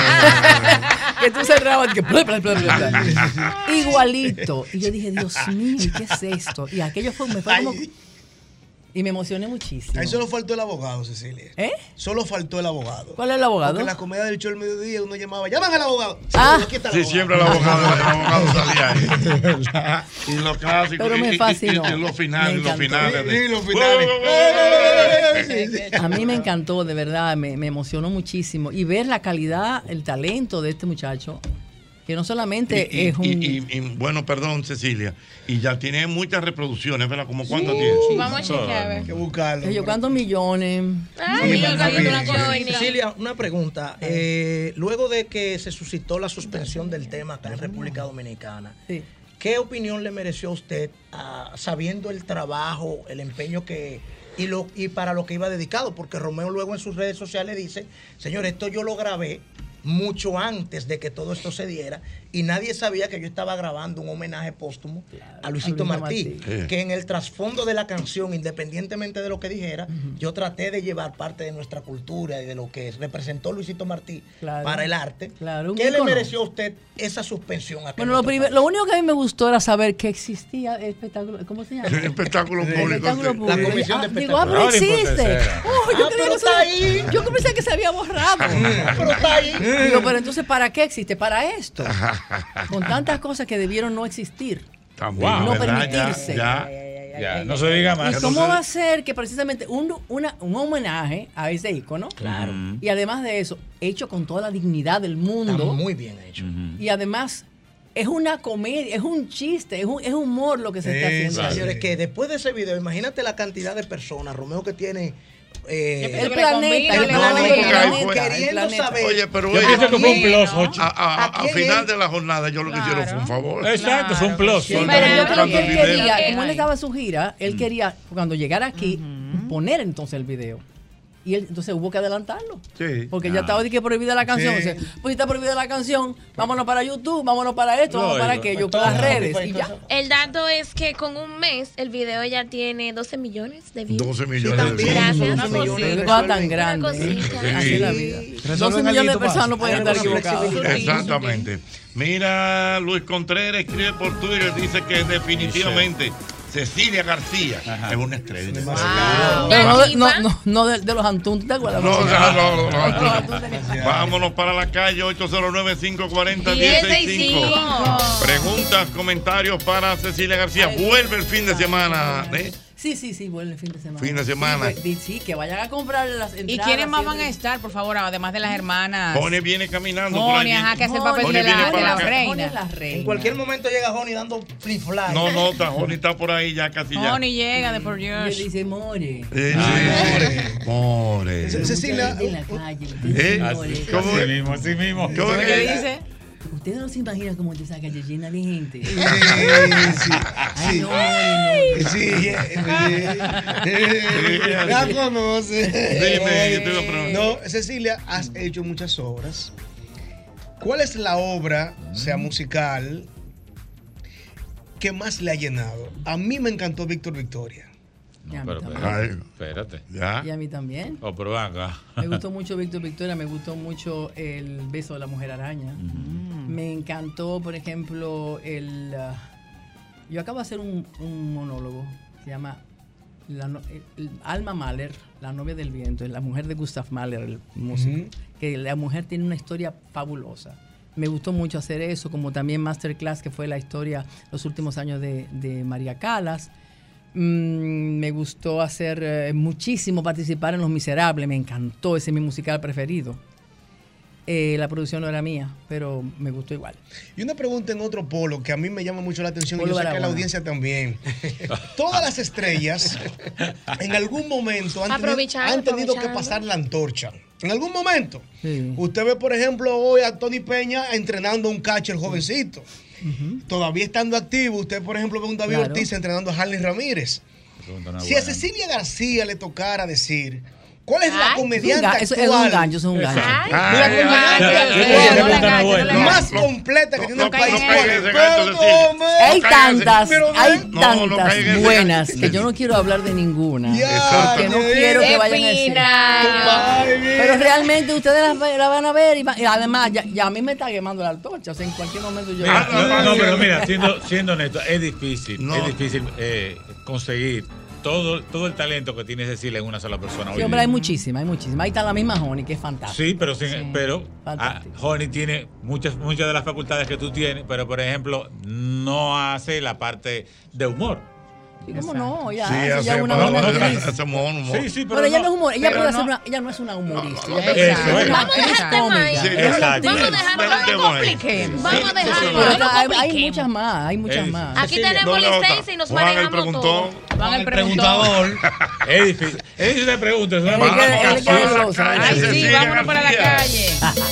Que tú cerrabas y que bla, bla, bla, bla, bla. Igualito. Y yo dije, Dios mío, ¿y ¿qué es esto? Y aquello fue, me fue como... Y me emocioné muchísimo. Ahí solo faltó el abogado, Cecilia. ¿Eh? Solo faltó el abogado. ¿Cuál es el abogado? Porque en la comedia del show del mediodía uno llamaba, llaman al abogado. Ah. Aquí está el Sí, abogado. siempre el abogado, el abogado salía ahí. Y los clásicos. Pero me y- y- y- fascinó. Y, los finales, Me los encantó. finales. de- Y los finales. A mí me encantó, de verdad, me, me emocionó muchísimo. Y ver la calidad, el talento de este muchacho, que no solamente Y, y- es un... y- y- y, bueno, perdón, Cecilia. Y ya tiene muchas reproducciones, ¿verdad? ¿Cómo cuántas Sí. tiene? Vamos a chequear, a ver. Hay que buscarlo. Yo, ¿cuántos millones? Ay, yo caliento una Cecilia, coña. Cecilia, una pregunta. Eh, luego de que se suscitó la suspensión del tema acá en República Dominicana, Sí. ¿qué opinión le mereció a usted ah, sabiendo el trabajo, el empeño que y lo y para lo que iba dedicado? Porque Romeo luego en sus redes sociales dice, señor, esto yo lo grabé mucho antes de que todo esto se diera y nadie sabía que yo estaba grabando un homenaje póstumo a Luisito a Luis Martí, Martí. Sí. que en el trasfondo de la canción, independientemente de lo que dijera, yo traté de llevar parte de nuestra cultura y de lo que representó Luisito Martí Claro. para el arte. Claro, un ¿Qué le ícono. mereció a usted esa suspensión acá en Bueno, lo, nuestro primer- país? lo único que a mí me gustó era saber que existía el espectáculo, ¿cómo se llama? Espectáculo El público. espectáculo sí. público. La comisión de Ah, digo, ah, espectáculos. pero No, existe. Tercera. Oh, yo Ah, creía pero que está se- ahí. Yo pensé que se había borrado. Pero está ahí. Digo, pero entonces, ¿para qué existe? Para esto. Con tantas cosas que debieron no existir. También, No ¿verdad? permitirse. Ya, ya. Ya, no se diga más. ¿Y cómo va a ser que precisamente un, una- un homenaje a ese ícono? Claro. Y además de eso, hecho con toda la dignidad del Está mundo. muy bien hecho. Y además, es una comedia, es un chiste, es un es humor lo que se está haciendo. Sí, señores, que después de ese video, imagínate la cantidad de personas, Romeo, que tiene. Eh, el planeta, el No, no, porque ahí fue- queriendo saber. Oye, pero Yo ellos- pienso que fue un plus, Jochi. A, a- a- ¿A a quién final es? de la jornada, yo lo que hicieron fue un favor. Exacto, fue un plus. Todo el Pero mundo yo creo buscando que él el video. quería, como él estaba en su gira, él quería, cuando llegara aquí, poner entonces el video. Y él, entonces hubo que adelantarlo. Sí. Porque ya estaba de que prohibida la canción. Sí. O sea, pues si está prohibida la canción, vámonos para YouTube, vámonos para esto, vámonos para Lógico. aquello, para las redes. Y ya. El dato es que con un mes el video ya tiene doce millones de views. doce millones de Gracias. views. Una Qué cosita. cosa tan grande. Una cosita. ¿eh? Así es la vida. Resuelven doce millones de alguito personas más. no pueden Hay estar alguna equivocadas. Exactamente. Mira, Luis Contreras escribe por Twitter, dice que definitivamente Cecilia García es una estrella. Pero no, de, no, no, no de, de los Antun, ¿te acuerdas? No, no, no, no, no. Vámonos para la calle ocho cero nueve, cinco cuatro cero, uno cero seis cinco. Preguntas, comentarios para Cecilia García. Vuelve el fin de semana. ¿eh? Sí, sí, sí, vuelve el fin de semana. Fin de semana. Sí, pues, sí, que vayan a comprar las entradas. ¿Y quiénes más van siempre. a estar, por favor, además de las hermanas? Joni viene caminando por Joni, allí. ajá, que hace el papel Joni de viene la, de para la acá. reina. En cualquier momento llega Joni dando flip fly. No, no, está, Joni está por ahí ya casi ya. Joni llega de por Dios. Le dice, more. Eh, sí. More. Cecilia. En la calle. ¿Eh? More. ¿Cómo Así mismo, así mismo. ¿Cómo ¿Qué que dice? Ustedes no se imaginan cómo te saca llena de gente. Sí, sí, Ay, sí. no, no. Sí, la conoce. Dime, yo te iba a preguntar. No, Cecilia, has hecho muchas obras. ¿Cuál es la obra, sea musical, que más le ha llenado? A mí me encantó Víctor Victoria. Y a mí Pero también. espérate. espérate. ¿Ya? Y a mí también. Oh, pero ven acá. Me gustó mucho Víctor Victoria, me gustó mucho el beso de la mujer araña. Me encantó, por ejemplo, el... uh, yo acabo de hacer un, un monólogo, se llama la no- el- el Alma Mahler, la novia del viento, es la mujer de Gustav Mahler, el músico, Ujú. que la mujer tiene una historia fabulosa. Me gustó mucho hacer eso, como también Masterclass, que fue la historia, los últimos años de, de María Callas. Mm, me gustó hacer eh, muchísimo, participar en Los Miserables, me encantó, ese es mi musical preferido. Eh, la producción no era mía, pero me gustó igual. Y una pregunta en otro polo que a mí me llama mucho la atención y Polo yo sé que a la Barahona. audiencia también. Todas las estrellas en algún momento han tenido, Aprovechando, han tenido que aprovechando. pasar la antorcha. En algún momento. Sí. Usted ve, por ejemplo, hoy a Tony Peña entrenando a un catcher jovencito. Todavía estando activo, usted, por ejemplo, ve a un David Claro. Ortiz entrenando a Harley Ramírez. Si a Cecilia García le tocara decir, ¿cuál es la Ay, comediante es un ga- eso actual? es un gancho, eso es un gancho. La Ay, comediante ay, actual ay, no le enganche, no le más enganche. completa que tiene el no país. caiga en ese Pero gancho, Cecilia. no, Hay caiga en ese- tantas, pero hay no, no tantas caiga en ese buenas gancho. que yo no quiero hablar de ninguna. Ya, Que no ya, quiero ya. que vayan a decir. Ay, Pero realmente ustedes la, la van a ver y, va- y además ya, ya a mí me está quemando la antorcha. O sea, en cualquier momento yo. Mira, no, no, pero mira, siendo, siendo honesto, es difícil, No. es difícil eh, conseguir todo, todo el talento que tiene Cecilia en una sola persona. Sí, Hoy hombre, hay día. muchísima, hay muchísima. Ahí está la misma Honey, que es fantástica. Sí, pero, sin- Sí. pero ah, Fantástico. Honey tiene muchas, muchas de las facultades que tú tienes, pero por ejemplo, no hace la parte de humor. Sí, ¿cómo no? Ya, Sí, eso ya es hace- una no, buena no, actriz. hacemos un humor. Sí, sí, Pero ella no es humor, ella pero puede no- ser una, ella no es una humorista. ella no, puede eso ser es. una Vamos a actriz dejar tema cómica. ahí. Sí, Es una exacto. actriz. Vamos a dejarlo, no Dejemos ahí. compliquemos. Vamos a dejarlo, Pero no está- hay, hay compliquemos. muchas más, hay muchas Es más. Aquí tenemos ¿Dónde va a licencia estar? y nos Juan el manejamos todo. preguntón. Van el preguntador. Es difícil. Es difícil de preguntas. ¿no? Él Vamos quiere- a él canción. quiere glosa. Ay, sí, Cecilia vámonos para la García. calle.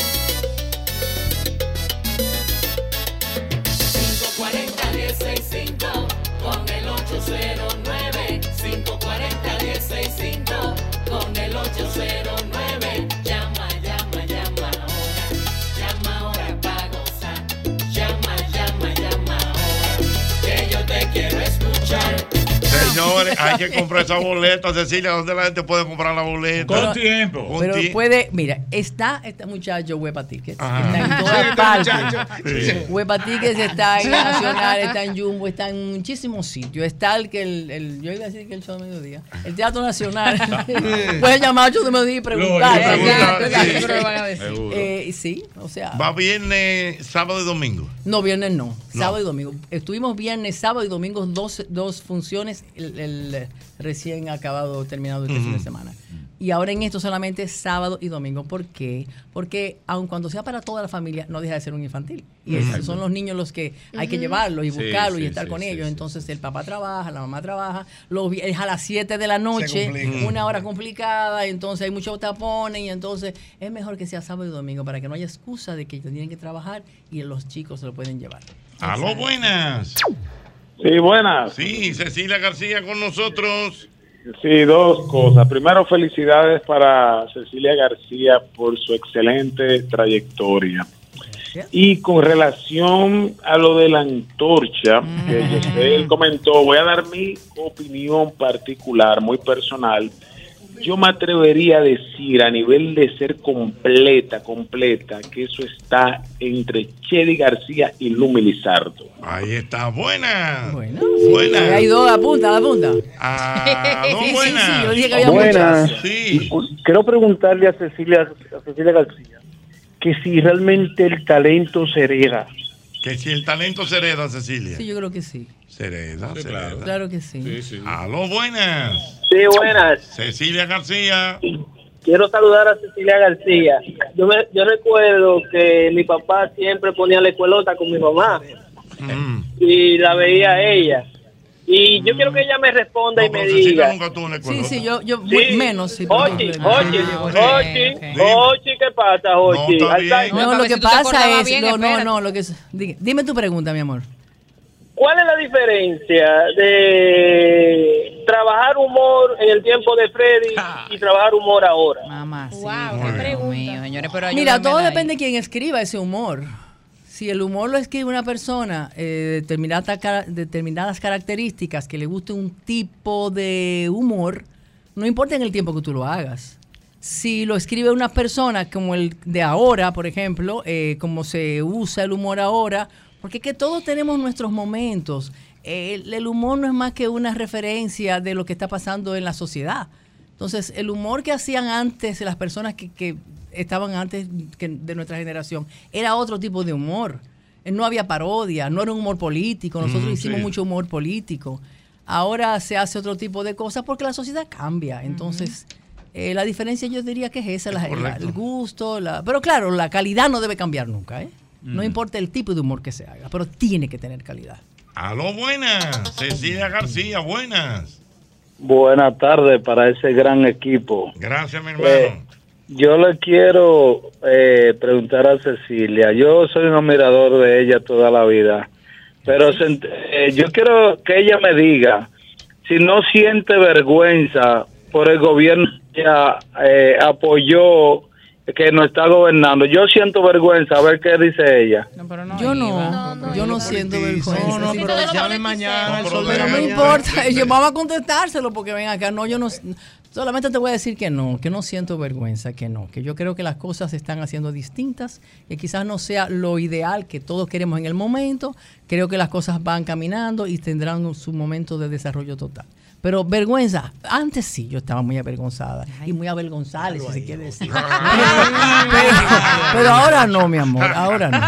cinco cuarenta, diez sesenta y cinco con el ocho cero nueve. cinco cuarenta, diez sesenta y cinco con el ocho cero nueve. Llama, llama, llama ahora. Llama ahora para gozar. Llama, llama, llama ahora. Que yo te quiero escuchar. Señores, hay que comprar esa boleta, Cecilia. ¿Dónde la gente puede comprar la boleta? Con tiempo. Con Pero ti- puede, mira, está este muchacho Huepa Tickets, Ajá. está en Sí, todas este partes. muchacho. Sí. Huepa Tickets está en Nacional, está en Jumbo, está en muchísimos sitios. Está el que el, el- yo iba a decir que el show de mediodía, el Teatro Nacional. Puedes llamar al show de mediodía y preguntar. Lógico, preguntar, ¿verdad? sí. Seguro lo van a decir. Seguro. Eh, sí, o sea, Va viernes, sábado y domingo. no, viernes no, No. sábado y domingo. Estuvimos viernes, sábado y domingo, dos, dos funciones, el, el recién acabado, terminado este fin de semana. Y ahora en esto solamente sábado y domingo. ¿Por qué? Porque aun cuando sea para toda la familia, no deja de ser un infantil. Y esos Exacto. son los niños los que hay que Ujú. llevarlos y Sí, buscarlos sí, y estar sí, con sí, ellos. sí. Entonces el papá trabaja, la mamá trabaja, los vi- es a las siete de la Se noche, complica. una hora complicada, entonces hay muchos tapones y entonces es mejor que sea sábado y domingo para que no haya excusa de que tienen que trabajar y los chicos se lo pueden llevar. Aló, buenas. Sí, buenas. Sí, Cecilia García con nosotros. Sí, dos cosas. Primero, felicidades para Cecilia García por su excelente trayectoria. Y con relación a lo de la antorcha, que José comentó, voy a dar mi opinión particular, muy personal. Yo me atrevería a decir, a nivel de ser completa, completa, que eso está entre Chedi García y Lumi Lizardo. Ahí está, buena. Bueno, buena. Hay dos, apunta, apunta. Ah, sí, no, sí, sí, buena. yo dije que había Buenas. muchas. Sí. Quiero preguntarle a Cecilia, a Cecilia García que si realmente el talento se hereda. Que si el talento se hereda, Cecilia. Sí, yo creo que sí. Se hereda, se hereda. Claro que sí. Aló, buenas. Sí, buenas. Cecilia García. Quiero saludar a Cecilia García. Yo, me, yo recuerdo que mi papá siempre ponía la escuelota con mi mamá y la veía a ella. Y yo quiero que ella me responda y me diga. Sí, sí, yo, yo Sí. muy- menos. Sí, Ochi, porque- Ochi, Ochi, Ochi, ¿qué pasa, Ochi? No, Alzheimer. lo que pasa es, no, no, no, lo que es, di- dime tu pregunta, mi amor. ¿Cuál es la diferencia de trabajar humor en el tiempo de Freddy y trabajar humor ahora? Mamá, sí. Wow, qué pregunta. Señores, pero Mira, ayúdame todo de ahí. depende de quién escriba ese humor. Si el humor lo escribe una persona, eh, determinada cara- determinadas características, que le guste un tipo de humor, no importa en el tiempo que tú lo hagas. Si lo escribe una persona como el de ahora, por ejemplo, eh, como se usa el humor ahora, porque es que todos tenemos nuestros momentos. El, el humor no es más que una referencia de lo que está pasando en la sociedad. Entonces, el humor que hacían antes las personas que, que estaban antes que de nuestra generación era otro tipo de humor. Eh, No había parodia, no era un humor político. Nosotros Mm, hicimos sí. mucho humor político. Ahora se hace otro tipo de cosas porque la sociedad cambia. Entonces, eh, la diferencia yo diría que es esa, la- la- correcto. el gusto. La, pero claro, la calidad no debe cambiar nunca. ¿eh? No Mm. importa el tipo de humor que se haga, pero tiene que tener calidad. Aló, buenas. Cecilia García, buenas. Buenas tardes para ese gran equipo. Gracias, mi hermano. Eh, yo le quiero eh, preguntar a Cecilia. Yo soy un admirador de ella toda la vida, pero se ent- eh, yo quiero que ella me diga si no siente vergüenza por el gobierno que ella, eh, apoyó, que nos está gobernando. Yo siento vergüenza, a ver qué dice ella. yo no, yo no siento vergüenza. No, no, Sí, pero pero- llame mañana. el sol de Pero no mañana. importa, yo vamos a contestárselo porque ven acá, no, yo no, solamente te voy a decir que no, que no siento vergüenza, que no, que yo creo que las cosas se están haciendo distintas, que quizás no sea lo ideal que todos queremos en el momento, creo que las cosas van caminando y tendrán su momento de desarrollo total. Pero vergüenza, antes sí, yo estaba muy avergonzada y muy avergonzada, si se quiere decir. pero, pero ahora no, mi amor, ahora no.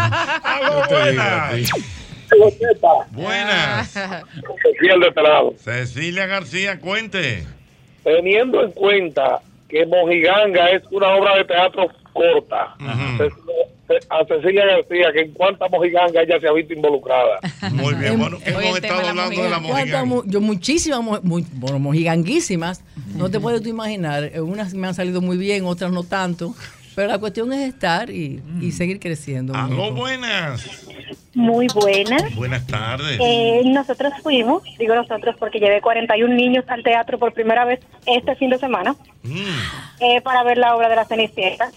Buenas. Cecilia de este lado. Cecilia García, cuente. Teniendo en cuenta que Mojiganga es una obra de teatro corta, a Cecilia García, que en cuánta Mojiganga ella se ha visto involucrada. Muy bien, bueno, hemos Oye, el tema estado de la hablando de la mojiganga. mojiganga. ¿Cuántas mo- Yo muchísimas, mo- muy, bueno, mojiganguísimas. No te puedes tú imaginar. eh, Unas me han salido muy bien, otras no tanto. Pero la cuestión es estar y, y seguir creciendo. Aló, muñeco. buenas. Muy buenas. Buenas tardes. Eh, nosotros fuimos, digo nosotros porque llevé cuarenta y un niños al teatro por primera vez este fin de semana eh, para ver la obra de la Cenicienta.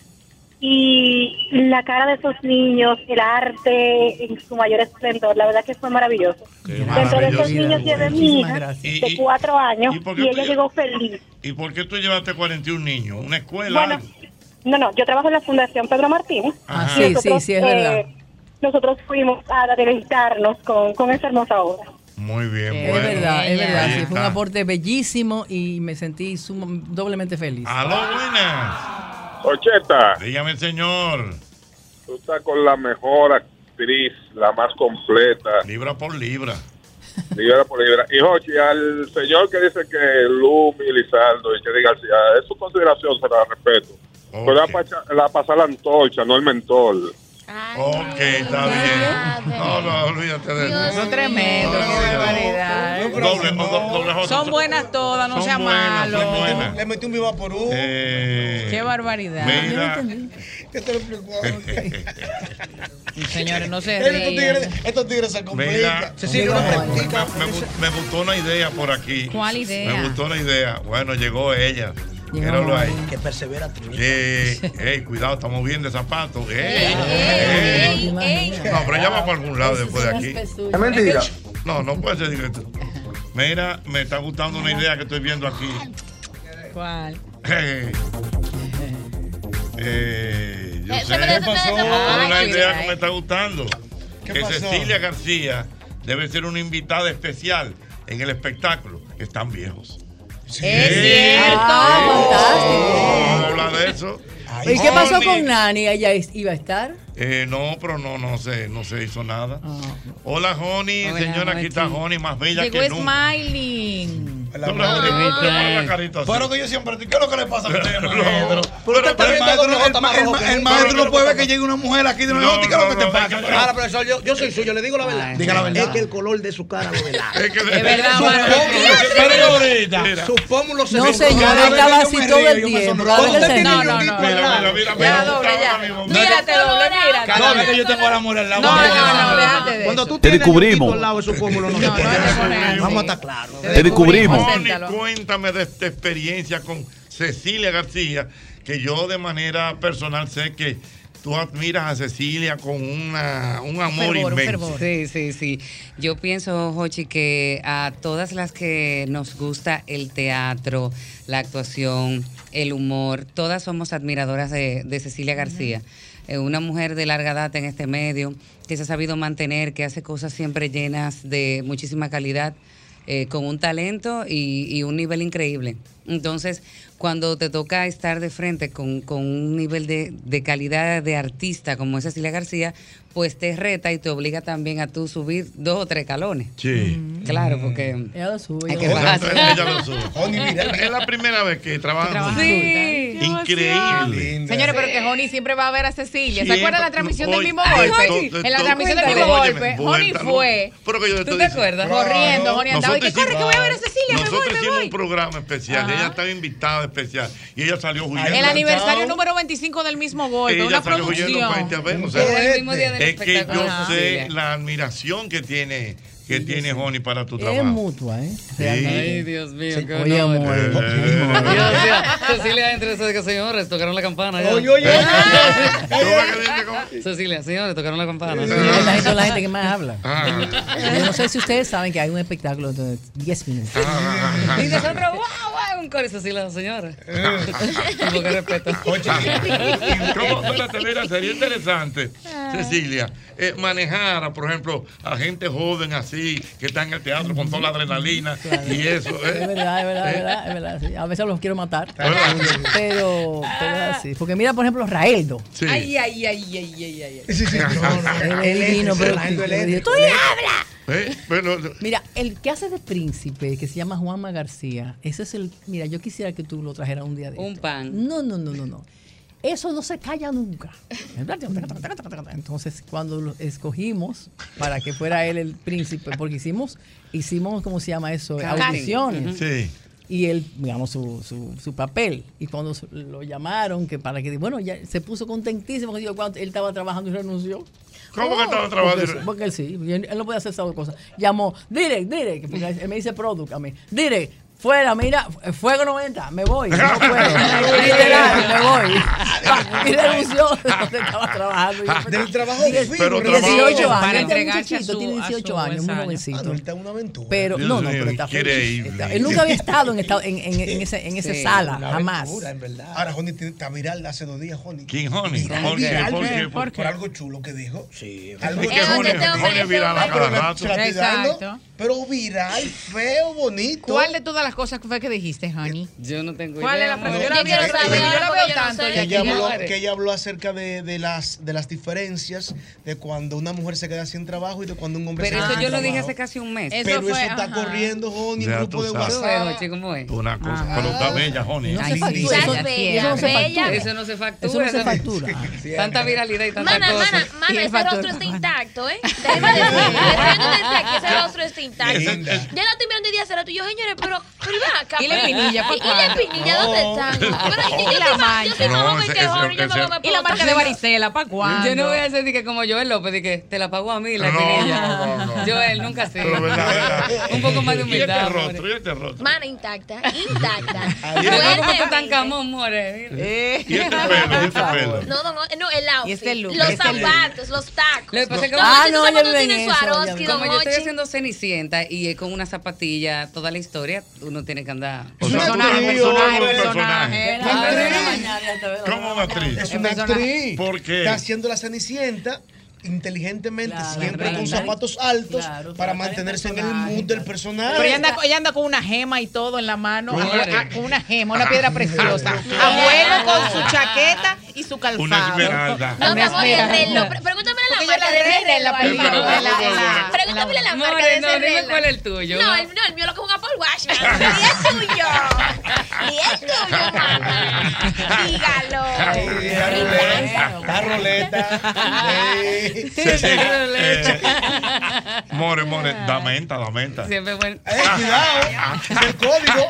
Y la cara de esos niños, el arte en su mayor esplendor, la verdad que fue maravilloso. Dentro de esos niños llevé mi hija de cuatro años por y qué ella tú- llegó feliz. ¿Y por qué tú llevaste cuarenta y un niños? ¿Una escuela? Bueno, no, no, yo trabajo en la Fundación Pedro Martínez. Ah, Y sí, sí, sí, es verdad. Nosotros fuimos a deleitarnos con, con esa hermosa obra. Muy bien, Es bueno. verdad, es verdad. Ahí Sí, fue un está. aporte bellísimo y me sentí sum- doblemente feliz. Aló, buenas. Ocheta. Dígame, señor. Tú estás con la mejor actriz, la más completa. Libra por libra. Libra por libra. Y Jochi, al señor que dice que Lumi, Lizardo y Chedi García, es su consideración, se la respeto. Okay. Pero la, pacha, la pasar la antorcha, no el mentol. Ok, está bien. No, no, olvídate de eso. Son tremendos, qué barbaridad. Doble, no, doble J. Son buenas todas, no sean malos. Le metí un viva por uno. Eh, Qué barbaridad. Mira. ¿Qué te lo explicó? Señores, no se Estos rían. tigres, estos tigres se complican. Mira, Se sigue una preguntita. me, me, me gustó una idea por aquí. ¿Cuál idea? Me gustó una idea. Bueno, llegó ella. Míralo ahí. Que persevera triunfa. Eh, ey, cuidado, estamos bien de zapatos. Ey, ey, ey. No, pero ella va para algún lado después de aquí. Es mentira. No, no puede ser directo. Mira, me está gustando una idea que estoy viendo aquí. ¿Cuál? Eh, eh, yo Eh, sé. ¿qué pasó? Una Ay, idea ay. que me está gustando. ¿Qué Que pasó? Cecilia García debe ser una invitada especial en el espectáculo. Que están viejos. Sí. Es cierto. Ah, fantástico. Vamos a hablar de eso. ¿Y qué pasó Honey. con Nani? ¿Ella is- iba a estar? Eh, no, pero no, no sé, no se hizo nada. Hola, Honey, Hola, señora, aquí está Jochi. Honey, más bella Llegó que nunca. Smiling. Doble J, ¿por qué le pone la carita así? Pero que yo siempre, ¿qué es lo que le pasa a usted, No, maestro? pero Pero está el viendo maestro, Doble no- J el más ma- rojo que el el nunca. maestro no puede ver que llegue una mujer aquí de una No, ¿qué es lo que no, te no, pasa? es que- Ahora, profesor, yo, yo soy suyo, le digo la verdad. Diga la verdad. Es que el color de su cara lo delata. Es que Es verdad, Su mano. pómulo- ahorita. Mira, sus pómulos se No, ven. señor, Cada vez estaba que yo así me todo río, el yo me tiempo. sonrojo. Cada vez que Usted se- tiene No, un no, tipo no, al no. lado. Mira, mira, Ya, mira, doble, ya. ahora mismo. Mírate, doble, mírate. Cada vez que yo tengo a la mujer al lado. No, vamos a no, hablar. no, déjate de Cuando eso. tú Te tienes descubrimos. un tipo al lado, esos pómulos no se No, no pueden. te pones así. Vamos a estar claros. Te descubrimos. Honey, Acéptalo. cuéntame de esta experiencia con Cecilia García, que yo de manera personal sé que tú admiras a Cecilia con una, un amor fervor, un inmenso. fervor. Sí, sí, sí. Yo pienso, Jochi, que a todas las que nos gusta el teatro, la actuación, el humor, todas somos admiradoras de, de Cecilia García. Eh, una mujer de larga data en este medio, que se ha sabido mantener, que hace cosas siempre llenas de muchísima calidad, eh, con un talento y, y un nivel increíble. Entonces, cuando te toca estar de frente con, con un nivel de, de calidad de artista como es Cecilia García, pues te reta y te obliga también a tú subir dos o tres calones. Sí. Claro, porque Ella lo sube. hay que ella lo bajar. Ella lo sube. Es la primera vez que trabaja. Sí. Increíble. Señores, pero que Honey siempre va a ver a Cecilia. ¿Se Siempre. acuerdan la transmisión Oye, del mismo ay, golpe? to- to- En la to- transmisión del pero mismo óyeme, golpe, Honey vuéltalo. fue. Pero que yo te ¿Tú estoy te diciendo. acuerdas? Corriendo, Honey andaba y que Nosotros corre, que voy a ver a Cecilia, me Nosotros voy, me hicimos voy. un programa especial. Ajá. Ella estaba invitada especial. Y ella salió huyendo. El aniversario número veinticinco del mismo golpe, Ella una salió huyendo producción. frente a ver, o sea, Era el mismo día del es que espectáculo. yo Ajá. sé la admiración que tiene que tiene Honey para tu Es trabajo. mutua, ¿eh? Sí. Ay, Dios mío, Sí, qué oye, honor. amor. Eh, Yo decía, Cecilia, entre eso de que señores, tocaron la campana. ya. Oye, oye. Cecilia, señores, tocaron la campana. Es la gente, la gente que más habla. Ah. Yo no sé si ustedes saben que hay un espectáculo de diez minutos. Y nosotros, wow, wow, un coro, y Cecilia, señores. Un poco de respeto. ¿Cómo? Espérate, mira, sería interesante, Cecilia, eh, manejar, a, por ejemplo, a gente joven así, que está en el teatro con toda la adrenalina y eso. ¿eh? Es verdad, es verdad, es verdad, es verdad. Sí. A veces los quiero matar. Ah. Pero, pero es así. Porque mira, por ejemplo, Raeldo. Sí. Ay, ay, ay, ay, ay, ay. Sí, sí, no, no. Él es divino, pero Eléctrico, pero- eléctrico. ¡Tú le hablas! ¿Eh? Bueno, Mira, el que hace de príncipe, que se llama Juanma García, ese es el. Mira, yo quisiera que tú lo trajeras un día de Un esto. pan. No, no, no, no, no. Eso no se calla nunca. Entonces, cuando lo escogimos para que fuera él el príncipe, porque hicimos, hicimos, ¿cómo se llama eso? Casting. Audiciones. sí. Y él, digamos, su, su, su papel. Y cuando su- lo llamaron, que para que, bueno, ya se puso contentísimo, que digo, cuando él estaba trabajando y renunció. ¿Cómo que estaba Porque, trabajando? porque él sí, él, él no podía hacer esas cosas. Llamó, direct, direct, porque él me dice product a mí, direct, fuera, mira, fuego noventa, me voy, no puedo, literal, me voy. Y renunció donde estaba trabajando. Y yo, Del trabajo Diez- fijo, pero dieciocho trabajo- años, Para este entregarse a muchachito su- tiene a dieciocho su años, muy ensayo. Ah, jovencito. no, él está en una aventura. Pero Dios no, no, mío, pero está feliz. increíble. Está- él nunca había estado en, estado en, en, en ese, en esa Sí, sala, Una jamás. aventura, en verdad. Ahora, Honey tiene- está viral hace dos días, Honey. ¿Quién, Honey? Viral, ¿Por qué? viral, ¿Por qué? por, ¿Por por algo chulo que dijo. Sí. Algo Es que Es donde Honey, te Honey ofrece es viral a un cada baile. rato. Se la estoy dando, Exacto. pero viral, feo, bonito. ¿Cuál de todas las cosas fue que dijiste, Honey? Yo no tengo ¿Cuál idea. es la amor. frase? Yo la Yo vi, quiero yo la saber vi, yo la algo veo que yo no tanto sé. que ella habló, que ella habló acerca de, de las de las diferencias de cuando una mujer se queda sin trabajo y de cuando un hombre Pero se queda eso sin yo lo trabajo. dije hace casi un mes. Pero eso, fue, está ajá. corriendo, Joni, en Ya grupo tú de sabes. WhatsApp. ¿Cómo es? Una cosa, pero está bella, Joni. No se factura. Eso, Eso no se factura. Eso no se factura. Eso no se factura. Tanta viralidad y tanta Mana, cosa. mana, mana, ese rostro está intacto, ¿eh? Déjeme decir, déjeme decir que ese rostro está intacto. Yo Linda. la estoy mirando y día hace rato y yo, señores, pero, pero ven acá. ¿Y la pero- espinilla, pa' ¿Y la cuándo? espinilla No. dónde están? Pero yo, yo, Y la soy más- yo mancha. soy más No, joven ese- que Jorge, ese- yo no ese- me Y la marca de varicela, ¿para cuándo? Yo no voy a hacer de que como Joel López, de que te la pago a mí la No, espinilla. no, no, no. Joel, nunca sé. Pero verdad, verdad. Un poco más de ¿Y humildad. este more. rostro? ¿Y este rostro? Mana intacta, intacta. Yo no como tú Fuertemente. tan camón, more. Eh. ¿Y este pelo? ¿Y este pelo? No, no, no, no, el outfit, Y este look, los este look. zapatos, los tacos. Lo que pasa es que Don ah, Hochi, no, esos yo zapatos vivo en tienen su eso, Swarovski, como Don yo estoy Hochi. haciendo Cenicienta y es con una zapatilla, toda la historia, uno tiene que andar. O sea, Personaje, tú- personaje, tú- personaje. ¿Cómo una actriz? Es una actriz. ¿Por qué? Está haciendo la Cenicienta inteligentemente, Claro, siempre claro, con claro. zapatos altos Claro, para para mantenerse en el personaje, mood del personaje. Pero ella anda, ella anda con una gema y todo en la mano. ¿Cómo? Ah, Con una gema, una piedra preciosa. Abuelo con su chaqueta y su calzado. Una esmeralda. No, mi Una amor, y el esmeralda. reloj. Pre- Pregúntame la Porque yo marca la de ese reina en la reloj, película. hermano. En la- en la- Pregúntame la marca More, de ese no, dime reloj. cuál es el tuyo. No, el, no, el mío lo que es un Apple Watch, mi amor. Y es tuyo. Y es tuyo, mamá. Dígalo. La roleta. Sí, sí. Eh, more, more, da menta, da menta. Siempre bueno. Eh, cuidado, es el código.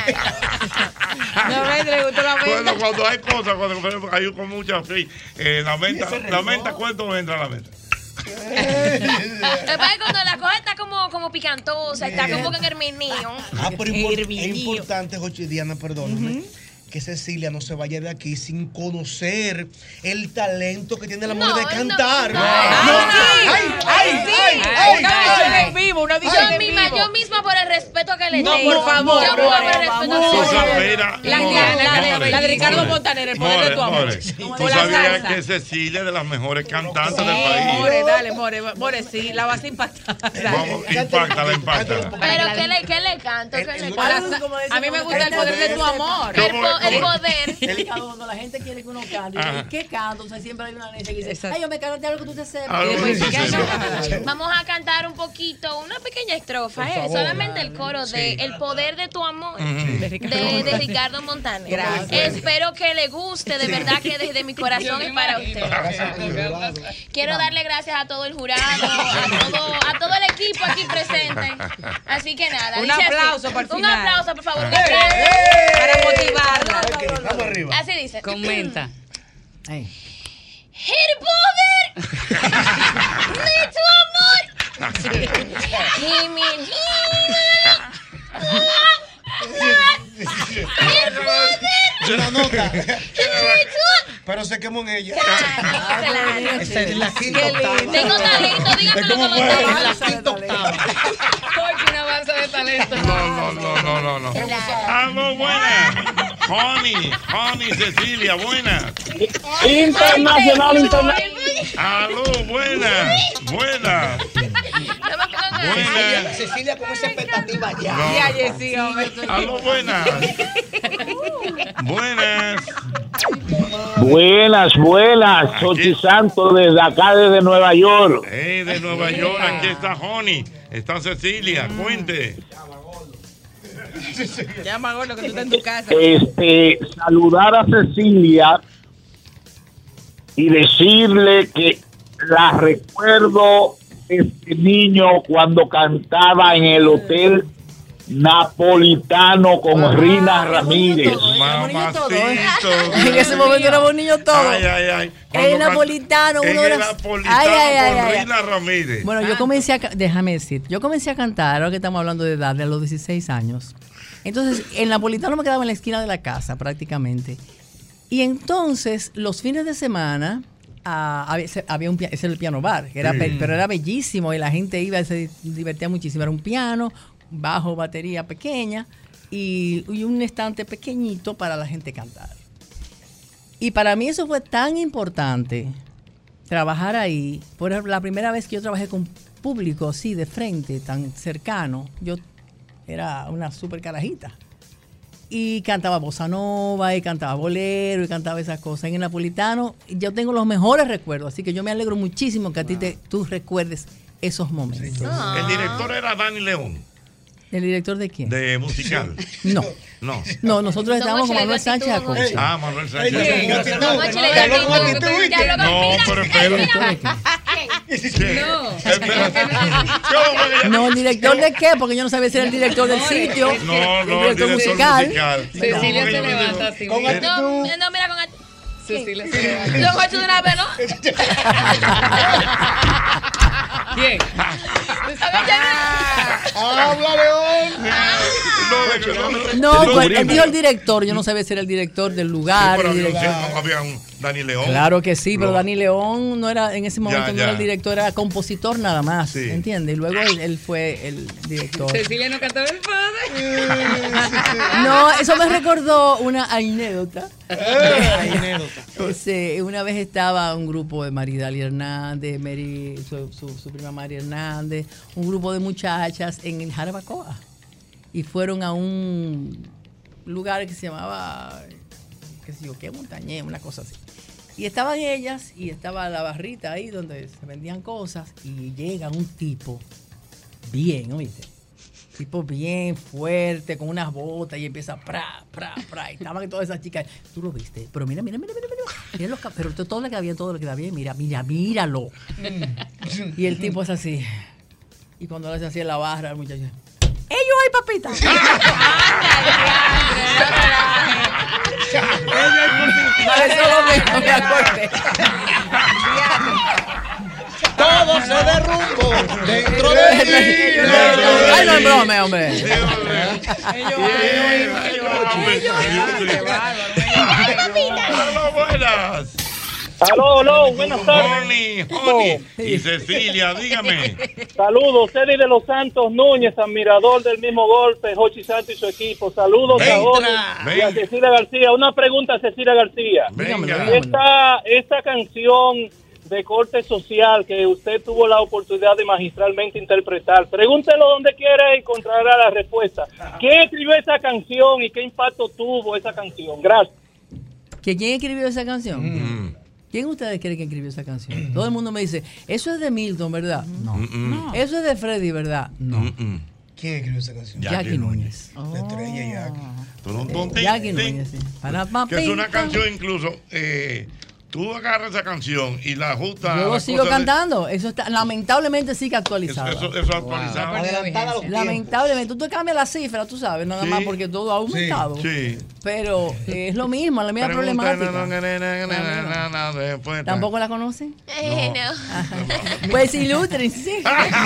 No, me le gustó la Bueno, menta. cuando hay cosas, cuando hay con mucha fe, eh, la menta, la menta, ¿cuánto entra la menta? Lo que pasa es que cuando la cosa está como, como picantosa, está como que en el menú. Ah, pero impor- es importante, Jochi, Diana, perdóname, que Cecilia no se vaya de aquí sin conocer el talento que tiene la mujer No, de no, cantar. no. No, Ay, ay, Ay, ay, sí. ay, Ay, ay, una ay. audición en vivo, una audición Yo en misma, vivo. yo misma por el respeto que le No, tengo. por favor, Yo misma por el respeto Tú que le tengo. sabías, La, more, la- la- more, la de Ricardo more, Montaner, el poder de tu amor. more. Como Tú la sabías salsa. que Cecilia es de las mejores cantantes del Sí, país. more, dale, more, more, sí, la vas a impactar. Vamos, impacta, impacta. Pero ¿qué le, qué le canto? ¿Qué le Para canto? sa- a mí me gusta el poder de tu amor. El, po- el poder. Cuando la gente quiere que uno cante, Ajá. ¿qué canto? O sea, siempre hay una necia que dice, Exacto. ay, yo me canto algo que tú te sepas. Ah, Y después, sí, sí, ¿qué sí. canto? Vamos a cantar un poquito, una pequeña estrofa, Por ¿eh? favor. Solamente el coro de El poder de tu amor Ujú. de, de Ricardo Montaner. Gracias. Espero que le guste, de verdad que desde mi corazón es para usted. Quiero darle gracias a todo el jurado, a todo, a todo el equipo aquí presente. Así que nada. Un dice así. aplauso para el Un final. aplauso, por favor. Un ¡Eh, aplauso. eh! Para motivarla. Ok, vamos arriba. Así dice. Comenta. Ay. El poder de tu amor. Y mi vida. El poder Una nota. de tu Pero se quemó en ella. Excelente. Esa es la quinta Qué octava. lindo. Tengo talento, dígamelo ¿Cómo con los fue? demás. La quinta octava. Jorge, una balsa de talento. No, no, no, no, no, no. Aló, buenas. Honey, Honey, Cecilia, buenas. Internacional, internacional. Aló, buenas, buenas. Buenas. Cecilia con esa expectativa ya. No. Ya, Jessy, hombre. Aló, buenas. Buenas. Buenas, buenas. Xochi Santos desde acá, desde Nueva York. Hey, de Nueva York, aquí está Honey. Está Cecilia, cuente. Llama gordo que tú estás en tu casa. Este, saludar a Cecilia y decirle que la recuerdo este niño cuando cantaba en el Hotel Napolitano con Rina Ramírez. Mamacito. En ese momento éramos niños todos. Ay, ay, ay. El Cuando can- napolitano, En uno de el las- napolitano Ay, ay, ay, con ay, ay. Rina Ramírez. Bueno, yo comencé a, ca- déjame decir, yo comencé a cantar, ahora que estamos hablando de edad, de los dieciséis años. Entonces, el napolitano me quedaba en la esquina de la casa prácticamente. Y entonces, los fines de semana, ah, había, se- había un piano, ese era el piano bar, que era, Sí. pe- pero era bellísimo y la gente iba y se divertía muchísimo. Era un piano, bajo, batería pequeña y, y un estante pequeñito para la gente cantar. Y para mí eso fue tan importante, trabajar ahí. Por la primera vez que yo trabajé con público así de frente, tan cercano, yo era una súper carajita. y cantaba bossa nova, y cantaba bolero, y cantaba esas cosas. En el Napolitano yo tengo los mejores recuerdos, así que yo me alegro muchísimo que a ti te, tú recuerdes esos momentos. El director era Dani León. ¿El director de quién? De musical. No. No. No, nosotros estábamos con Manuel Sánchez Acosta. Ah, Manuel Sánchez. No, pero No, ¿el director de qué? Porque yo no sabía si era el director del sitio. No, no, el director musical. Cecilia se levanta así. Con actitud. No, mira, con actitud. Cecilia se levanta. Lo he hecho de una vez, ¿no? ¿Quién? ¡Habla, León! No, pues, él dijo el director. Yo no sabía si era el director del lugar. Pero el yo director. sé, no había un Dani León. Claro que sí, pero Lo- Dani León no era, en ese momento Ya, no ya. era el director, era compositor nada más, ¿entiendes? Y luego él, él fue el director. Cecilia no cantaba el padre. No, eso me recordó una anécdota. Ese, una vez estaba un grupo de Maridali Hernández, Mary, su, su, su prima María Hernández, un grupo de muchachas en el Jarabacoa. Y fueron a un lugar que se llamaba, qué sé yo, qué montañé, una cosa así. Y estaban ellas y estaba la barrita ahí donde se vendían cosas y llega un tipo bien, ¿oíste? Tipo bien fuerte, con unas botas y empieza pra, pra, pra. Y estaban todas esas chicas. Tú lo viste. Pero mira, mira, mira, mira, mira. Mira los, ca- pero to- todo lo que había, todo lo que había. Mira, mira, míralo. Y el tipo es así. Y cuando le hace así en la barra, el muchacho. ¡Ellos hay papita! Eso lo mismo, me acordé. Todo se derrumbó dentro de ti. Ay, no es broma, hombre. Hola, buenas. Aló, aló, buenas tardes. Honey, Honey. Y Cecilia, dígame. Saludos, Celi de los Santos Núñez, admirador del mismo golpe, Jochi Santos y su equipo. Saludos a Honey y a Cecilia García. Una pregunta a Cecilia García. Venga. Esta, esta canción de corte social que usted tuvo la oportunidad de magistralmente interpretar, pregúntelo donde quiera y encontrará la respuesta. ¿Quién escribió esa canción y qué impacto tuvo esa canción? Gracias. ¿Que ¿Quién escribió esa canción? ¿Quién ustedes creen que escribió esa canción? Todo el mundo me dice, eso es de Milton, ¿verdad? No. No. Eso es de Freddy, ¿verdad? No. ¿Quién escribió esa canción? Jackie Núñez. La estrella Jackie. Tum, tum, tin, Jackie tin. Núñez, sí. Para Que es una papita. canción incluso. Eh, tú agarras esa canción y la ajustas. Yo a lo las sigo cosas de- cantando. Eso está, lamentablemente sigue actualizado. Eso, eso actualizado. Lamentablemente, tú te cambias la cifra, tú sabes, nada más porque todo ha aumentado. Sí. Pero eh, es lo mismo, la misma problemática. Después, ¿Tampoco la conocen? Eh, no. Pues ilustren, sí.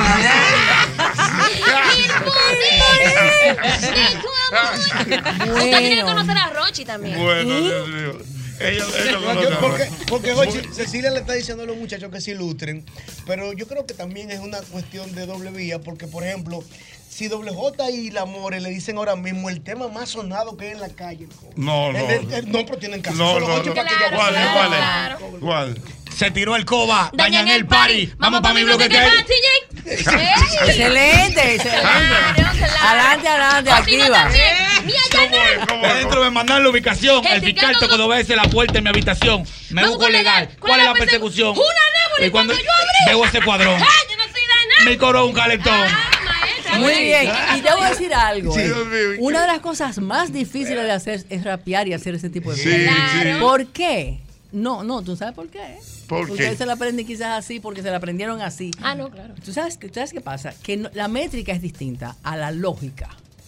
Usted tiene que conocer a Rochi también. Bueno, Dios mío. Ellos, ellos no lo Yo- saben. porque, porque Jochi, Cecilia le está diciendo a los muchachos que se ilustren, pero yo creo que también es una cuestión de doble vía, porque por ejemplo, si Doble J y la More le dicen ahora mismo el tema más sonado que hay en la calle. No, no. El- el- el- no, pero tienen caso. No, Solo no, Jochi no. para que ya- ¿Cuál es? ¿Cuál es? Claro. ¿Cuál? Se tiró el coba, dañan el party. Vamos pa' para mi bloque que hay. Excelente, excelente. Adelante, adelante, activa. Dentro me mandan la ubicación. El fiscal tocó dos veces la puerta en mi habitación. Me busco legal. ¿Cuál es la persecución? Una nébula Y cuando cuando yo abrí. veo ese cuadrón, ¡Ay, yo no soy de nada! mi coro un calentón. Muy bien. Y te voy a decir algo. Sí. eh. Dios mío, Una de las cosas más difíciles de hacer es rapear y hacer ese tipo de Sí, cosas. sí. ¿Por qué? No, no, ¿tú sabes por qué? ¿Por Ustedes qué? se la aprenden quizás así porque se la aprendieron así. Ah, no, claro. ¿Tú sabes, ¿tú sabes qué pasa? Que no- la métrica es distinta a la lógica.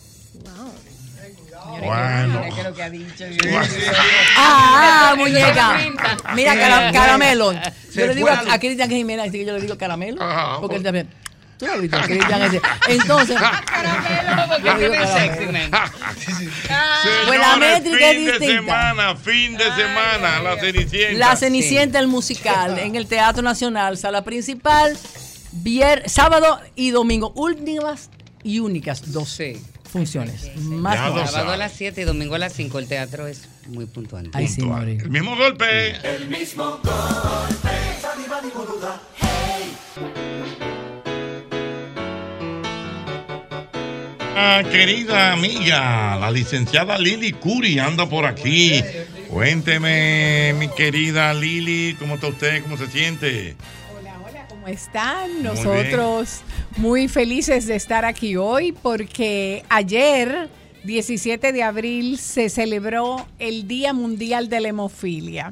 Bueno. ¿Qué es lo que ha dicho? Ah, ah, muñeca. Mira, cara- caramelo. Yo Se le digo fue a, la a Cristian que Jiménez, así que yo le digo caramelo. Ajá, Porque él también. Tú lo has visto, Cristian ese. Entonces. Porque yo digo es caramelo. sexy, man. Pues la Señores, métrica es fin de distinta. semana, fin de semana, la Cenicienta. La Cenicienta, el musical, en el Teatro Nacional, sala principal, vier, sábado y domingo. Últimas y únicas dos funciones. Más Ya lo no. Sábado a las siete y domingo a las cinco. El teatro es muy puntual. Ahí sí, Mauri. El mismo golpe. El mismo golpe. Badi, badi, boluda. Hey. Ah, querida amiga, la licenciada Lili Curi anda por aquí. Cuénteme, mi querida Lili, ¿cómo está usted? ¿Cómo se siente? ¿Cómo están? Nosotros muy felices de estar aquí hoy porque ayer, diecisiete de abril, se celebró el Día Mundial de la Hemofilia.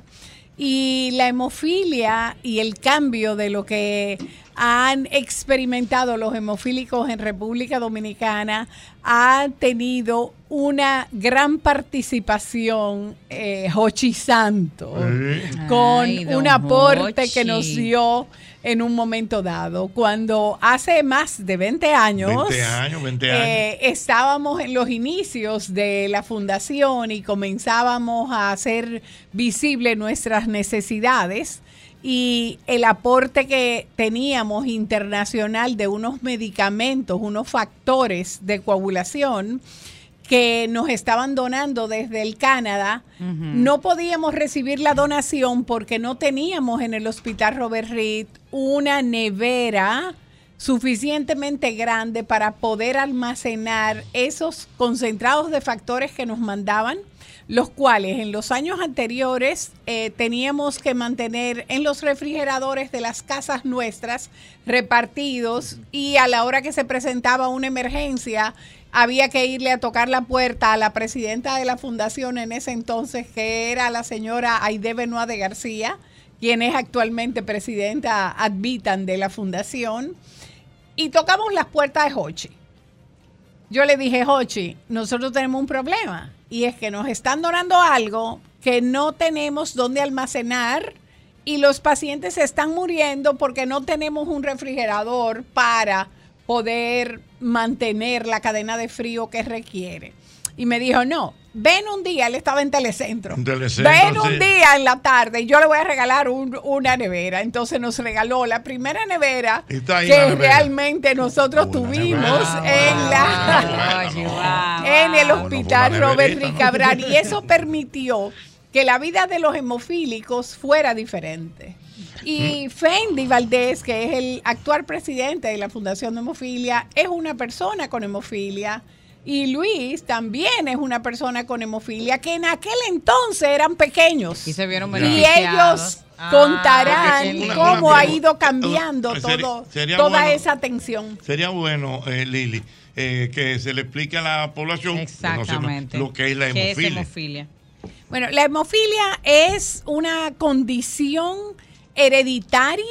Y la hemofilia y el cambio de lo que han experimentado los hemofílicos en República Dominicana ha tenido una gran participación, eh, Jochi Santo, sí. con Ay, un aporte Jochi. que nos dio en un momento dado. Cuando hace más de veinte años, veinte años, veinte años. Eh, estábamos en los inicios de la fundación y comenzábamos a hacer visible nuestras necesidades, y el aporte que teníamos internacional de unos medicamentos, unos factores de coagulación que nos estaban donando desde el Canadá, uh-huh. no podíamos recibir la donación porque no teníamos en el Hospital Robert Reed una nevera suficientemente grande para poder almacenar esos concentrados de factores que nos mandaban, los cuales en los años anteriores eh, teníamos que mantener en los refrigeradores de las casas nuestras repartidos, y a la hora que se presentaba una emergencia había que irle a tocar la puerta a la presidenta de la fundación en ese entonces, que era la señora Aide Benoit de García, quien es actualmente presidenta ad vitam de la fundación, y tocamos las puertas de Jochi. Yo le dije, Jochi, nosotros tenemos un problema, y es que nos están donando algo que no tenemos dónde almacenar, y los pacientes se están muriendo porque no tenemos un refrigerador para poder mantener la cadena de frío que requiere. Y me dijo, no, ven un día, él estaba en Telecentro, Telecentro ven sí. un día en la tarde y yo le voy a regalar un, una nevera. Entonces nos regaló la primera nevera que la nevera. realmente nosotros una tuvimos nevera. en la wow, wow, en el Hospital no Robert Reed Cabral, y eso permitió que la vida de los hemofílicos fuera diferente. Y Fendi Valdés, que es el actual presidente de la Fundación de Hemofilia, es una persona con hemofilia. Y Luis también es una persona con hemofilia, que en aquel entonces eran pequeños. Y se vieron beneficiados. Y ellos ah, contarán una, cómo una, ha ido cambiando sería, todo, sería toda bueno, esa atención. Sería bueno, eh, Lili, eh, que se le explique a la población exactamente lo que es la hemofilia. ¿Qué es hemofilia? Bueno, la hemofilia es una condición hereditaria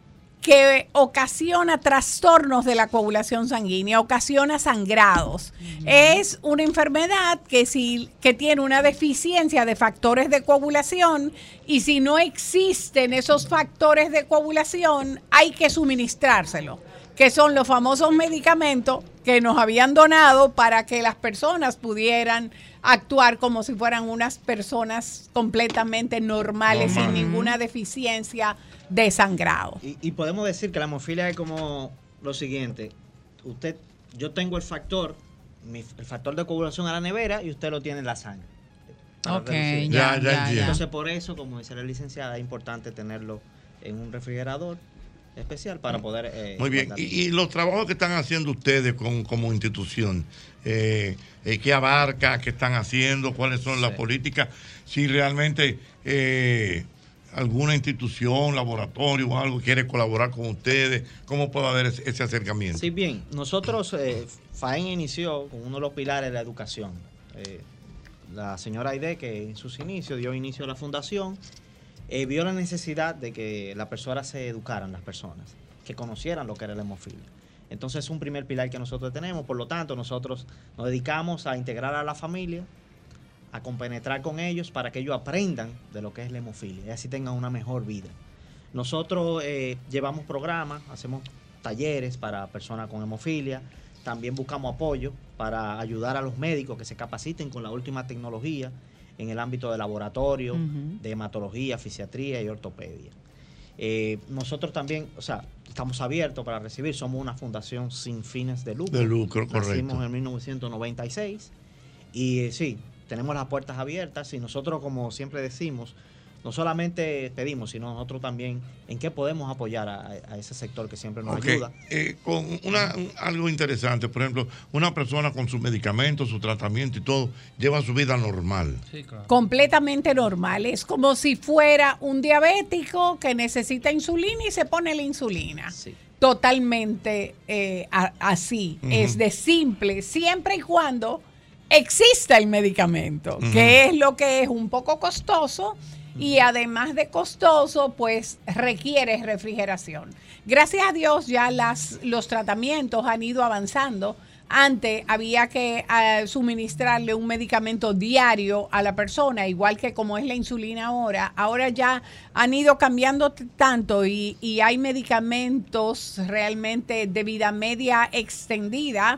que ocasiona trastornos de la coagulación sanguínea, ocasiona sangrados. Uh-huh. Es una enfermedad que, si, que tiene una deficiencia de factores de coagulación, y si no existen esos factores de coagulación, hay que suministrárselo, que son los famosos medicamentos que nos habían donado para que las personas pudieran actuar como si fueran unas personas completamente normales, Normal. sin ninguna deficiencia de sangrado. Y, y podemos decir que la hemofilia es como lo siguiente: usted, yo tengo el factor, mi, el factor de coagulación a la nevera, y usted lo tiene en la sangre. Ok, ya, ya, ya. Entonces, por eso, como dice la licenciada, es importante tenerlo en un refrigerador especial para poder... Eh, Muy bien, y, y los trabajos que están haciendo ustedes con, como institución, eh, eh, ¿qué abarca? ¿Qué están haciendo? ¿Cuáles son sí. las políticas? Si realmente eh, alguna institución, laboratorio o algo quiere colaborar con ustedes, ¿cómo puede haber ese, ese acercamiento? Sí, bien, nosotros, eh, FAEN inició con uno de los pilares de la educación. Eh, la señora Aide, que en sus inicios dio inicio a la fundación, Eh, vio la necesidad de que las personas se educaran, las personas, que conocieran lo que era la hemofilia. Entonces es un primer pilar que nosotros tenemos, por lo tanto nosotros nos dedicamos a integrar a la familia, a compenetrar con ellos para que ellos aprendan de lo que es la hemofilia y así tengan una mejor vida. Nosotros eh, llevamos programas, hacemos talleres para personas con hemofilia, también buscamos apoyo para ayudar a los médicos que se capaciten con la última tecnología en el ámbito de laboratorio, uh-huh. de hematología, fisiatría y ortopedia. Eh, nosotros también, o sea, estamos abiertos para recibir, somos una fundación sin fines de lucro. De lucro, correcto. Nacimos en mil novecientos noventa y seis y eh, sí, tenemos las puertas abiertas y nosotros, como siempre decimos, no solamente pedimos, sino nosotros también en qué podemos apoyar a, a ese sector que siempre nos Okay. ayuda. Eh, con una, un- algo interesante, por ejemplo, una persona con sus medicamentos, su tratamiento y todo, lleva su vida normal. Completamente normal. Es como si fuera un diabético que necesita insulina y se pone la insulina. Totalmente eh, a- así. Ujú. Es de simple, siempre y cuando exista el medicamento, Ujú. que es lo que es un poco costoso y además de costoso, pues requiere refrigeración. Gracias a Dios ya las, los tratamientos han ido avanzando. Antes había que eh, suministrarle un medicamento diario a la persona, igual que como es la insulina ahora. Ahora ya han ido cambiando t- tanto y, y hay medicamentos realmente de vida media extendida.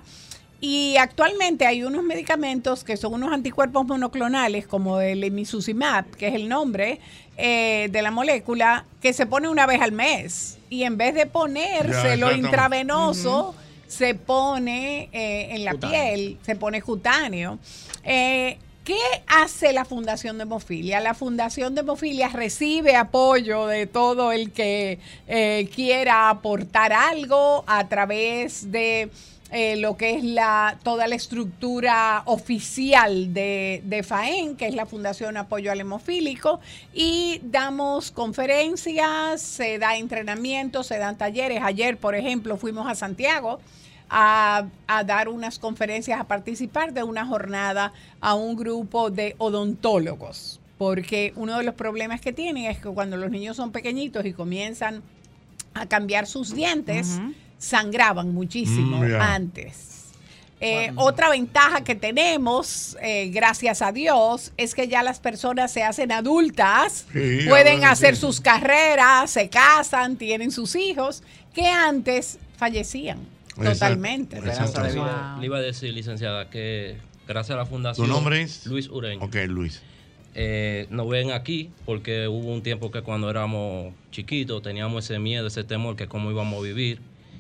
Y actualmente hay unos medicamentos que son unos anticuerpos monoclonales, como el emicizumab, que es el nombre eh, de la molécula, que se pone una vez al mes. Y en vez de ponérselo Ya, ya intravenoso, Ujú. se pone eh, en la Cutáneo. piel, se pone cutáneo. Eh, ¿Qué hace la Fundación de Hemofilia? La Fundación de Hemofilia recibe apoyo de todo el que eh, quiera aportar algo a través de eh, lo que es la toda la estructura oficial de, de FAEN, que es la Fundación Apoyo al Hemofílico, y damos conferencias, se da entrenamiento, se dan talleres. Ayer, por ejemplo, fuimos a Santiago a, a dar unas conferencias, a participar de una jornada a un grupo de odontólogos, porque uno de los problemas que tienen es que cuando los niños son pequeñitos y comienzan a cambiar sus dientes, sangraban muchísimo Mm, ya. antes. Eh, otra ventaja que tenemos, eh, gracias a Dios, es que ya las personas se hacen adultas, Sí, pueden ahora hacer sí. sus carreras, se casan, tienen sus hijos, que antes fallecían totalmente. Le iba a decir, licenciada, que gracias a la fundación. ¿Tu nombre es? Luis Ureña. Ok, Luis. Eh, nos ven aquí porque hubo un tiempo que cuando éramos chiquitos teníamos ese miedo, ese temor que cómo íbamos a vivir.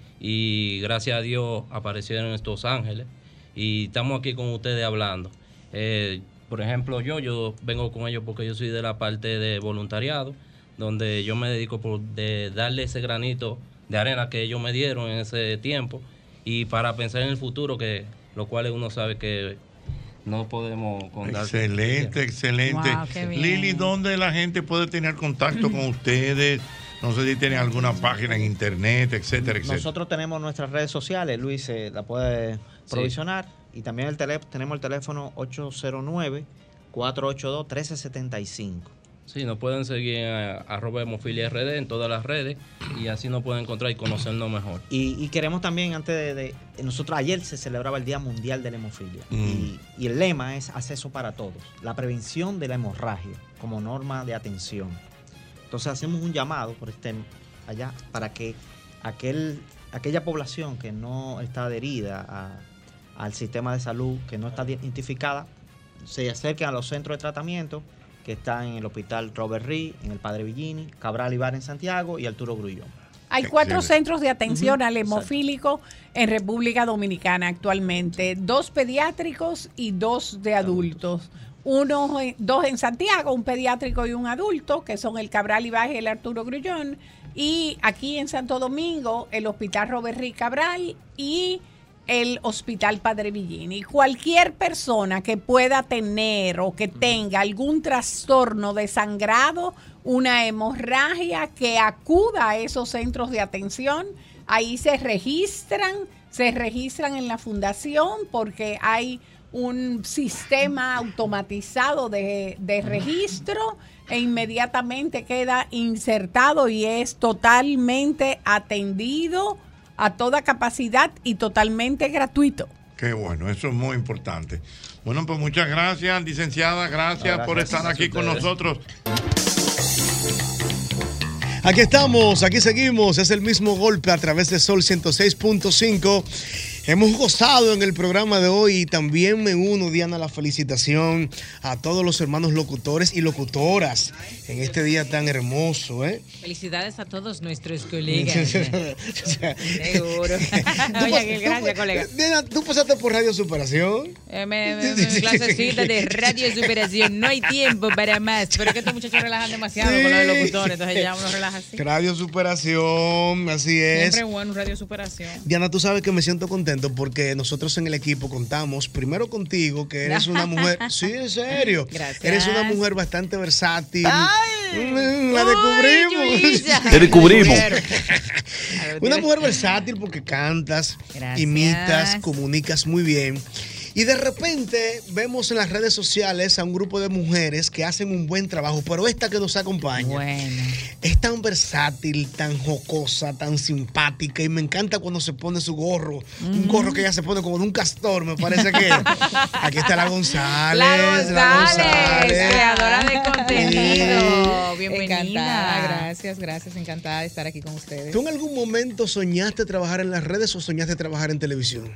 Y gracias a Dios aparecieron estos ángeles y estamos aquí con ustedes hablando. Eh, por ejemplo, yo, yo vengo con ellos porque yo soy de la parte de voluntariado, donde yo me dedico por de darle ese granito de arena que ellos me dieron en ese tiempo y para pensar en el futuro, que lo cual uno sabe que no podemos contar. Excelente, excelente. Wow, qué bien. Lili, ¿dónde la gente puede tener contacto con ustedes? No sé si tienen alguna página en internet, etcétera, etcétera. Nosotros tenemos nuestras redes sociales, Luis eh, la puede provisionar, y también el teléfono, tenemos el teléfono ocho cero nueve, cuatro ocho dos, uno tres siete cinco. Sí, nos pueden seguir en eh, arroba hemofilia R D en todas las redes y así nos pueden encontrar y conocernos mejor. Y, y queremos también, antes de, de- nosotros ayer se celebraba el Día Mundial de la Hemofilia. Mm. Y, y el lema es acceso para todos, la prevención de la hemorragia como norma de atención. Entonces hacemos un llamado por este allá para que aquel, aquella población que no está adherida a- al sistema de salud, que no está identificada, se acerquen a los centros de tratamiento que están en el Hospital Robert Reed, en el Padre Villini, Cabral Ibar en Santiago y Arturo Grullón. Hay cuatro Excelente. centros de atención Ujú, al hemofílico en República Dominicana actualmente, dos pediátricos y dos de adultos. Uno, en- dos en Santiago, un pediátrico y un adulto, que son el Cabral Ibaje y el Arturo Grullón. Y aquí en Santo Domingo, el Hospital Robert Reed Cabral y el Hospital Padre Villini. Cualquier persona que pueda tener o que tenga algún trastorno de sangrado, una hemorragia, que acuda a esos centros de atención. Ahí se registran, se registran en la fundación porque hay un sistema automatizado de, de registro e inmediatamente queda insertado y es totalmente atendido a toda capacidad y totalmente gratuito. Qué bueno, eso es muy importante. Bueno, pues muchas gracias, licenciada, gracias, No, por gracias estar a aquí con ustedes. nosotros. Aquí estamos, aquí seguimos, es el mismo golpe a través de Sol ciento seis punto cinco. Hemos gozado en el programa de hoy y también me uno, Diana, a la felicitación a todos los hermanos locutores y locutoras en este día tan hermoso, ¿eh? Felicidades a todos nuestros colegas. Seguro. Oye, gracias, colega. Diana, ¿tú pasaste por Radio Superación? Eh, me, me, me, clasecita de Radio Superación. No hay tiempo para más. Pero es que estos muchachos relajan demasiado Sí. con lo de locutores. Entonces ya uno relaja así. Radio Superación, así es. Siempre bueno, Radio Superación. Diana, tú sabes que me siento contento porque nosotros en el equipo contamos primero contigo, que eres una mujer, sí, en serio, Gracias. eres una mujer bastante versátil. Ay, Mm, la descubrimos. Yuya. Te descubrimos. Una mujer versátil porque cantas, Gracias. imitas, comunicas muy bien. Y de repente vemos en las redes sociales a un grupo de mujeres que hacen un buen trabajo, pero esta que nos acompaña Bueno. es tan versátil, tan jocosa, tan simpática y me encanta cuando se pone su gorro, un gorro que ella se pone como de un castor, me parece que aquí está la González, La González, creadora de contenido. Bienvenida. Encantada, gracias, gracias, encantada de estar aquí con ustedes. ¿Tú en algún momento soñaste trabajar en las redes o soñaste trabajar en televisión?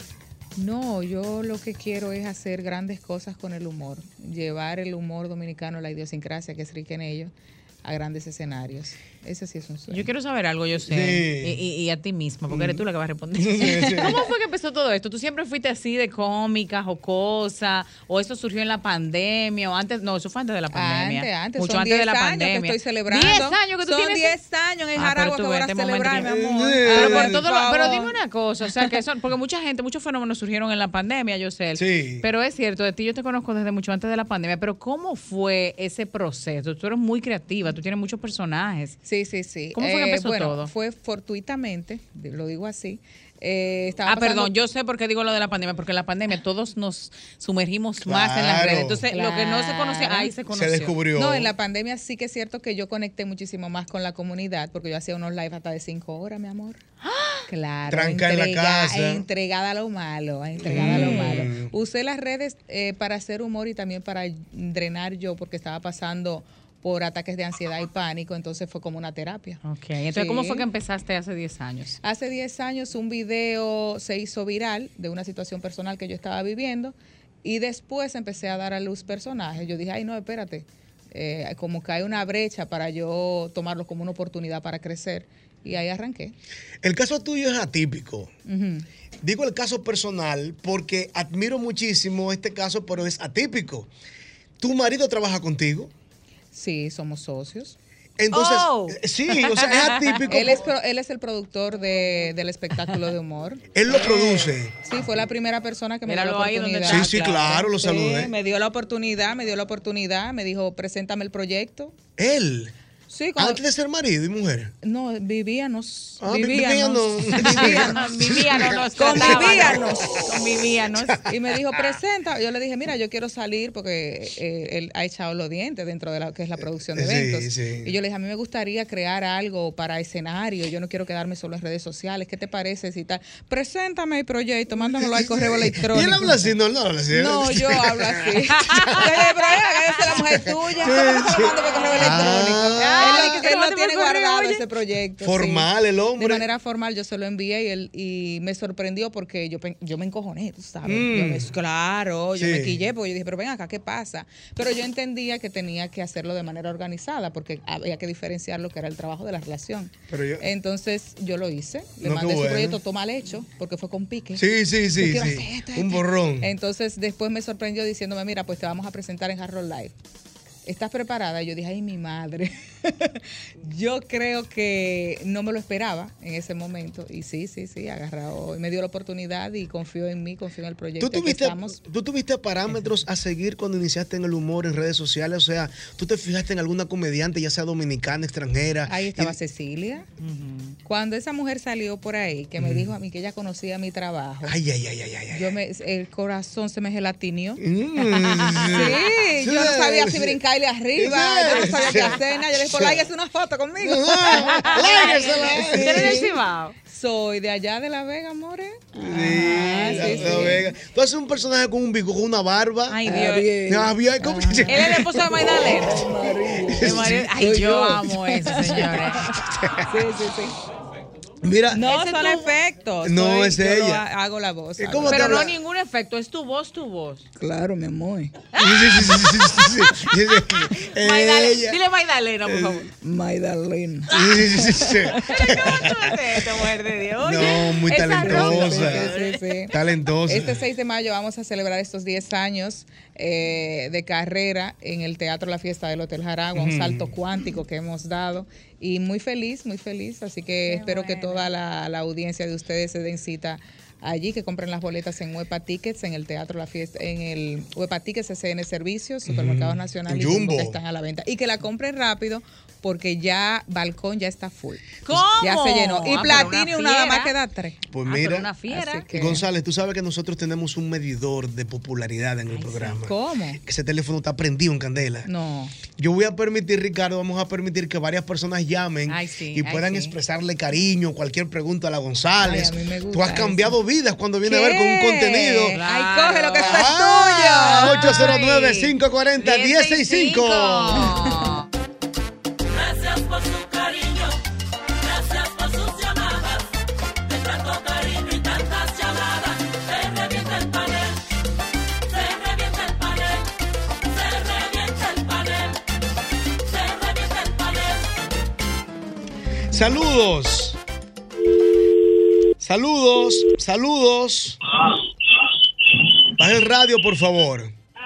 No, yo lo que quiero es hacer grandes cosas con el humor, llevar el humor dominicano, la idiosincrasia que es rica en ello, a grandes escenarios. Ese sí es un sueño. Yo quiero saber algo, yo sé. Sí. Y, y- y a ti misma, porque eres tú la que va a responder. Sí, sí. ¿Cómo fue que empezó todo esto? ¿Tú siempre fuiste así de cómica, jocosa? ¿O eso surgió en la pandemia? ¿O antes? No, eso fue antes de la pandemia. Antes, antes, Mucho son antes de la diez años pandemia. que estoy celebrando. diez años que tú Son tienes. diez años en Ah, Jaragua pero que tú voy a ves, este momento celebrar, que- mi amor. Pero, por Por todo lo- favor. pero dime una cosa, o sea, que son, porque mucha gente, muchos fenómenos surgieron en la pandemia, yo sé. Sí. Pero es cierto, de ti yo te conozco desde mucho antes de la pandemia, pero ¿cómo fue ese proceso? Tú eres muy creativa, tú tienes muchos personajes. Sí, sí, sí. ¿Cómo fue que Eh, empezó bueno, todo? Fue fortuitamente, lo digo así. Eh, estaba Ah, pasando- perdón, yo sé por qué digo lo de la pandemia, porque en la pandemia todos nos sumergimos más en las Claro, redes. Entonces, lo que no se conocía, claro. ahí se conoció. No, en la pandemia sí que es cierto que yo conecté muchísimo más con la comunidad, porque yo hacía unos live hasta de cinco horas, mi amor. Claro. Tranca en la casa. Entregada a lo malo, entregada a lo Mm. malo. Usé las redes eh, para hacer humor y también para drenar yo, porque estaba pasando por ataques de ansiedad y pánico, entonces fue como una terapia. Ok, entonces, Sí. ¿cómo fue que empezaste hace diez años? Hace diez años un video se hizo viral de una situación personal que yo estaba viviendo y después empecé a dar a luz personajes. Yo dije, ay, no, espérate, eh, como que hay una brecha para yo tomarlo como una oportunidad para crecer y ahí arranqué. El caso tuyo es atípico. Ujú. Digo el caso personal porque admiro muchísimo este caso, pero es atípico. ¿Tu marido trabaja contigo? Sí, somos socios. Entonces, Oh. eh, sí, o sea, es atípico. Él es, pro- él es el productor de, del espectáculo de humor. Él lo produce. Sí, fue la primera persona que me Míralo dio la ahí donde oportunidad. está. Sí, sí, claro, lo saludé. Me dio la oportunidad, me dio la oportunidad, me dijo, preséntame el proyecto. Él. Sí, cuando- Antes de ser marido y mujer. No, vivíanos. Ah, vi- vivíanos. vivíanos. Vivíanos. Convivíanos. Convivíanos. Y me dijo, presenta. Yo le dije, mira, yo quiero salir porque eh, él ha echado los dientes dentro de lo que es la producción de Sí, eventos. sí. Y yo le dije, a mí me gustaría crear algo para escenario. Yo no quiero quedarme solo en redes sociales. ¿Qué te parece si tal? Preséntame el proyecto, mándamelo al correo electrónico. Y él habla así, no, no habla así. No, yo hablo así. Yo le dije, pero venga, esa es la mujer tuya. ¿Cómo que se lo mando por correo electrónico? Ah. Él, Ay, lo- que él lo lo mande tiene por correo, guardado oye. ese proyecto. Formal, el hombre. De manera formal yo se lo envié y él y me sorprendió porque yo, pen- yo me encojoné, tú sabes. Mm. Yo me- claro, yo Sí. me quillé porque yo dije, pero ven acá, ¿qué pasa? Pero yo entendía que tenía que hacerlo de manera organizada porque había que diferenciar lo que era el trabajo de la relación. Pero yo- Entonces yo lo hice, le No, qué mandé su bueno. proyecto todo mal hecho porque fue con pique. Sí, sí, sí, Yo quiero sí. hacer esto, Un esto. borrón. Entonces después me sorprendió diciéndome, mira, pues te vamos a presentar en Hard Live. ¿Estás preparada? Y yo dije, ay, mi madre. Yo creo que no me lo esperaba en ese momento. Y sí, sí, sí, agarrado. Y me dio la oportunidad y confió en mí, confió en el proyecto. ¿Tú Aquí tuviste, estamos. ¿Tú tuviste parámetros a seguir cuando iniciaste en el humor en redes sociales? O sea, ¿tú te fijaste en alguna comediante, ya sea dominicana, extranjera? Ahí estaba Y- Cecilia. Cuando esa mujer salió por ahí, que me dijo a mí que ella conocía mi trabajo. Ay, ay, ay, ay, ay. ay. Yo me, el corazón se me gelatineó. Mm. Sí, yo no sabía si Sí. brincarle arriba, Sí. yo no sabía qué hacer, nada. Yo le dije, pues láiguese una foto conmigo. Láiguesela. Sí. ¿Tú eres del Cibao? Soy de allá de La Vega, more. Sí, Ah, la- sí, la sí. Vega. Tú haces un personaje con un bigo, con una barba. Ay, Ah, Dios. bien. Ah, bien, ¿cómo? Él es el esposo de Magdalena. De María- Ay, Soy yo yo. amo eso, señores. Sí, sí, sí. Mira, No, Ese son tu- efectos. No, Soy- es yo lo ella. ha- hago la voz. ¿Y hago cómo la te Pero voz. no habla? ningún efecto, es tu voz, tu voz. Claro, mi amor. Sí, sí, sí, sí, sí, sí, sí, sí. Maidalena, Ella. dile Maidalena, por favor. Maidalena. Sí, sí, sí, sí. Esta mujer de Dios. No, muy Esa talentosa. Sí, sí, sí. Talentosa. Este seis de mayo vamos a celebrar estos diez años eh, de carrera en el Teatro La Fiesta del Hotel Jaragua, un Ujú. salto cuántico que hemos dado y muy feliz, muy feliz, así que espero que toda la, la audiencia de ustedes se den cita allí, que compren las boletas en Huepa Tickets, en el Teatro La Fiesta, en el Huepa Tickets, C C N Servicios, Supermercados Ujú. Nacional y Jumbo. Jumbo, que están a la venta. Y que la compren rápido porque ya Balcón ya está full. ¿Cómo? Ya se llenó. Y Ah, pero Platinum una nada más fiera. queda tres. Pues Ah, pero mira, una fiera. Así que- González, tú sabes que nosotros tenemos un medidor de popularidad en el programa. ¿Cómo? Ese teléfono está prendido en candela. No. Yo voy a permitir, Ricardo, vamos a permitir que varias personas llamen Ay, sí, y ay, puedan sí. expresarle cariño, cualquier pregunta a la González. Ay, a mí me Tú gusta has cambiado vidas cuando viene a ver con un ¿Qué? contenido. Ay, coge lo que esto Ah, es tuyo. ocho cero nueve, cinco cuatro cero, uno cero seis cinco. Gracias por su cariño, gracias por sus llamadas. De tanto cariño y tantas llamadas, se revienta el panel, se revienta el panel, se revienta el panel, se revienta el panel. Saludos. Saludos, saludos. Baja el radio, por favor.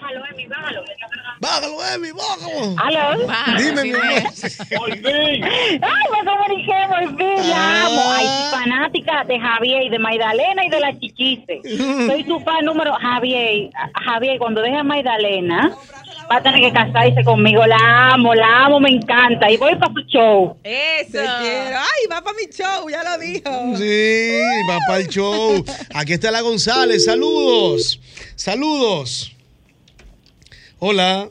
Bájalo, Emi, bájalo. Aló. Dime, mi amor. Por fin. Ay, me comuniqué, por fin. La amo. Ay, fanática de Javier y de Maidalena y de la Chiquise. Soy su fan número Javier. Javier, cuando deje a Maidalena, va a tener que casarse conmigo. La amo, la amo, me encanta. Y voy para su show. Eso. Te quiero. Ay, va para mi show, ya lo dijo. Sí, va para el show. Aquí está la González. Saludos. Saludos. Hola.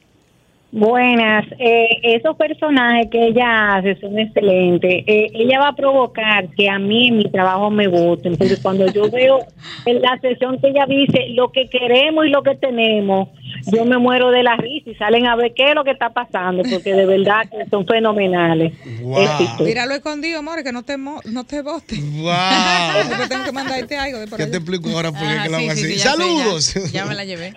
Buenas, eh, esos personajes que ella hace son excelentes. Eh, ella va a provocar que a mí en mi trabajo me voten. Entonces, cuando yo veo en la sesión que ella dice lo que queremos y lo que tenemos, yo me muero de la risa y salen a ver qué es lo que está pasando, porque de verdad que son fenomenales. Éxito. Míralo escondido, amor, que no te, mo- no te botes. Wow. Porque tengo que mandarte algo de por Ya allá. te explico ahora por qué Ah, que lo sí, hago sí, así. sí, ya sé, Saludos. ya. Ya me la llevé.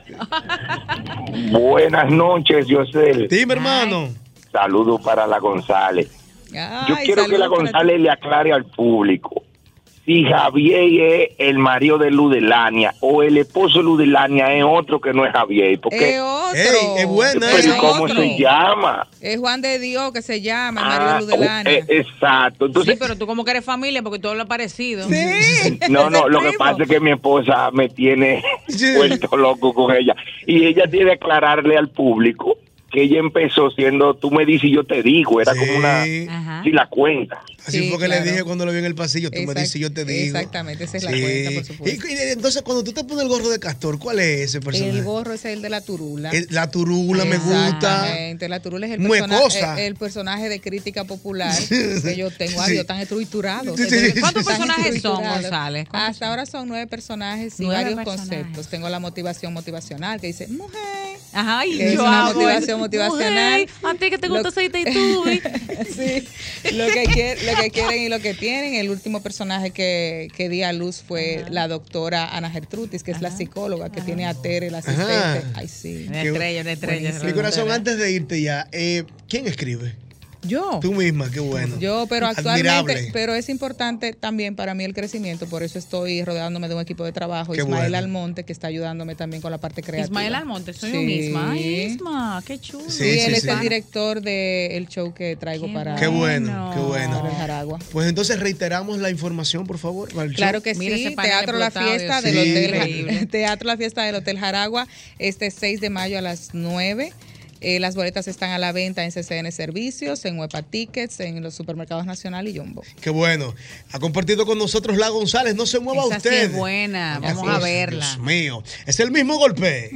Buenas noches, Yosel. Dime, hermano. Saludos para la González. Yo Ay, quiero que la saludos para González le aclare al público si Javier es el marido de Ludelania o el esposo de Ludelania es otro que no es Javier. Porque, Es otro. Ey, es buena pero esa. ¿y cómo otro. se llama? Es Juan de Dios que se llama, el Ah, marido de Ludelania. eh, exacto. Entonces, Sí, pero tú como que eres familia porque tú hablas parecido. Sí. no, no, Ese lo que primo. pasa es que mi esposa me tiene vuelto loco con ella. Y ella tiene que aclararle al público que ella empezó siendo, tú me dices y yo te digo, era como una, Ajá. si la cuenta. Así Sí, fue que claro. le dije cuando lo vi en el pasillo. Tú me Exact- dices, yo te digo. Exactamente, esa es la Sí. cuenta, por supuesto. Y, y entonces, cuando tú te pones el gorro de castor, ¿cuál es ese personaje? El gorro es el de la turula. El- la turula me gusta. Exactamente, la turula es el, Muecosa. persona, el, el personaje de crítica popular que yo tengo. Ay, Sí. Dios, tan estructurados. Sí, sí, sí. ¿Cuántos Tan personajes son, estructurados. González? ¿Cuántos Hasta ahora son nueve personajes y Nueve varios personajes. conceptos. Tengo la motivación motivacional que dice, mujer. Ajá, y Que es yo una hago motivación eso. motivacional. Mujer, a ti que te Lo- gusta aceite y tubi. Sí, lo que, quier- lo que quieren y lo que tienen. El último personaje que, que di a luz fue la doctora Ana Gertrudis, que es la psicóloga que tiene a Tere, el asistente. Ajá. Ay, sí. Una estrella, una estrella. Mi corazón, antes de irte ya, eh, ¿quién escribe? Yo. Tú misma, qué bueno. Yo, pero actualmente, Admirable. pero es importante también para mí el crecimiento, por eso estoy rodeándome de un equipo de trabajo, Qué Ismael bueno. Almonte, que está ayudándome también con la parte creativa. Ismael Almonte, soy Sí. un Isma. Ay, Isma, qué chulo. Sí, Sí, él sí, es sí. el director del show que traigo para, Qué bueno, qué bueno. para el Jaragua. Pues entonces reiteramos la información, por favor. para el Claro show. que Mira sí, ese panel Teatro La explotado, Fiesta Dios del mío. Hotel Increíble. Teatro La Fiesta del Hotel Jaragua, este seis de mayo a las nueve. Eh, las boletas están a la venta en C C N Servicios, en Huepa Tickets, en los supermercados Nacional y Jumbo. Qué bueno. Ha compartido con nosotros la González. No se mueva Esa sí usted. es buena, vamos Dios, a verla. Dios mío. Es el mismo golpe.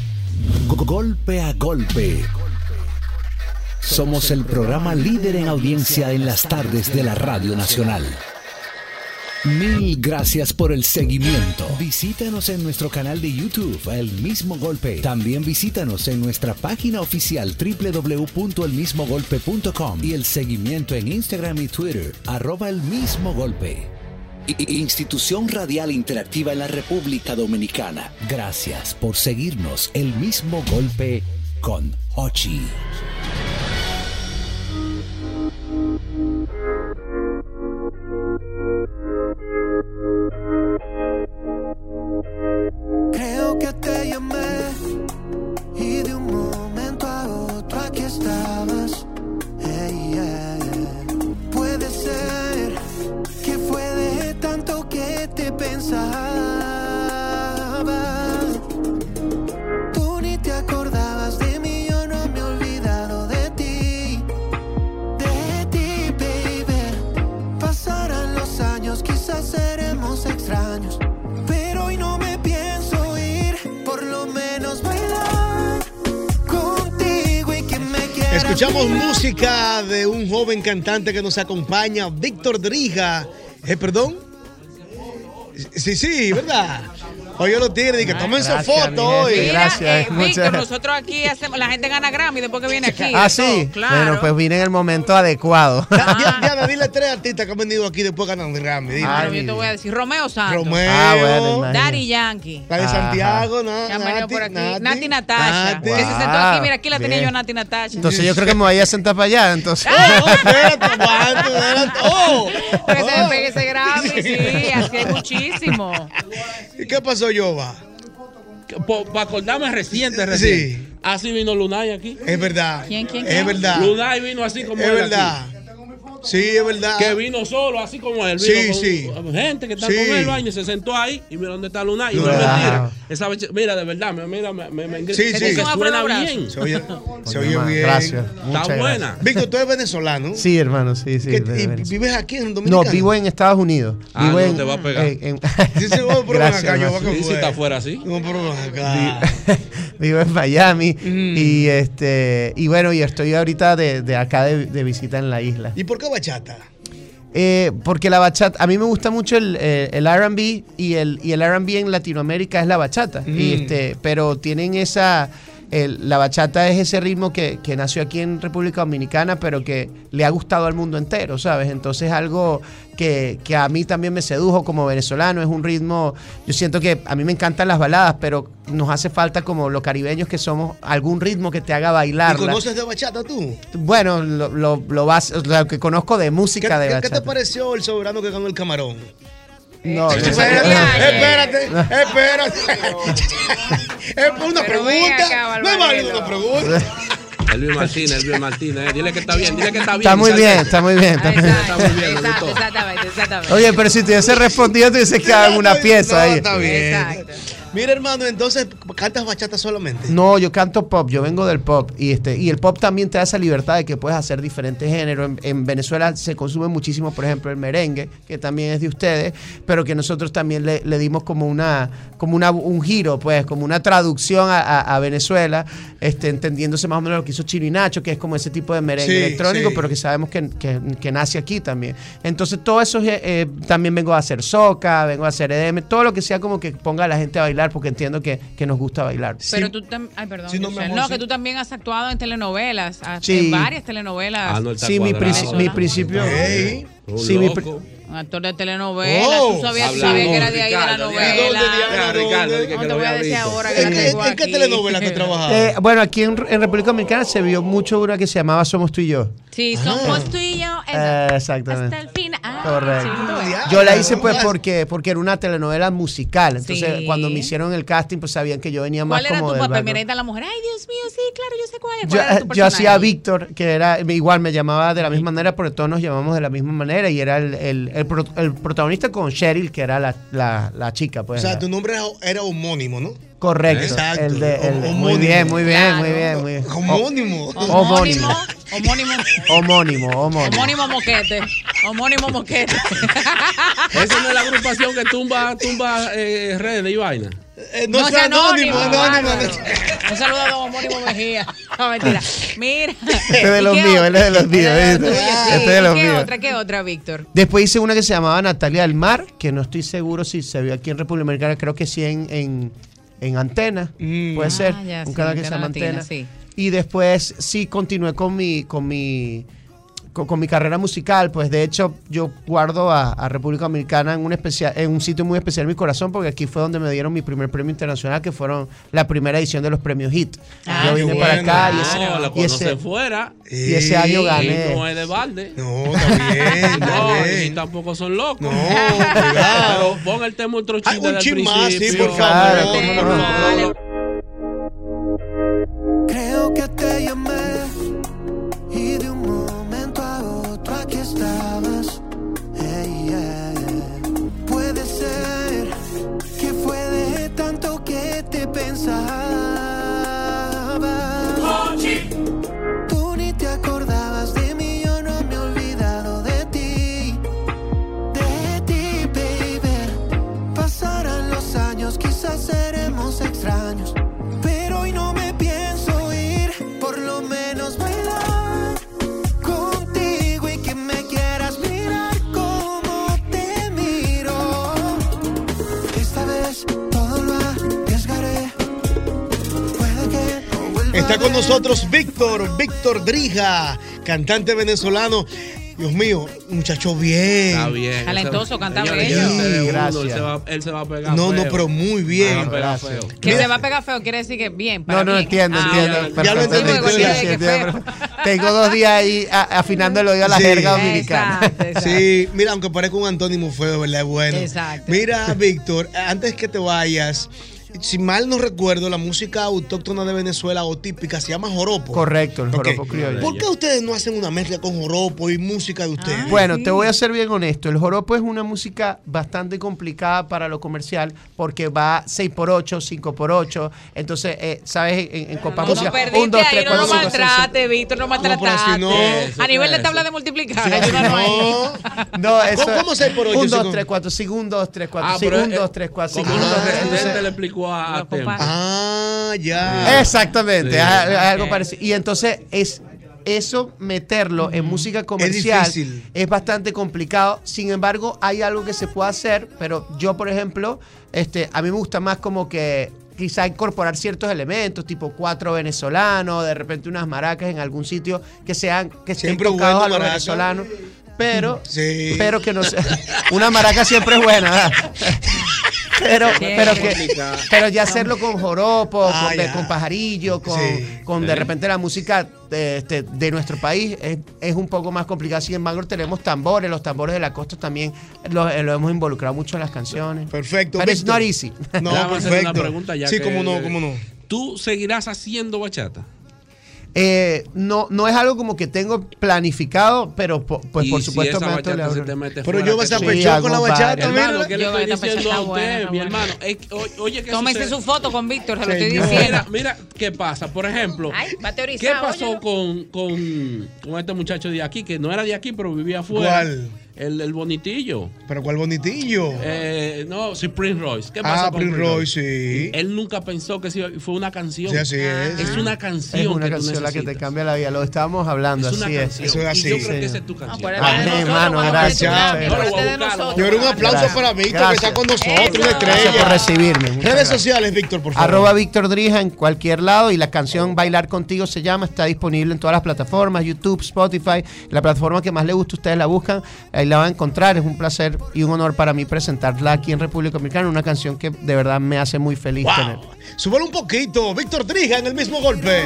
Go- Golpe a golpe. Somos el programa líder en audiencia en las tardes de la Radio Nacional. Mil gracias por el seguimiento. Visítanos en nuestro canal de YouTube, El Mismo Golpe. También visítanos en nuestra página oficial doble u doble u doble u punto el mismo golpe punto com y el seguimiento en Instagram y Twitter, arroba El Mismo Golpe. I- Institución Radial Interactiva en la República Dominicana. Gracias por seguirnos. El Mismo Golpe con Hochi. Creo que te llamé y de un momento a otro aquí estabas. Hey, yeah. Puede ser que fue de tanto que te pensaba. Tú ni te acordabas de mí, yo no me he olvidado de ti. De ti, baby. Pasarán los años, quizás seremos extraños, pero hoy no me pienso ir, por lo menos bailar contigo y que me quieras. Escuchamos música de un joven cantante que nos acompaña, Víctor Drija. Eh, ¿Perdón? Sí, sí, ¿verdad? Oye, los tigres, que tomen su foto hoy. Mira, Gracias, Eh, Víctor, nosotros aquí hacemos, la gente gana Grammy después que viene aquí. Ah, eso, sí. claro. Bueno, pues vine en el momento adecuado. Diana, Diana, dile tres artistas que han venido aquí después ganan el Grammy. Dile. Claro, yo te voy a decir Romeo Santos, Romeo. Ah, bueno, imagínate. Daddy Yankee, La de Santiago, na- que han venido Nati, por aquí, Nati. Nati, Natasha, Nati. que se sentó Wow, aquí, mira, aquí la tenía bien. yo, Nati Natasha. Entonces yo creo que me voy a sentar para allá. Entonces. Ah, espérate, aguante, espérate. Oh, que se me pegue ese Grammy, sí, así hay muchísimo. ¿Y qué pasó, Yoba? Para acordarme reciente, reciente. Sí. Así vino Lunay aquí. Es verdad. ¿Quién, quién, Es quién? verdad. Lunay vino así como Es él verdad. aquí. Sí, es verdad. Que vino solo, así como él. Sí, Vino sí. con gente que está Sí. con él, baño, se sentó ahí y mira dónde está Lunay. Y no Wow. es mentira. Esa vez- mira, de verdad, me- mira, me, me, me Sí, sí. que suena bien. Se oye, se oye Oye, bien. gracias. Muchas Está buena. gracias. Víctor, tú eres venezolano. Sí, hermano, sí, sí. ¿Qué- de ¿Y Venezuela. vives aquí en No, Dominicana? vivo en Estados Unidos. Ah, Vivo no, en, te va a pegar. en- en- Dice, oh, pero ven Gracias, acá, Yoba, hermano. ¿qué Sí, si fue? está afuera así. No, pero ven acá. Vivo en Miami Mm. y este y bueno, y estoy ahorita de, de acá de, de visita en la isla. ¿Y por qué bachata? Eh, porque la bachata, a mí me gusta mucho el, eh, el R and B y el, y el R and B en Latinoamérica es la bachata. Mm. Y este, pero tienen esa, el- la bachata es ese ritmo que, que nació aquí en República Dominicana, pero que le ha gustado al mundo entero, ¿sabes? Entonces algo que, que a mí también me sedujo como venezolano, es un ritmo, yo siento que a mí me encantan las baladas, pero nos hace falta como los caribeños que somos, algún ritmo que te haga ¿Y bailarla. conoces de bachata tú? Bueno, lo, lo, lo, vas- lo que conozco de ¿Qué, música de qué- qué bachata. te pareció el soberano que ganó el camarón? No, yo- Espérate, espérate, espérate. Es una Pero ven pregunta. acá, No es válido una pregunta. Elvio Martínez, Elvio Martínez. eh, Dile que está bien, dile que está bien. Está muy Isabel. bien, está muy bien. Está muy bien. Está muy bien, me Exacto, gustó. exactamente, exactamente. Oye, pero si te hubiese respondido, te hubiese quedado en una pieza No, ahí. está bien. Exacto. Mira, hermano, entonces, ¿cantas bachata solamente? No, yo canto pop, yo vengo del pop y este y el pop también te da esa libertad de que puedes hacer diferentes géneros. En, en Venezuela se consume muchísimo, por ejemplo, el merengue, que también es de ustedes, pero que nosotros también le, le dimos como una como una un giro, pues, como una traducción a, a- a Venezuela, este entendiéndose más o menos lo que hizo Chino y Nacho, que es como ese tipo de merengue Sí, electrónico, sí. pero que sabemos que, que, que nace aquí también. Entonces, todo eso eh, eh, también vengo a hacer soca, vengo a hacer E D M, todo lo que sea como que ponga a la gente a bailar, porque entiendo que, que nos gusta bailar. Pero tú también, ay, perdón. Sí, no, Giselle. mi no, amor, que sí. tú también has actuado en telenovelas, has- Sí. en varias telenovelas. Ah, no, él está Sí, mi, cuadrado. princi- mi principio. Ey. Un Sí, mi loco. Un actor de telenovelas. Oh, tú sabías, tú hablamos, sabías que era de ahí de la Ricardo, novela. ¿Y dónde, Diana? Ya, Ricardo, ¿Dónde? que- No que te lo voy a había decir visto. ahora que ¿En la qué, tengo en qué aquí. telenovela te trabajaba? Eh, bueno, aquí en, en República Dominicana se vio mucho una que se llamaba Somos tú y yo. Sí, Ah. somos tú y yo. Eh, esa. exactamente. Hasta el final. Ah, Correcto. sí, tú ves. Yo la hice pues porque, porque era una telenovela musical. Entonces, Sí. cuando me hicieron el casting, pues sabían que yo venía más ¿Cuál era como tu del papel? background. Mira, ahí está la mujer. Ay, Dios mío, sí, claro, yo sé cuál es. Yo, ¿Cuál era tu yo personaje? hacía a Víctor, que era igual, me llamaba de la misma manera, porque todos nos llamamos de la misma manera, y era el, el, el, pro- el protagonista con Cheryl, que era la, la, la chica. Pues, O sea, la- tu nombre era, era homónimo, ¿no? correcto. Exacto. El de, el- Homónimo. muy bien, muy bien, Claro. muy bien. Muy bien. Homónimo. Homónimo. Homónimo. Homónimo, homónimo. Homónimo moquete. Homónimo moquete. Esa no es la agrupación que tumba, tumba eh, redes y vaina. Eh, no es anónimo, anónimo. Un saludo a don Homónimo Mejía. No, mentira. Mira. Este es de los míos, él es de los míos. Este es de los ¿Qué míos. otra? ¿Qué otra, Víctor? Después hice una que se llamaba Natalia del Mar, que no estoy seguro si se vio aquí en República Dominicana, creo que sí en, en, en Antena, puede Ah, ser, ya, un sí, canal que se Antena llama Latina, Antena. sí. Y después sí continué con mi, con mi con, con mi carrera musical, pues de hecho yo guardo a, a República Dominicana en un especial, en un sitio muy especial en mi corazón, porque aquí fue donde me dieron mi primer premio internacional, que fueron la primera edición de los premios HIT. Ah, yo vine qué para bueno. acá y ese, No, la y conoce ese- fuera. y ese año gané. Y no es de balde. No, está bien, está No, bien. y tampoco son locos. No, cuidado. Pero pon el tema un Ay, trochito un del chin principio. más, sí, por Claro, favor. cómo no. Por favor. Creo que te llamé y de un momento a otro aquí estabas. Hey, yeah. Puede ser que fue de tanto que te pensaba. Tú ni te acordabas de mí, yo no me he olvidado de ti. De ti, baby. Pasarán los años, quizás seremos extraños. Pero hoy no me pienso ir, por lo menos bailar contigo y que me quieras mirar como te miro. Esta vez todo lo arriesgaré. Puede que no vuelva Está a con ver. nosotros Víctor, Víctor Drija, cantante venezolano. Dios mío, muchacho bien. Está bien. Talentoso, canta Señores, bello. ya ustedes uno, Gracias. Él se, va, él se va a pegar No, no, feo. pero muy bien. Se va a pegar Gracias. feo. Que se va a pegar feo quiere decir que bien. Para No, no, bien. entiendo, Ah, entiendo. ya- ya lo perfectamente. entendí, Sí, ya. sí, Qué entiendo, feo. pero Tengo dos días ahí a- afinando el oído a la Sí. jerga dominicana. Exacto, exacto. Sí, mira, aunque parezca un antónimo feo, ¿verdad? Bueno. Exacto. Mira, Víctor, antes que te vayas, si mal no recuerdo, la música autóctona de Venezuela o típica se llama joropo. Correcto, el Ok. joropo criollo. ¿Por qué ustedes no hacen una mezcla con joropo y música de ustedes? Bueno, te voy a ser bien honesto. El joropo es una música bastante complicada para lo comercial porque va seis por ocho, cinco por ocho. Entonces, eh, ¿sabes? En, en compás No, música. no perdiste un, dos, ahí, tres, no cuatro, lo cinco, seis, siete. maltrate, Víctor, no maltrataste. pero si no- a nivel de eso. tabla de multiplicar, Sí, ayúdanos ahí. no. No, eso ¿Cómo- cómo seis por ocho, un, cinco? dos, tres, cuatro, cinco, un, dos, tres, cuatro, Ah, cinco, pero un, eh, dos, tres, cuatro, cinco, como un, los dos, tres. residentes Entonces- le explicó a, a Lo Tempo. compara. Ah, ya. Exactamente, Sí. es a- es algo Ok. parecido. Y entonces es eso meterlo en música comercial es, difícil. bastante complicado. Sin embargo, hay algo que se puede hacer, pero yo, por ejemplo, este, a mí me gusta más como que quizá incorporar ciertos elementos, tipo cuatro venezolanos, de repente unas maracas en algún sitio que sean que estén Siempre tocados bueno, a los maraca. venezolanos. Pero, Sí. pero que no sea. Una maraca siempre es buena, ¿verdad? Pero, pero que pero ya hacerlo con joropo, Ah, con, de- ya. con pajarillo, con, Sí. con de repente la música de, este, de nuestro país es, es un poco más complicado. Sin embargo, tenemos tambores, los tambores de la costa también lo, eh, lo hemos involucrado mucho en las canciones. Perfecto. Pero it's Víctor. not easy. No, Déjame hacer perfecto. una pregunta ya sí, que- cómo no, cómo no. ¿Tú seguirás haciendo bachata? Eh, no, no es algo como que tengo planificado, pero po- pues Y por si supuesto esa me meto bachata le se abro. te mete Pero fuera, yo vas a ¿qué Sí, pechar con la hago bachata, varios. Hermano, mira. ¿qué le Yo, estoy esta diciendo está a buena, usted, está mi buena. hermano? Es que, o- oye, ¿qué Tómese sucede? su foto con Víctor, se lo estoy Señor. diciendo. Mira, mira qué pasa. Por ejemplo, Ay, va a ¿qué teorizar, pasó óyelo. con, con, con este muchacho de aquí, que no era de aquí, pero vivía afuera? ¿Cuál? El, el bonitillo. Pero cuál bonitillo. Eh, no, sí, Prince Royce. ¿Qué pasa Ah, con Prince Royce, sí. Él nunca pensó que sí- fue una canción. Sí, así es. Es una canción Es una que tú canción la que te necesitas. cambia la vida. Lo estábamos hablando, Es una así es. canción. Eso es así. Y yo creo Sí. que esa es tu canción. Acuérdate Amén, de nosotros, hermano, cuando gracias. te tocamos, Sí. acuérdate de Yo lo voy a buscar, nosotros. Yo un aplauso Gracias. para Víctor, que Gracias. está con nosotros, Eso. una estrella. Gracias por recibirme. Muchas Redes gracias. sociales, Víctor, por favor. Arroba Víctor Drija en cualquier lado y la canción Bailar Contigo se llama, está disponible en todas las plataformas, YouTube, Spotify, la plataforma que más les guste, ustedes la buscan, ahí la van a encontrar. Es un placer y un honor para mí presentarla aquí en República Dominicana, una canción que de verdad me hace muy feliz tener. Wow. Súbalo un poquito. Víctor Drija en el mismo golpe.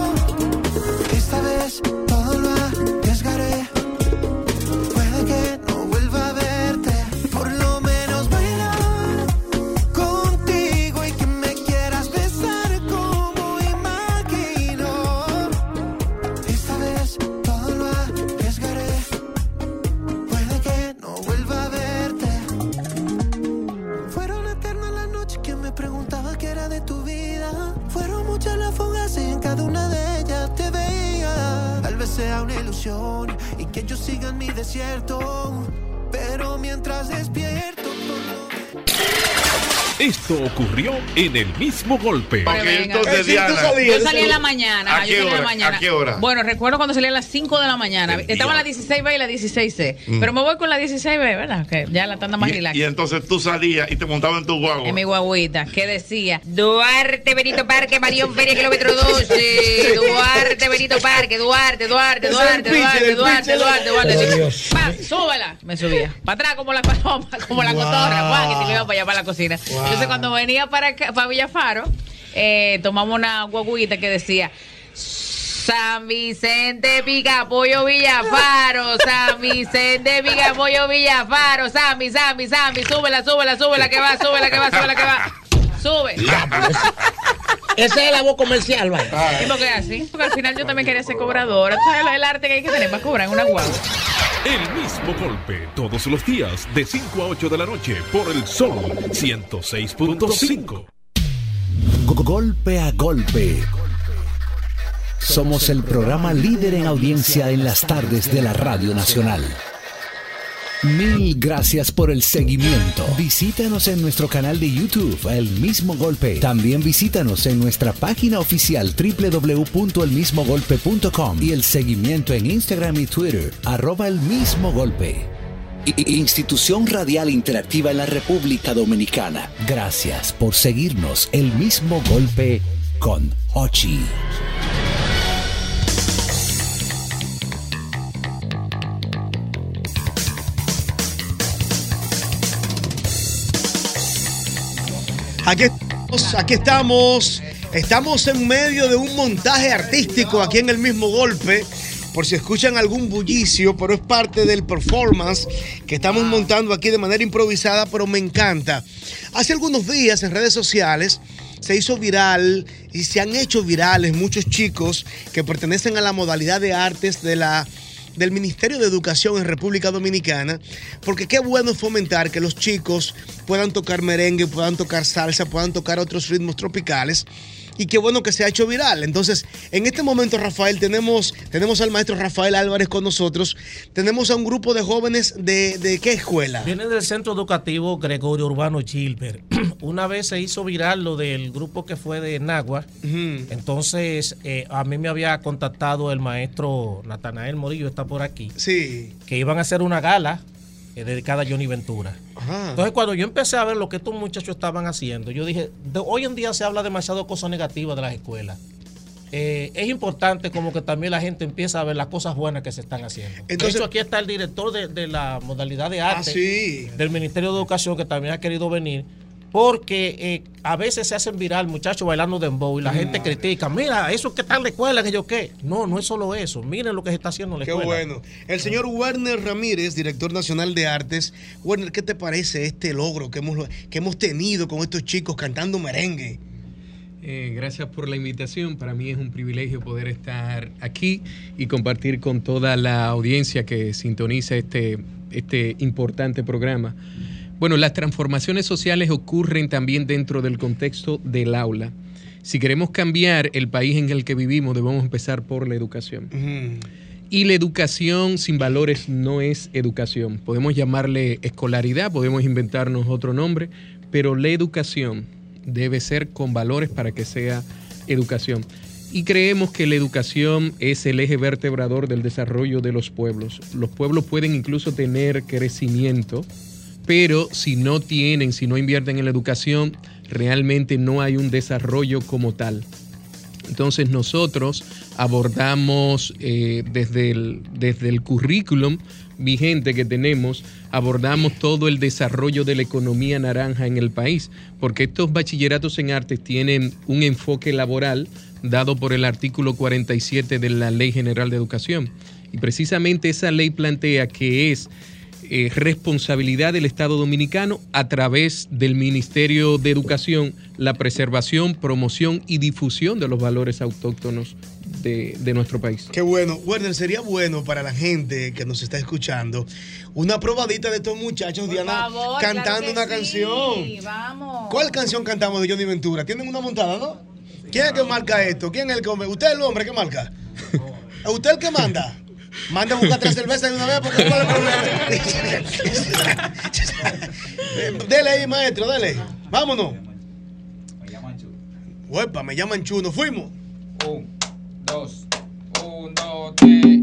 Esta vez todo lo arriesgaré. Puede que no vuelva a verte. Por lo menos bailar contigo y que me quieras besar como imagino. Esta vez todo lo arriesgaré. Puede que no vuelva a verte. Fueron eternas las noches que me preguntaba qué era de tu vida. Fueron muchas las fugas y en cada una de ellas te veía. Tal vez sea una ilusión y que yo siga en mi desierto. Pero mientras despierto, por lo menos- Esto ocurrió en el mismo golpe. Porque venga. entonces, Eh, sí, Diana, tú salías, yo salía en la mañana. ¿A yo qué salía en la hora? mañana. ¿A qué hora? Bueno, recuerdo cuando salía a las cinco de la mañana. El Estaba día. la dieciséis B y la dieciséis C. Mm. Pero me voy con la dieciséis B, ¿verdad? Que ya la tanda más Y, relax. y entonces tú salías y te montabas en tu guagua. En mi guaguita, que decía Duarte Benito Parque, Marión Feria, kilómetro doce. Duarte Benito Parque, Duarte, Duarte, Ese es Duarte, el pitcher, Duarte, el Duarte, pitcher. Duarte, Duarte, Oh, Duarte. Dios. Pa, súbela. Me subía. Para atrás como la paloma, como la Wow. cotorra. Guau, que te me iba para allá para la cocina. Wow. Entonces cuando venía para, acá- para Villafaro, eh, tomamos una guaguita que decía San Vicente Picapollo Villafaro, San Vicente Picapollo Villafaro, Sammy, Sammy, Sammy, súbela, súbela, súbela que va, súbela que va, súbela que va. Sube. Esa es la voz comercial, vaya. ¿Y por qué así? Porque al final yo también quería ser cobradora. ¿Tú sabes el arte que hay que tener para cobrar en una guagua? El mismo golpe todos los días de cinco a ocho de la noche por el Sol ciento seis punto cinco. Golpe a golpe. Somos el programa líder en audiencia en las tardes de la Radio Nacional. Mil gracias por el seguimiento. Visítanos en nuestro canal de YouTube, El Mismo Golpe. También visítanos en nuestra página oficial doble u doble u doble u punto el mismo golpe punto com y el seguimiento en Instagram y Twitter, arroba El Mismo Golpe. I- Institución Radial Interactiva en la República Dominicana. Gracias por seguirnos. El Mismo Golpe con Hochi. Aquí estamos, aquí estamos. Estamos en medio de un montaje artístico aquí en El Mismo Golpe. Por si escuchan algún bullicio, pero es parte del performance que estamos montando aquí de manera improvisada, pero me encanta. Hace algunos días en redes sociales se hizo viral y se han hecho virales muchos chicos que pertenecen a la modalidad de artes de la del Ministerio de Educación en República Dominicana, porque qué bueno es fomentar que los chicos puedan tocar merengue, puedan tocar salsa, puedan tocar otros ritmos tropicales, y qué bueno que se ha hecho viral. Entonces, en este momento, Rafael, tenemos, tenemos al maestro Rafael Álvarez con nosotros, tenemos a un grupo de jóvenes de, ¿de qué escuela? Viene del Centro Educativo Gregorio Urbano Gilbert. Una vez se hizo viral lo del grupo que fue de Nagua. Uh-huh. Entonces, eh, a mí me había contactado el maestro Natanael Morillo, está por aquí. Sí. Que iban a hacer una gala eh, dedicada a Johnny Ventura. Ajá. Entonces, cuando yo empecé a ver lo que estos muchachos estaban haciendo, yo dije, de, hoy en día se habla demasiado cosas negativas de las escuelas. Eh, es importante como que también la gente empiece a ver las cosas buenas que se están haciendo. Entonces, de hecho, aquí está el director de, de la modalidad de arte ah, sí. del Ministerio de Educación, que también ha querido venir, porque eh, a veces se hacen viral muchachos bailando dembow y la mm. gente critica, mira, eso que está en la escuela, que yo qué. No, no es solo eso, miren lo que se está haciendo en la qué escuela. Qué bueno. El señor Werner Ramírez, director nacional de artes. Werner, ¿qué te parece este logro que hemos, que hemos tenido con estos chicos cantando merengue? Eh, gracias por la invitación. Para mí es un privilegio poder estar aquí y compartir con toda la audiencia que sintoniza este, este importante programa. Bueno, las transformaciones sociales ocurren también dentro del contexto del aula. Si queremos cambiar el país en el que vivimos, debemos empezar por la educación. Uh-huh. Y la educación sin valores no es educación. Podemos llamarle escolaridad, podemos inventarnos otro nombre, pero la educación debe ser con valores para que sea educación. Y creemos que la educación es el eje vertebrador del desarrollo de los pueblos. Los pueblos pueden incluso tener crecimiento, pero si no tienen, si no invierten en la educación, realmente no hay un desarrollo como tal. Entonces nosotros abordamos eh, desde el, desde el currículum vigente que tenemos, abordamos todo el desarrollo de la economía naranja en el país, porque estos bachilleratos en artes tienen un enfoque laboral dado por el artículo cuarenta y siete de la Ley General de Educación. Y precisamente esa ley plantea que es Eh, responsabilidad del Estado Dominicano a través del Ministerio de Educación la preservación, promoción y difusión de los valores autóctonos de, de nuestro país. Qué bueno. Werner, sería bueno para la gente que nos está escuchando una probadita de estos muchachos, Por Diana, favor, cantando claro una sí. canción. Vamos. ¿Cuál canción cantamos de Johnny Ventura? ¿Tienen una montada, no? ¿Quién es el que marca esto? ¿Quién es el que... ¿Usted es el hombre que marca? ¿Es usted el que manda? Manda a buscar tres cervezas de una vez porque ¿cuál es el problema? Dele ahí, maestro, dele. Vámonos. Huepa, me llaman Chuno. Fuimos. Un, dos, un, dos, tres.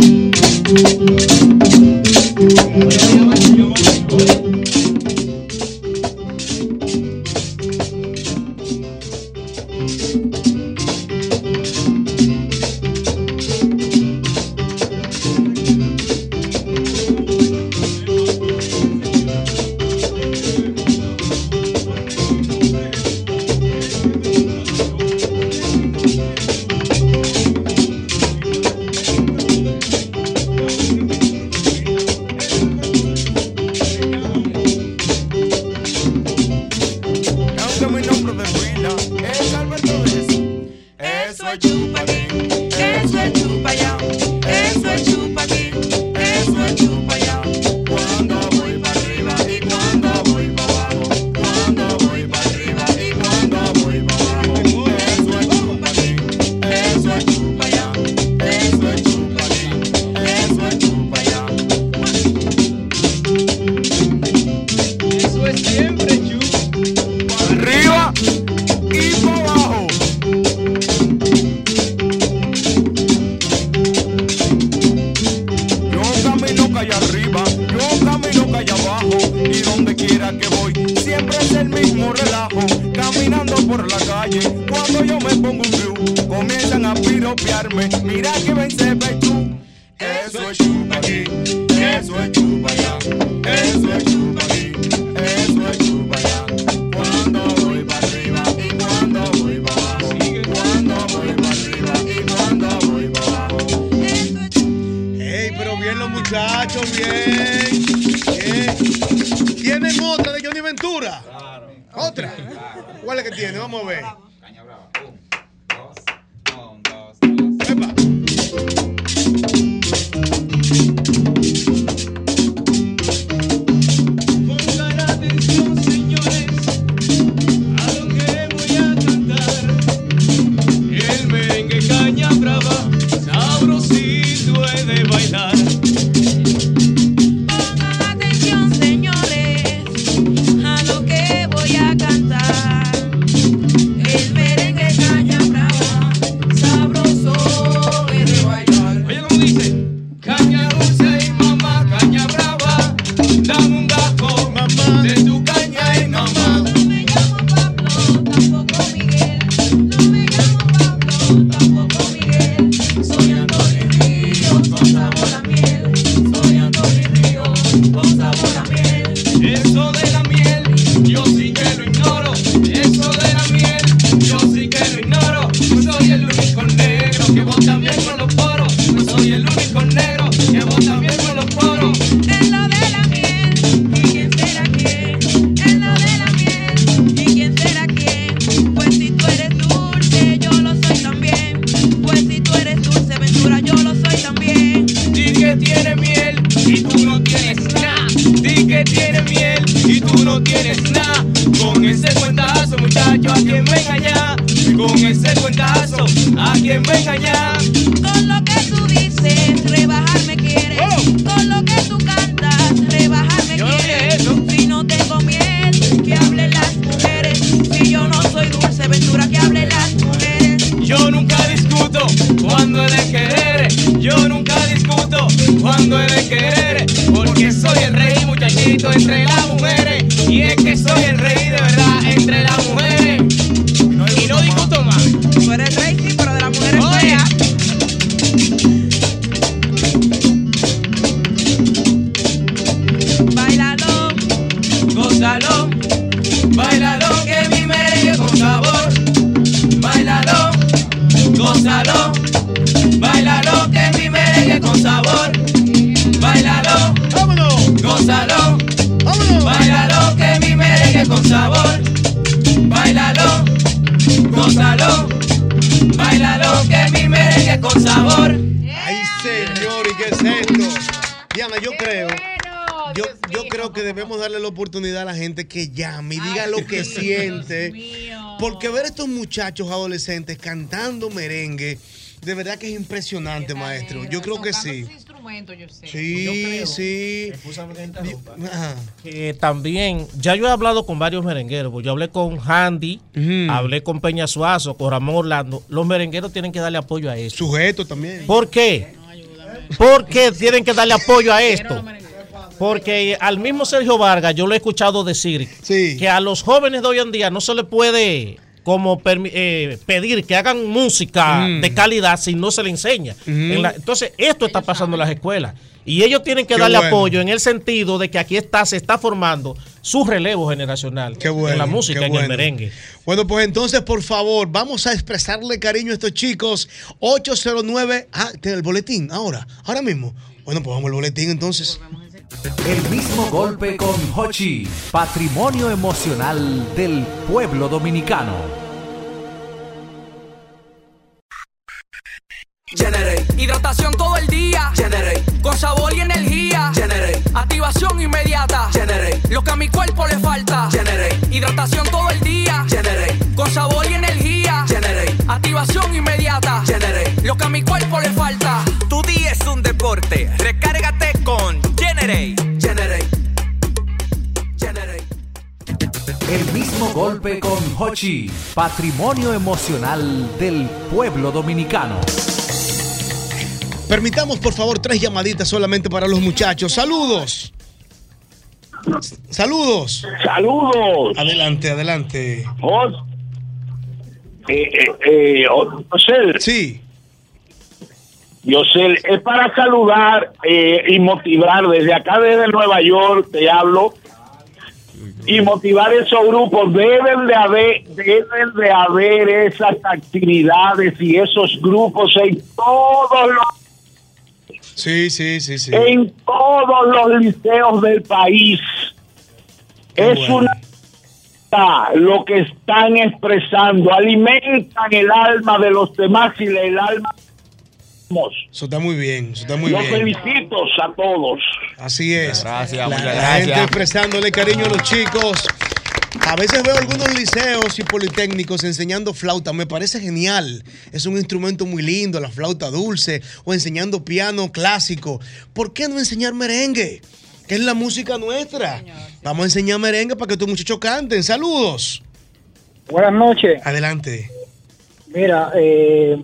Oportunidad a la gente que llame y diga Ay, lo que siente. Porque ver a estos muchachos adolescentes cantando merengue, de verdad que es impresionante, maestro. Yo creo que sí. momento, yo sé. Sí, Yo creo, sí. Excúsame que interrumpa, que también, ya yo he hablado con varios merengueros, pues yo hablé con Handy, Ujú. hablé con Peña Suazo, con Ramón Orlando. Los merengueros tienen que darle apoyo a esto. Sujeto también. ¿Por qué? ¿Por qué tienen que darle apoyo a esto? Porque al mismo Sergio Vargas yo lo he escuchado decir que a los jóvenes de hoy en día no se les puede como permi- eh, pedir que hagan música Mm. de calidad si no se le enseña. Mm. En la- entonces, esto está pasando en las escuelas. Y ellos tienen que Qué darle bueno. apoyo en el sentido de que aquí está, se está formando su relevo generacional Qué bueno, en la música, qué en bueno. el merengue. Bueno, pues entonces, por favor, vamos a expresarle cariño a estos chicos. ocho cero nueve. Ah, tiene el boletín ahora, ahora mismo. Bueno, pues vamos al boletín entonces. El mismo golpe con Hochi, patrimonio emocional del pueblo dominicano. Generate. Hidratación todo el día. Generate. Con sabor y energía. Generate. Activación inmediata. Generate. Lo que a mi cuerpo le falta. Generate. Hidratación todo el día. Generate. Con sabor y energía. Generate. Activación inmediata. Generate. Lo que a mi cuerpo le falta. Tu día es un deporte. Recárgate con Generate. Generate. Generate. El mismo golpe con Hochi, patrimonio emocional del pueblo dominicano. Permitamos, por favor, tres llamaditas solamente para los muchachos. Saludos. Saludos. Saludos. Adelante, adelante. Jos, eh, eh, eh, José. Sí. José, es para saludar eh, y motivar desde acá, desde Nueva York, te hablo, y motivar esos grupos. Deben de haber, deben de haber esas actividades y esos grupos en todos los Sí, sí, sí, sí. en todos los liceos del país. Qué es bueno. una lo que están expresando, alimentan el alma de los demás y el alma. Eso está muy bien, eso está muy Los bien. felicito a todos. Así es. Gracias, la, muchas la gracias. gente expresándole cariño a los chicos. A veces veo algunos liceos y politécnicos enseñando flauta. Me parece genial. Es un instrumento muy lindo, la flauta dulce. O enseñando piano clásico. ¿Por qué no enseñar merengue? Que es la música nuestra. Vamos a enseñar merengue para que estos muchachos canten. Saludos. Buenas noches. Adelante. Mira, eh,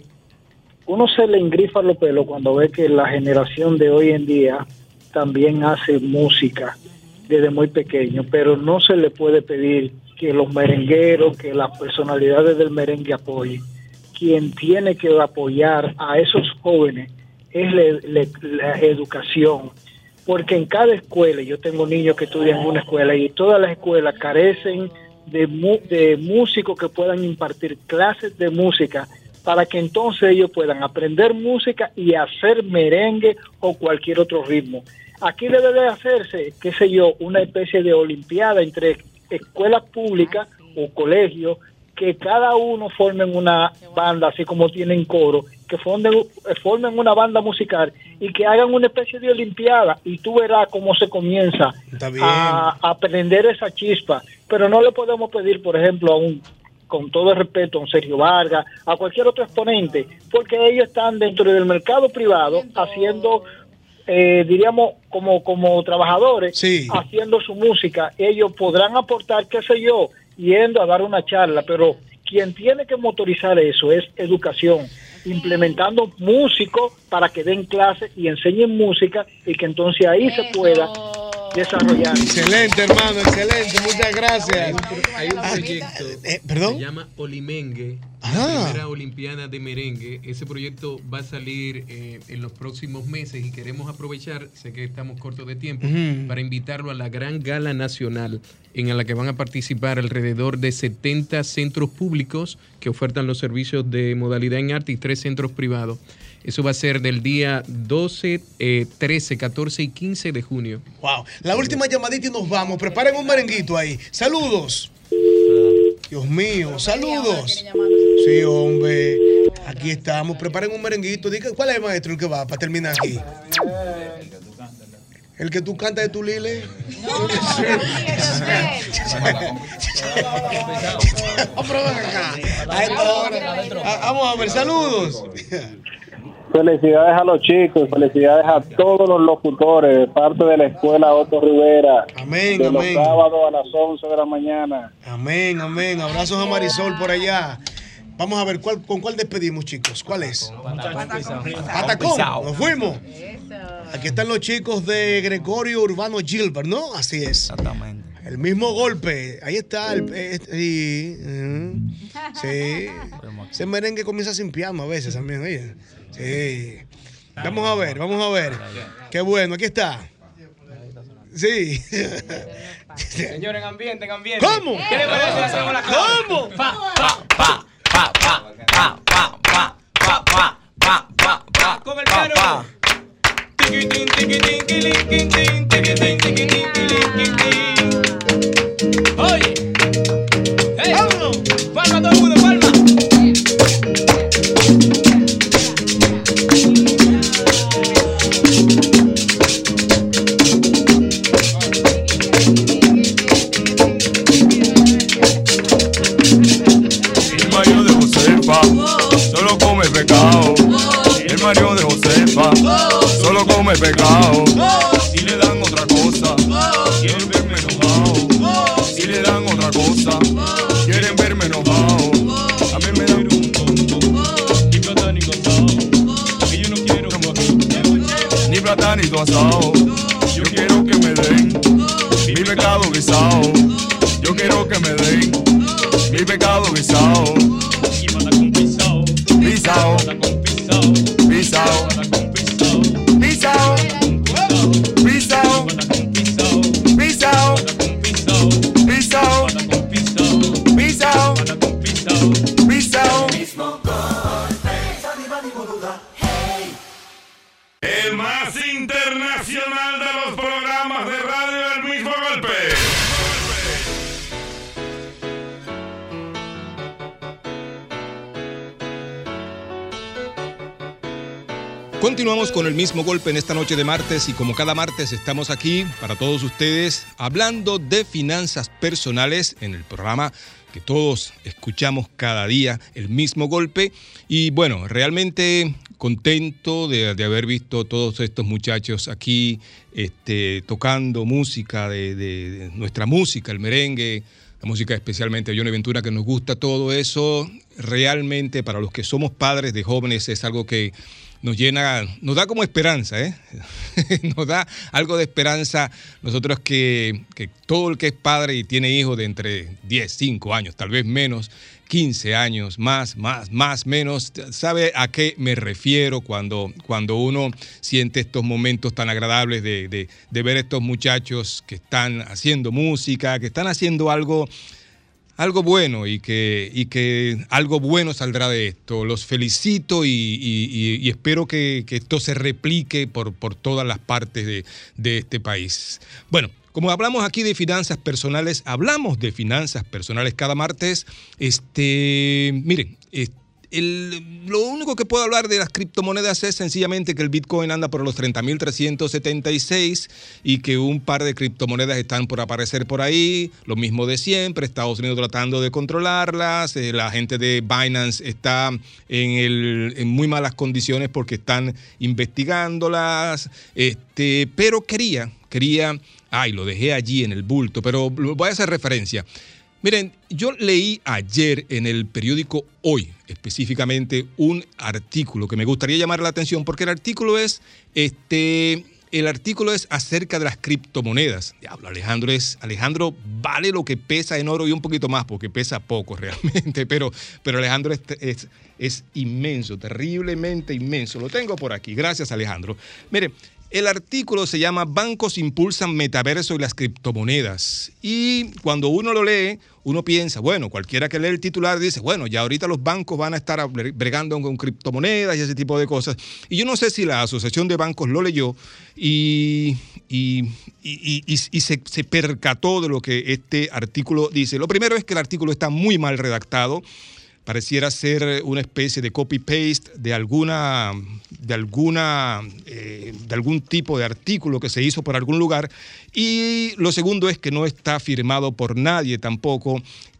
uno se le engrifa los pelos cuando ve que la generación de hoy en día también hace música desde muy pequeño, pero no se le puede pedir que los merengueros, que las personalidades del merengue apoyen. Quien tiene que apoyar a esos jóvenes es le- le- la educación, porque en cada escuela, yo tengo niños que estudian en una escuela y todas las escuelas carecen de, mu- de músicos que puedan impartir clases de música para que entonces ellos puedan aprender música y hacer merengue o cualquier otro ritmo. Aquí debe de hacerse, qué sé yo, una especie de olimpiada entre escuelas públicas o colegios, que cada uno formen una banda, así como tienen coro, que formen, formen una banda musical y que hagan una especie de olimpiada, y tú verás cómo se comienza Está bien. a, a prender esa chispa. Pero no le podemos pedir, por ejemplo, a un, con todo el respeto, a un Sergio Vargas, a cualquier otro exponente, porque ellos están dentro del mercado privado haciendo, eh, diríamos, como, como trabajadores, haciendo su música. Ellos podrán aportar, qué sé yo, yendo a dar una charla, pero quien tiene que motorizar eso es educación, implementando músicos para que den clases y enseñen música, y que entonces ahí se pueda desarrollar. Excelente, hermano, excelente. Muchas gracias. Hay un proyecto eh, ¿perdón? se llama Olimengue, Ah. la primera Olimpiada de Merengue. Ese proyecto va a salir eh, en los próximos meses y queremos aprovechar, sé que estamos cortos de tiempo, Ujú. para invitarlo a la gran gala nacional en la que van a participar alrededor de setenta centros públicos que ofertan los servicios de modalidad en arte y tres centros privados. Eso va a ser del día doce, eh, trece, catorce y quince de junio. Wow. La última llamadita y nos vamos. Preparen un merenguito ahí. Saludos. Dios mío, saludos. Sí, hombre. Aquí estamos. Preparen un merenguito. Diga, ¿cuál es el maestro el que va para terminar aquí? ¿El que tú cantas de tu Lile? No, Vamos a ver, saludos. Felicidades a los chicos, felicidades a todos los locutores de parte de la escuela Otto Rivera. Amén, de amén. Los sábados a las once de la mañana. Amén, amén. Abrazos a Marisol por allá. Vamos a ver, ¿cuál, ¿con cuál despedimos, chicos? ¿Cuál es? Patacón. Nos fuimos. Aquí están los chicos de Gregorio Urbano Gilbert, ¿no? Así es. Exactamente. El mismo golpe. Ahí está. El, eh, sí. Uh, sí. Ese merengue comienza sin piano a veces también, oye. Sí. Vamos a ver, vamos a ver. Qué bueno, aquí está. Sí. Señor, en ambiente, en ambiente. ¿Cómo? ¿Qué le parece si hacemos la clave? ¿Cómo? Pa, pa, pa, pa, pa, pa, pa, pa, pa, pa, pa, pa, pa. Con el piano. Tiquitín, tiquitín, tiquitín, tiquitín, tiquitín, tiquitín, tiquitín. Oye. Hey. Vámonos. Palma todo el mundo, palma. Solo come pecado. El marido de Josefa solo come pecado. Si le dan otra cosa, quieren verme enojado. Si le dan otra cosa, quieren verme enojado. A mí me dan un tonto ni platanito asado. Que yo no quiero ni platanito asado. Yo quiero que me den mi pecado guisado. Yo quiero que me den mi pecado guisado. Pisao, pisao, pisao, pisao, pisao, pisao, pisao, pisao. El más internacional de los programas de radio del mismo golpe. Continuamos con el mismo golpe en esta noche de martes y como cada martes estamos aquí para todos ustedes hablando de finanzas personales en el programa que todos escuchamos cada día, el mismo golpe. Y bueno, realmente contento de, de haber visto todos estos muchachos aquí este, tocando música, de, de, de nuestra música, el merengue, la música especialmente de Johnny Ventura, que nos gusta todo eso. Realmente para los que somos padres de jóvenes es algo que nos llena, nos da como esperanza, ¿eh? Nos da algo de esperanza nosotros que, que todo el que es padre y tiene hijos de entre diez, cinco años, tal vez menos, quince años, más, más, más, menos, sabe a qué me refiero cuando, cuando uno siente estos momentos tan agradables de, de, de ver estos muchachos que están haciendo música, que están haciendo algo algo bueno y que, y que algo bueno saldrá de esto. Los felicito y, y, y espero que, que esto se replique por, por todas las partes de, de este país. Bueno, como hablamos aquí de finanzas personales, hablamos de finanzas personales cada martes. Este, miren, este, El, lo único que puedo hablar de las criptomonedas es sencillamente que el Bitcoin anda por los treinta mil trescientos setenta y seis y que un par de criptomonedas están por aparecer por ahí, lo mismo de siempre, Estados Unidos tratando de controlarlas, eh, la gente de Binance está en, el, en muy malas condiciones porque están investigándolas, este, pero quería, quería, ay, lo dejé allí en el bulto, pero voy a hacer referencia. Miren, yo leí ayer en el periódico Hoy, específicamente, un artículo que me gustaría llamar la atención porque el artículo es, este, el artículo es acerca de las criptomonedas. Diablo, Alejandro es, Alejandro vale lo que pesa en oro y un poquito más porque pesa poco realmente, pero, pero Alejandro es, es, es inmenso, terriblemente inmenso. Lo tengo por aquí. Gracias, Alejandro. Miren. El artículo se llama Bancos impulsan metaverso y las criptomonedas. Y cuando uno lo lee, uno piensa, bueno, cualquiera que lee el titular dice, bueno, ya ahorita los bancos van a estar bregando con criptomonedas y ese tipo de cosas. Y yo no sé si la Asociación de Bancos lo leyó y, y, y, y, y se, se percató de lo que este artículo dice. Lo primero es que el artículo está muy mal redactado. pareciera ser una especie de copy-paste de alguna, de, alguna, eh, de algún tipo de artículo que se hizo por algún lugar. Y lo segundo es que no está firmado por nadie tampoco.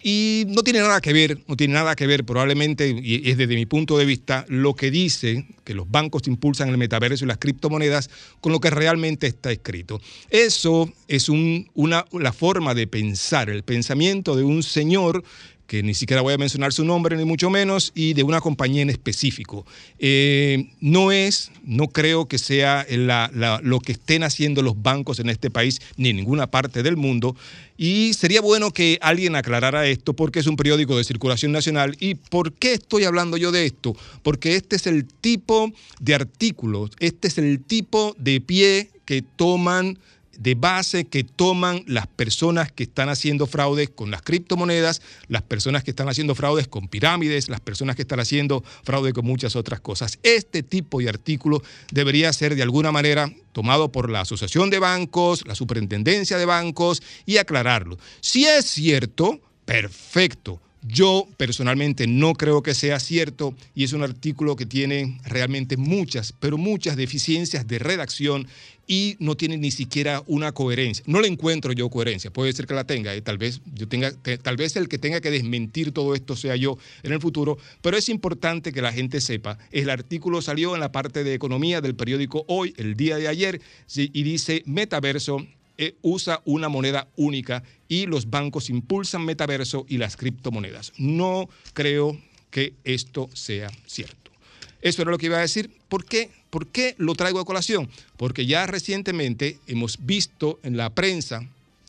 Y no tiene nada que ver, no tiene nada que ver probablemente, y es desde mi punto de vista, lo que dice que los bancos impulsan el metaverso y las criptomonedas con lo que realmente está escrito. Eso es un, una, la forma de pensar, el pensamiento de un señor que ni siquiera voy a mencionar su nombre, ni mucho menos, y de una compañía en específico. Eh, no es, no creo que sea la, la, lo que estén haciendo los bancos en este país, ni en ninguna parte del mundo, y sería bueno que alguien aclarara esto, porque es un periódico de circulación nacional. ¿Y por qué estoy hablando yo de esto? Porque este es el tipo de artículos, este es el tipo de pie que toman de base que toman las personas que están haciendo fraudes con las criptomonedas, las personas que están haciendo fraudes con pirámides, las personas que están haciendo fraude con muchas otras cosas. Este tipo de artículo debería ser de alguna manera tomado por la Asociación de Bancos, la Superintendencia de Bancos, y aclararlo. Si es cierto, perfecto. Yo personalmente no creo que sea cierto, y es un artículo que tiene realmente muchas, pero muchas deficiencias de redacción y no tiene ni siquiera una coherencia. No le encuentro yo coherencia, puede ser que la tenga, ¿eh? tal vez yo tenga, te, tal vez el que tenga que desmentir todo esto sea yo en el futuro, pero es importante que la gente sepa. El artículo salió en la parte de economía del periódico Hoy, el día de ayer, ¿sí? Y dice: metaverso eh, usa una moneda única y los bancos impulsan metaverso y las criptomonedas. No creo que esto sea cierto. Eso era lo que iba a decir. ¿Por qué? ¿Por qué lo traigo a colación? Porque ya recientemente hemos visto en la prensa,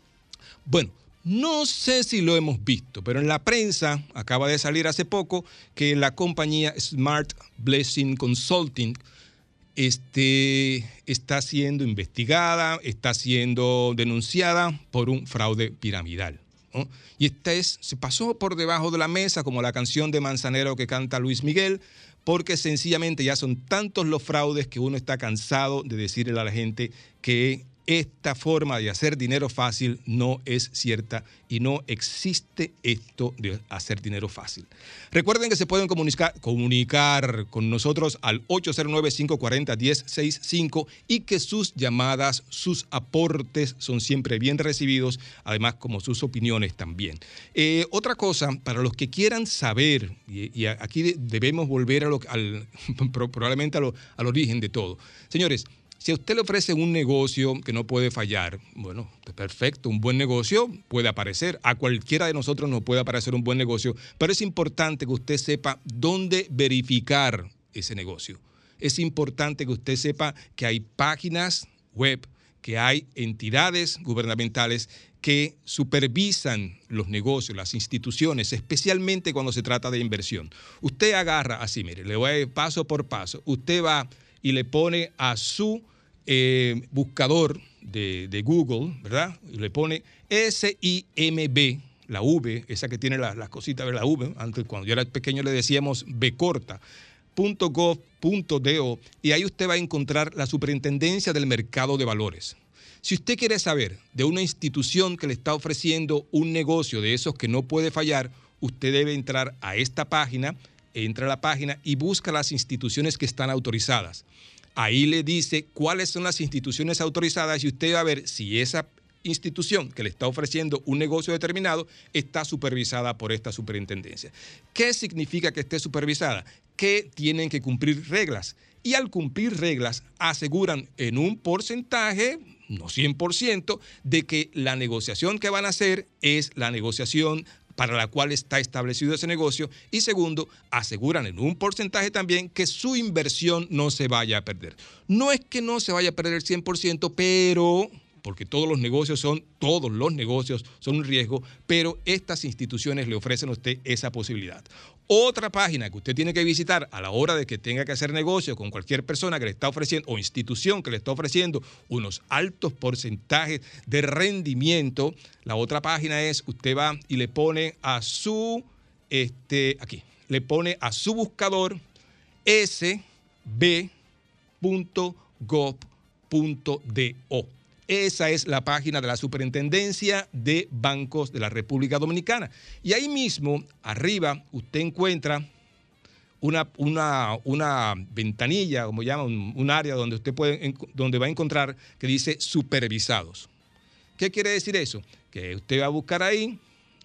bueno, no sé si lo hemos visto, pero en la prensa acaba de salir hace poco que la compañía Smart Blessing Consulting este, está siendo investigada, está siendo denunciada por un fraude piramidal, ¿no? Y esta es, se pasó por debajo de la mesa como la canción de Manzanero que canta Luis Miguel, porque sencillamente ya son tantos los fraudes que uno está cansado de decirle a la gente que esta forma de hacer dinero fácil no es cierta y no existe esto de hacer dinero fácil. Recuerden que se pueden comunicar, comunicar con nosotros al ocho cero nueve, cinco cuatro cero, uno cero seis cinco y que sus llamadas, sus aportes son siempre bien recibidos, además como sus opiniones también. Eh, otra cosa, para los que quieran saber, y, y aquí debemos volver a lo, al, probablemente a lo, al origen de todo. Señores, si a usted le ofrece un negocio que no puede fallar, bueno, perfecto, un buen negocio puede aparecer. A cualquiera de nosotros nos puede aparecer un buen negocio, pero es importante que usted sepa dónde verificar ese negocio. Es importante que usted sepa que hay páginas web, que hay entidades gubernamentales que supervisan los negocios, las instituciones, especialmente cuando se trata de inversión. Usted agarra, así, mire, le voy a ir paso por paso. Usted va y le pone a su eh, buscador de, de Google, ¿verdad? Y le pone S I M B, la V, esa que tiene las la cositas de la V. Antes, cuando yo era pequeño, le decíamos B corta. .gov punto do, y ahí usted va a encontrar la Superintendencia del Mercado de Valores. Si usted quiere saber de una institución que le está ofreciendo un negocio de esos que no puede fallar, usted debe entrar a esta página, entra a la página y busca las instituciones que están autorizadas. Ahí le dice cuáles son las instituciones autorizadas y usted va a ver si esa institución que le está ofreciendo un negocio determinado está supervisada por esta superintendencia. ¿Qué significa que esté supervisada? Que tienen que cumplir reglas. Y al cumplir reglas aseguran en un porcentaje, no cien por ciento, de que la negociación que van a hacer es la negociación para la cual está establecido ese negocio. Y segundo, aseguran en un porcentaje también que su inversión no se vaya a perder. No es que no se vaya a perder el cien por ciento, pero... porque todos los negocios son, todos los negocios son un riesgo, pero estas instituciones le ofrecen a usted esa posibilidad. Otra página que usted tiene que visitar a la hora de que tenga que hacer negocio con cualquier persona que le está ofreciendo o institución que le está ofreciendo unos altos porcentajes de rendimiento, la otra página es, usted va y le pone a su, este, aquí, le pone a su buscador s b punto gov punto do. Esa es la página de la Superintendencia de Bancos de la República Dominicana. Y ahí mismo, arriba, usted encuentra una, una, una ventanilla, como llaman, un, un área donde usted puede, donde va a encontrar que dice supervisados. ¿Qué quiere decir eso? Que usted va a buscar ahí.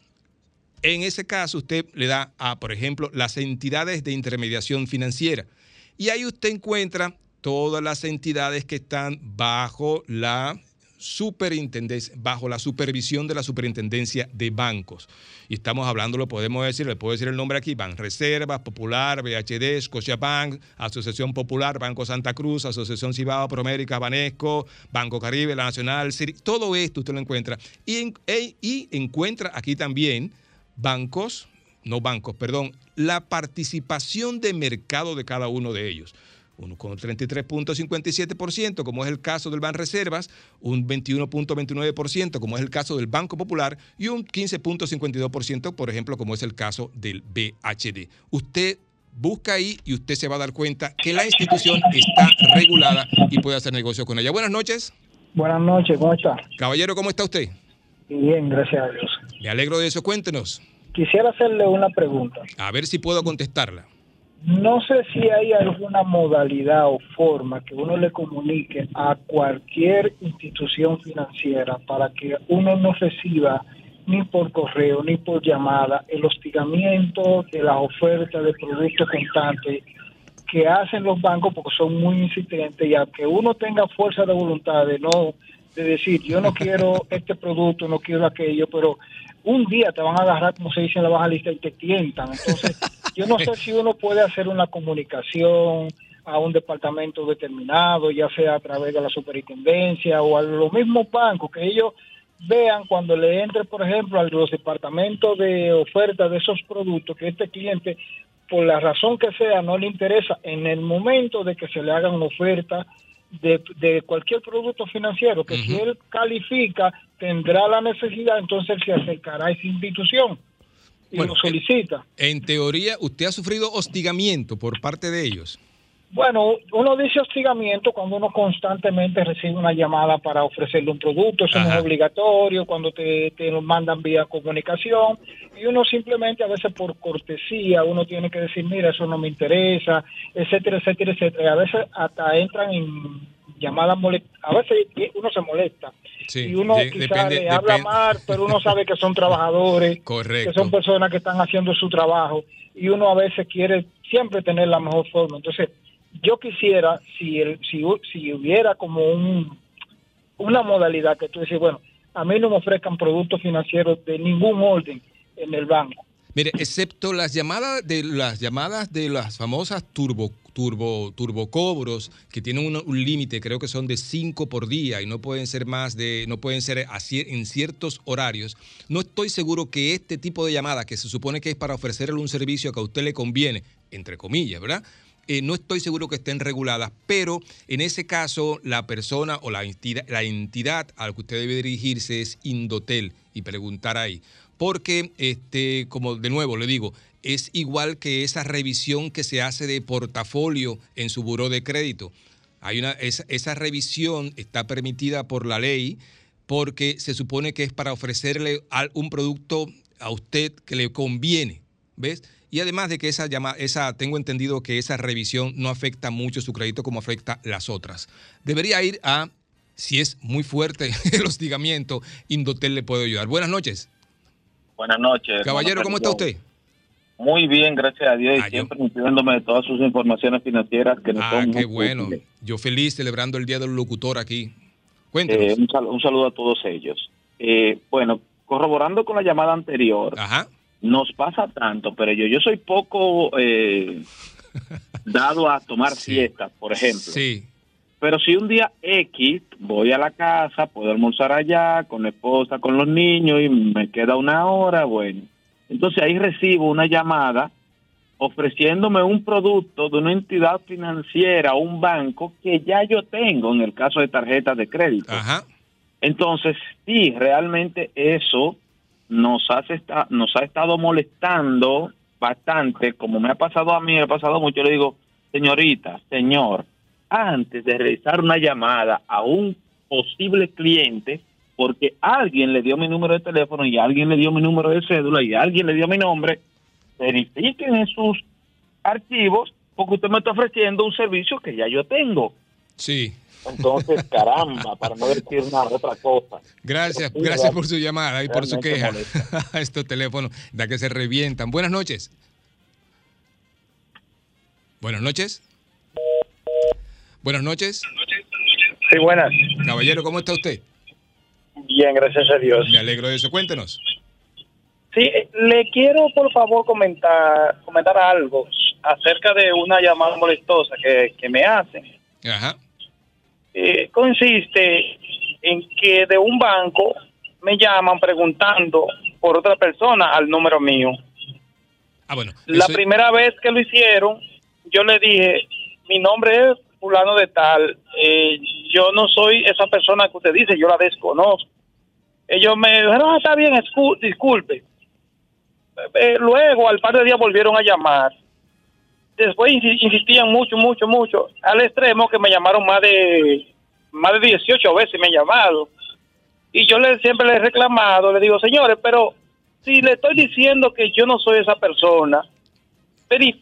En ese caso, usted le da a, por ejemplo, las entidades de intermediación financiera. Y ahí usted encuentra todas las entidades que están bajo la superintendencia, bajo la supervisión de la Superintendencia de Bancos. Y estamos hablando, lo podemos decir, le puedo decir el nombre aquí: Banreservas, Popular, B H D, Scotiabank, Asociación Popular, Banco Santa Cruz, Asociación Cibao, Promérica, Banesco, Banco Caribe, La Nacional, Ciri, todo esto usted lo encuentra. Y, en, e, y encuentra aquí también bancos, no bancos, perdón, la participación de mercado de cada uno de ellos. Uno con treinta y tres punto cincuenta y siete por ciento, como es el caso del Banreservas, un veintiuno punto veintinueve por ciento, como es el caso del Banco Popular, y un quince punto cincuenta y dos por ciento, por ejemplo, como es el caso del B H D. Usted busca ahí y usted se va a dar cuenta que la institución está regulada y puede hacer negocios con ella. Buenas noches. Buenas noches, ¿cómo está? Caballero, ¿cómo está usted? Bien, gracias a Dios. Me alegro de eso, cuéntenos. Quisiera hacerle una pregunta. A ver si puedo contestarla. No sé si hay alguna modalidad o forma que uno le comunique a cualquier institución financiera para que uno no reciba ni por correo ni por llamada el hostigamiento de las ofertas de productos constantes que hacen los bancos, porque son muy insistentes, y a que uno tenga fuerza de voluntad de no de decir yo no quiero este producto, no quiero aquello, pero un día te van a agarrar, como se dice en la baja lista, y te tientan. Entonces, yo no sé si uno puede hacer una comunicación a un departamento determinado, ya sea a través de la superintendencia o a los mismos bancos, que ellos vean cuando le entre, por ejemplo, a los departamentos de oferta de esos productos, que este cliente, por la razón que sea, no le interesa, en el momento de que se le hagan oferta de, de cualquier producto financiero, que uh-huh. si él califica, tendrá la necesidad, entonces él se acercará a esa institución y bueno, lo solicita. En, en teoría, ¿usted ha sufrido hostigamiento por parte de ellos? Bueno, uno dice hostigamiento cuando uno constantemente recibe una llamada para ofrecerle un producto, eso no es obligatorio, cuando te, te lo mandan vía comunicación, y uno simplemente a veces por cortesía, uno tiene que decir, mira, eso no me interesa, etcétera, etcétera, etcétera. A veces hasta entran en llamadas molestas, a veces uno se molesta, sí, y uno de, quizás depende, le habla depende. mal, pero uno sabe que son trabajadores, Correcto. que son personas que están haciendo su trabajo, y uno a veces quiere siempre tener la mejor forma. Entonces, yo quisiera, si el, si, si hubiera como un una modalidad que tú dices, bueno, a mí no me ofrezcan productos financieros de ningún orden en el banco. Mire, excepto las llamadas de las llamadas de las famosas turbo turbo turbocobros que tienen un, un límite, creo que son de cinco por día y no pueden ser más de no pueden ser así en ciertos horarios. No estoy seguro que este tipo de llamada, que se supone que es para ofrecerle un servicio que a usted le conviene, entre comillas, ¿verdad? Eh, no estoy seguro que estén reguladas, pero en ese caso la persona o la entidad, la entidad a la que usted debe dirigirse es Indotel y preguntar ahí. Porque, este, como de nuevo le digo, es igual que esa revisión que se hace de portafolio en su buró de crédito. Hay una, esa, esa revisión está permitida por la ley porque se supone que es para ofrecerle un producto a usted que le conviene, ¿ves? Y además de que esa llama, esa, tengo entendido que esa revisión no afecta mucho su crédito como afecta las otras. Debería ir a, si es muy fuerte el hostigamiento, Indotel le puede ayudar. Buenas noches. Buenas noches. Caballero, ¿cómo está usted? Muy bien, gracias a Dios, ah, y siempre inspirándome de todas sus informaciones financieras que nos ah, son qué muy bueno. útiles. Yo feliz celebrando el Día del Locutor aquí. Cuéntenos. Eh, un, sal, un saludo a todos ellos. Eh, bueno, corroborando con la llamada anterior, Ajá. nos pasa tanto, pero yo yo soy poco eh, dado a tomar sí. siestas, por ejemplo. Sí. Pero si un día X voy a la casa, puedo almorzar allá con la esposa, con los niños y me queda una hora, bueno. Entonces ahí recibo una llamada ofreciéndome un producto de una entidad financiera o un banco que ya yo tengo en el caso de tarjetas de crédito. Ajá. Entonces, sí, realmente eso nos, hace, nos ha estado molestando bastante, como me ha pasado a mí, me ha pasado mucho. Le digo, señorita, señor, antes de realizar una llamada a un posible cliente porque alguien le dio mi número de teléfono y alguien le dio mi número de cédula y alguien le dio mi nombre. Verifiquen en sus archivos porque usted me está ofreciendo un servicio que ya yo tengo. Sí. Entonces, caramba, para no decir nada, otra cosa. Gracias, sí, gracias por su llamada y por su realmente queja. molesta. Estos teléfonos da que se revientan. Buenas noches. Buenas noches. Buenas noches. Sí, buenas. Caballero, ¿cómo está usted? Bien, gracias a Dios. Me alegro de eso. Cuéntenos. Sí, le quiero por favor comentar comentar algo acerca de una llamada molestosa que, que me hacen. Ajá. Eh, consiste en que de un banco me llaman preguntando por otra persona al número mío. Ah, bueno. La eso- primera vez que lo hicieron, yo le dije, mi nombre es fulano de tal, eh, yo no soy esa persona que usted dice, yo la desconozco. Ellos me dijeron, ah, está bien, escu- disculpe. Eh, luego, al par de días volvieron a llamar. Después insi- insistían mucho, mucho, mucho, al extremo que me llamaron más de más de dieciocho veces me han llamado. Y yo le, siempre le he reclamado, le digo, señores, pero si le estoy diciendo que yo no soy esa persona, veri-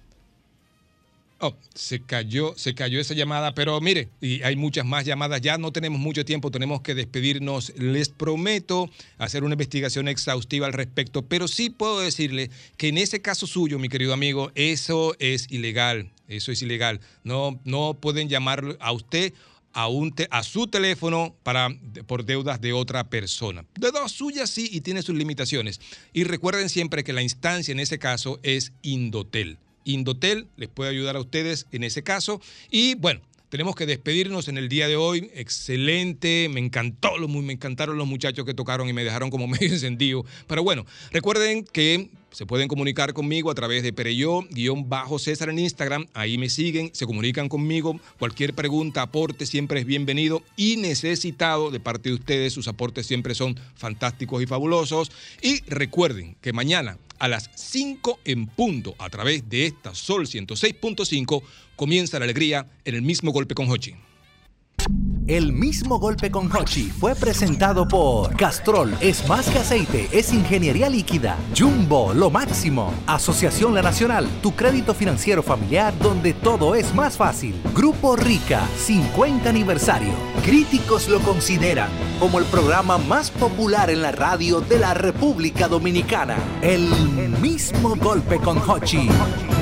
Oh, se cayó, se cayó esa llamada, pero mire, y hay muchas más llamadas, ya no tenemos mucho tiempo, tenemos que despedirnos. Les prometo hacer una investigación exhaustiva al respecto, pero sí puedo decirle que en ese caso suyo, mi querido amigo, eso es ilegal, eso es ilegal. No, no pueden llamar a usted a, un te- a su teléfono para, por deudas de otra persona. Deudas suyas sí y tiene sus limitaciones. Y recuerden siempre que la instancia en ese caso es Indotel. Indotel les puede ayudar a ustedes en ese caso. Y bueno, tenemos que despedirnos en el día de hoy. Excelente, me encantó, lo- me encantaron los muchachos que tocaron y me dejaron como medio encendido. Pero bueno, recuerden que se pueden comunicar conmigo a través de Pereyó-César en Instagram. Ahí me siguen, se comunican conmigo. Cualquier pregunta, aporte siempre es bienvenido y necesitado de parte de ustedes. Sus aportes siempre son fantásticos y fabulosos. Y recuerden que mañana a las cinco en punto, a través de esta Sol ciento seis punto cinco, comienza la alegría en el mismo golpe con Hochi. El mismo golpe con Hochi fue presentado por Castrol, es más que aceite, es ingeniería líquida. Jumbo, lo máximo. Asociación La Nacional, tu crédito financiero familiar donde todo es más fácil. Grupo Rica, cincuenta aniversario. Críticos lo consideran como el programa más popular en la radio de la República Dominicana. El mismo golpe con Hochi.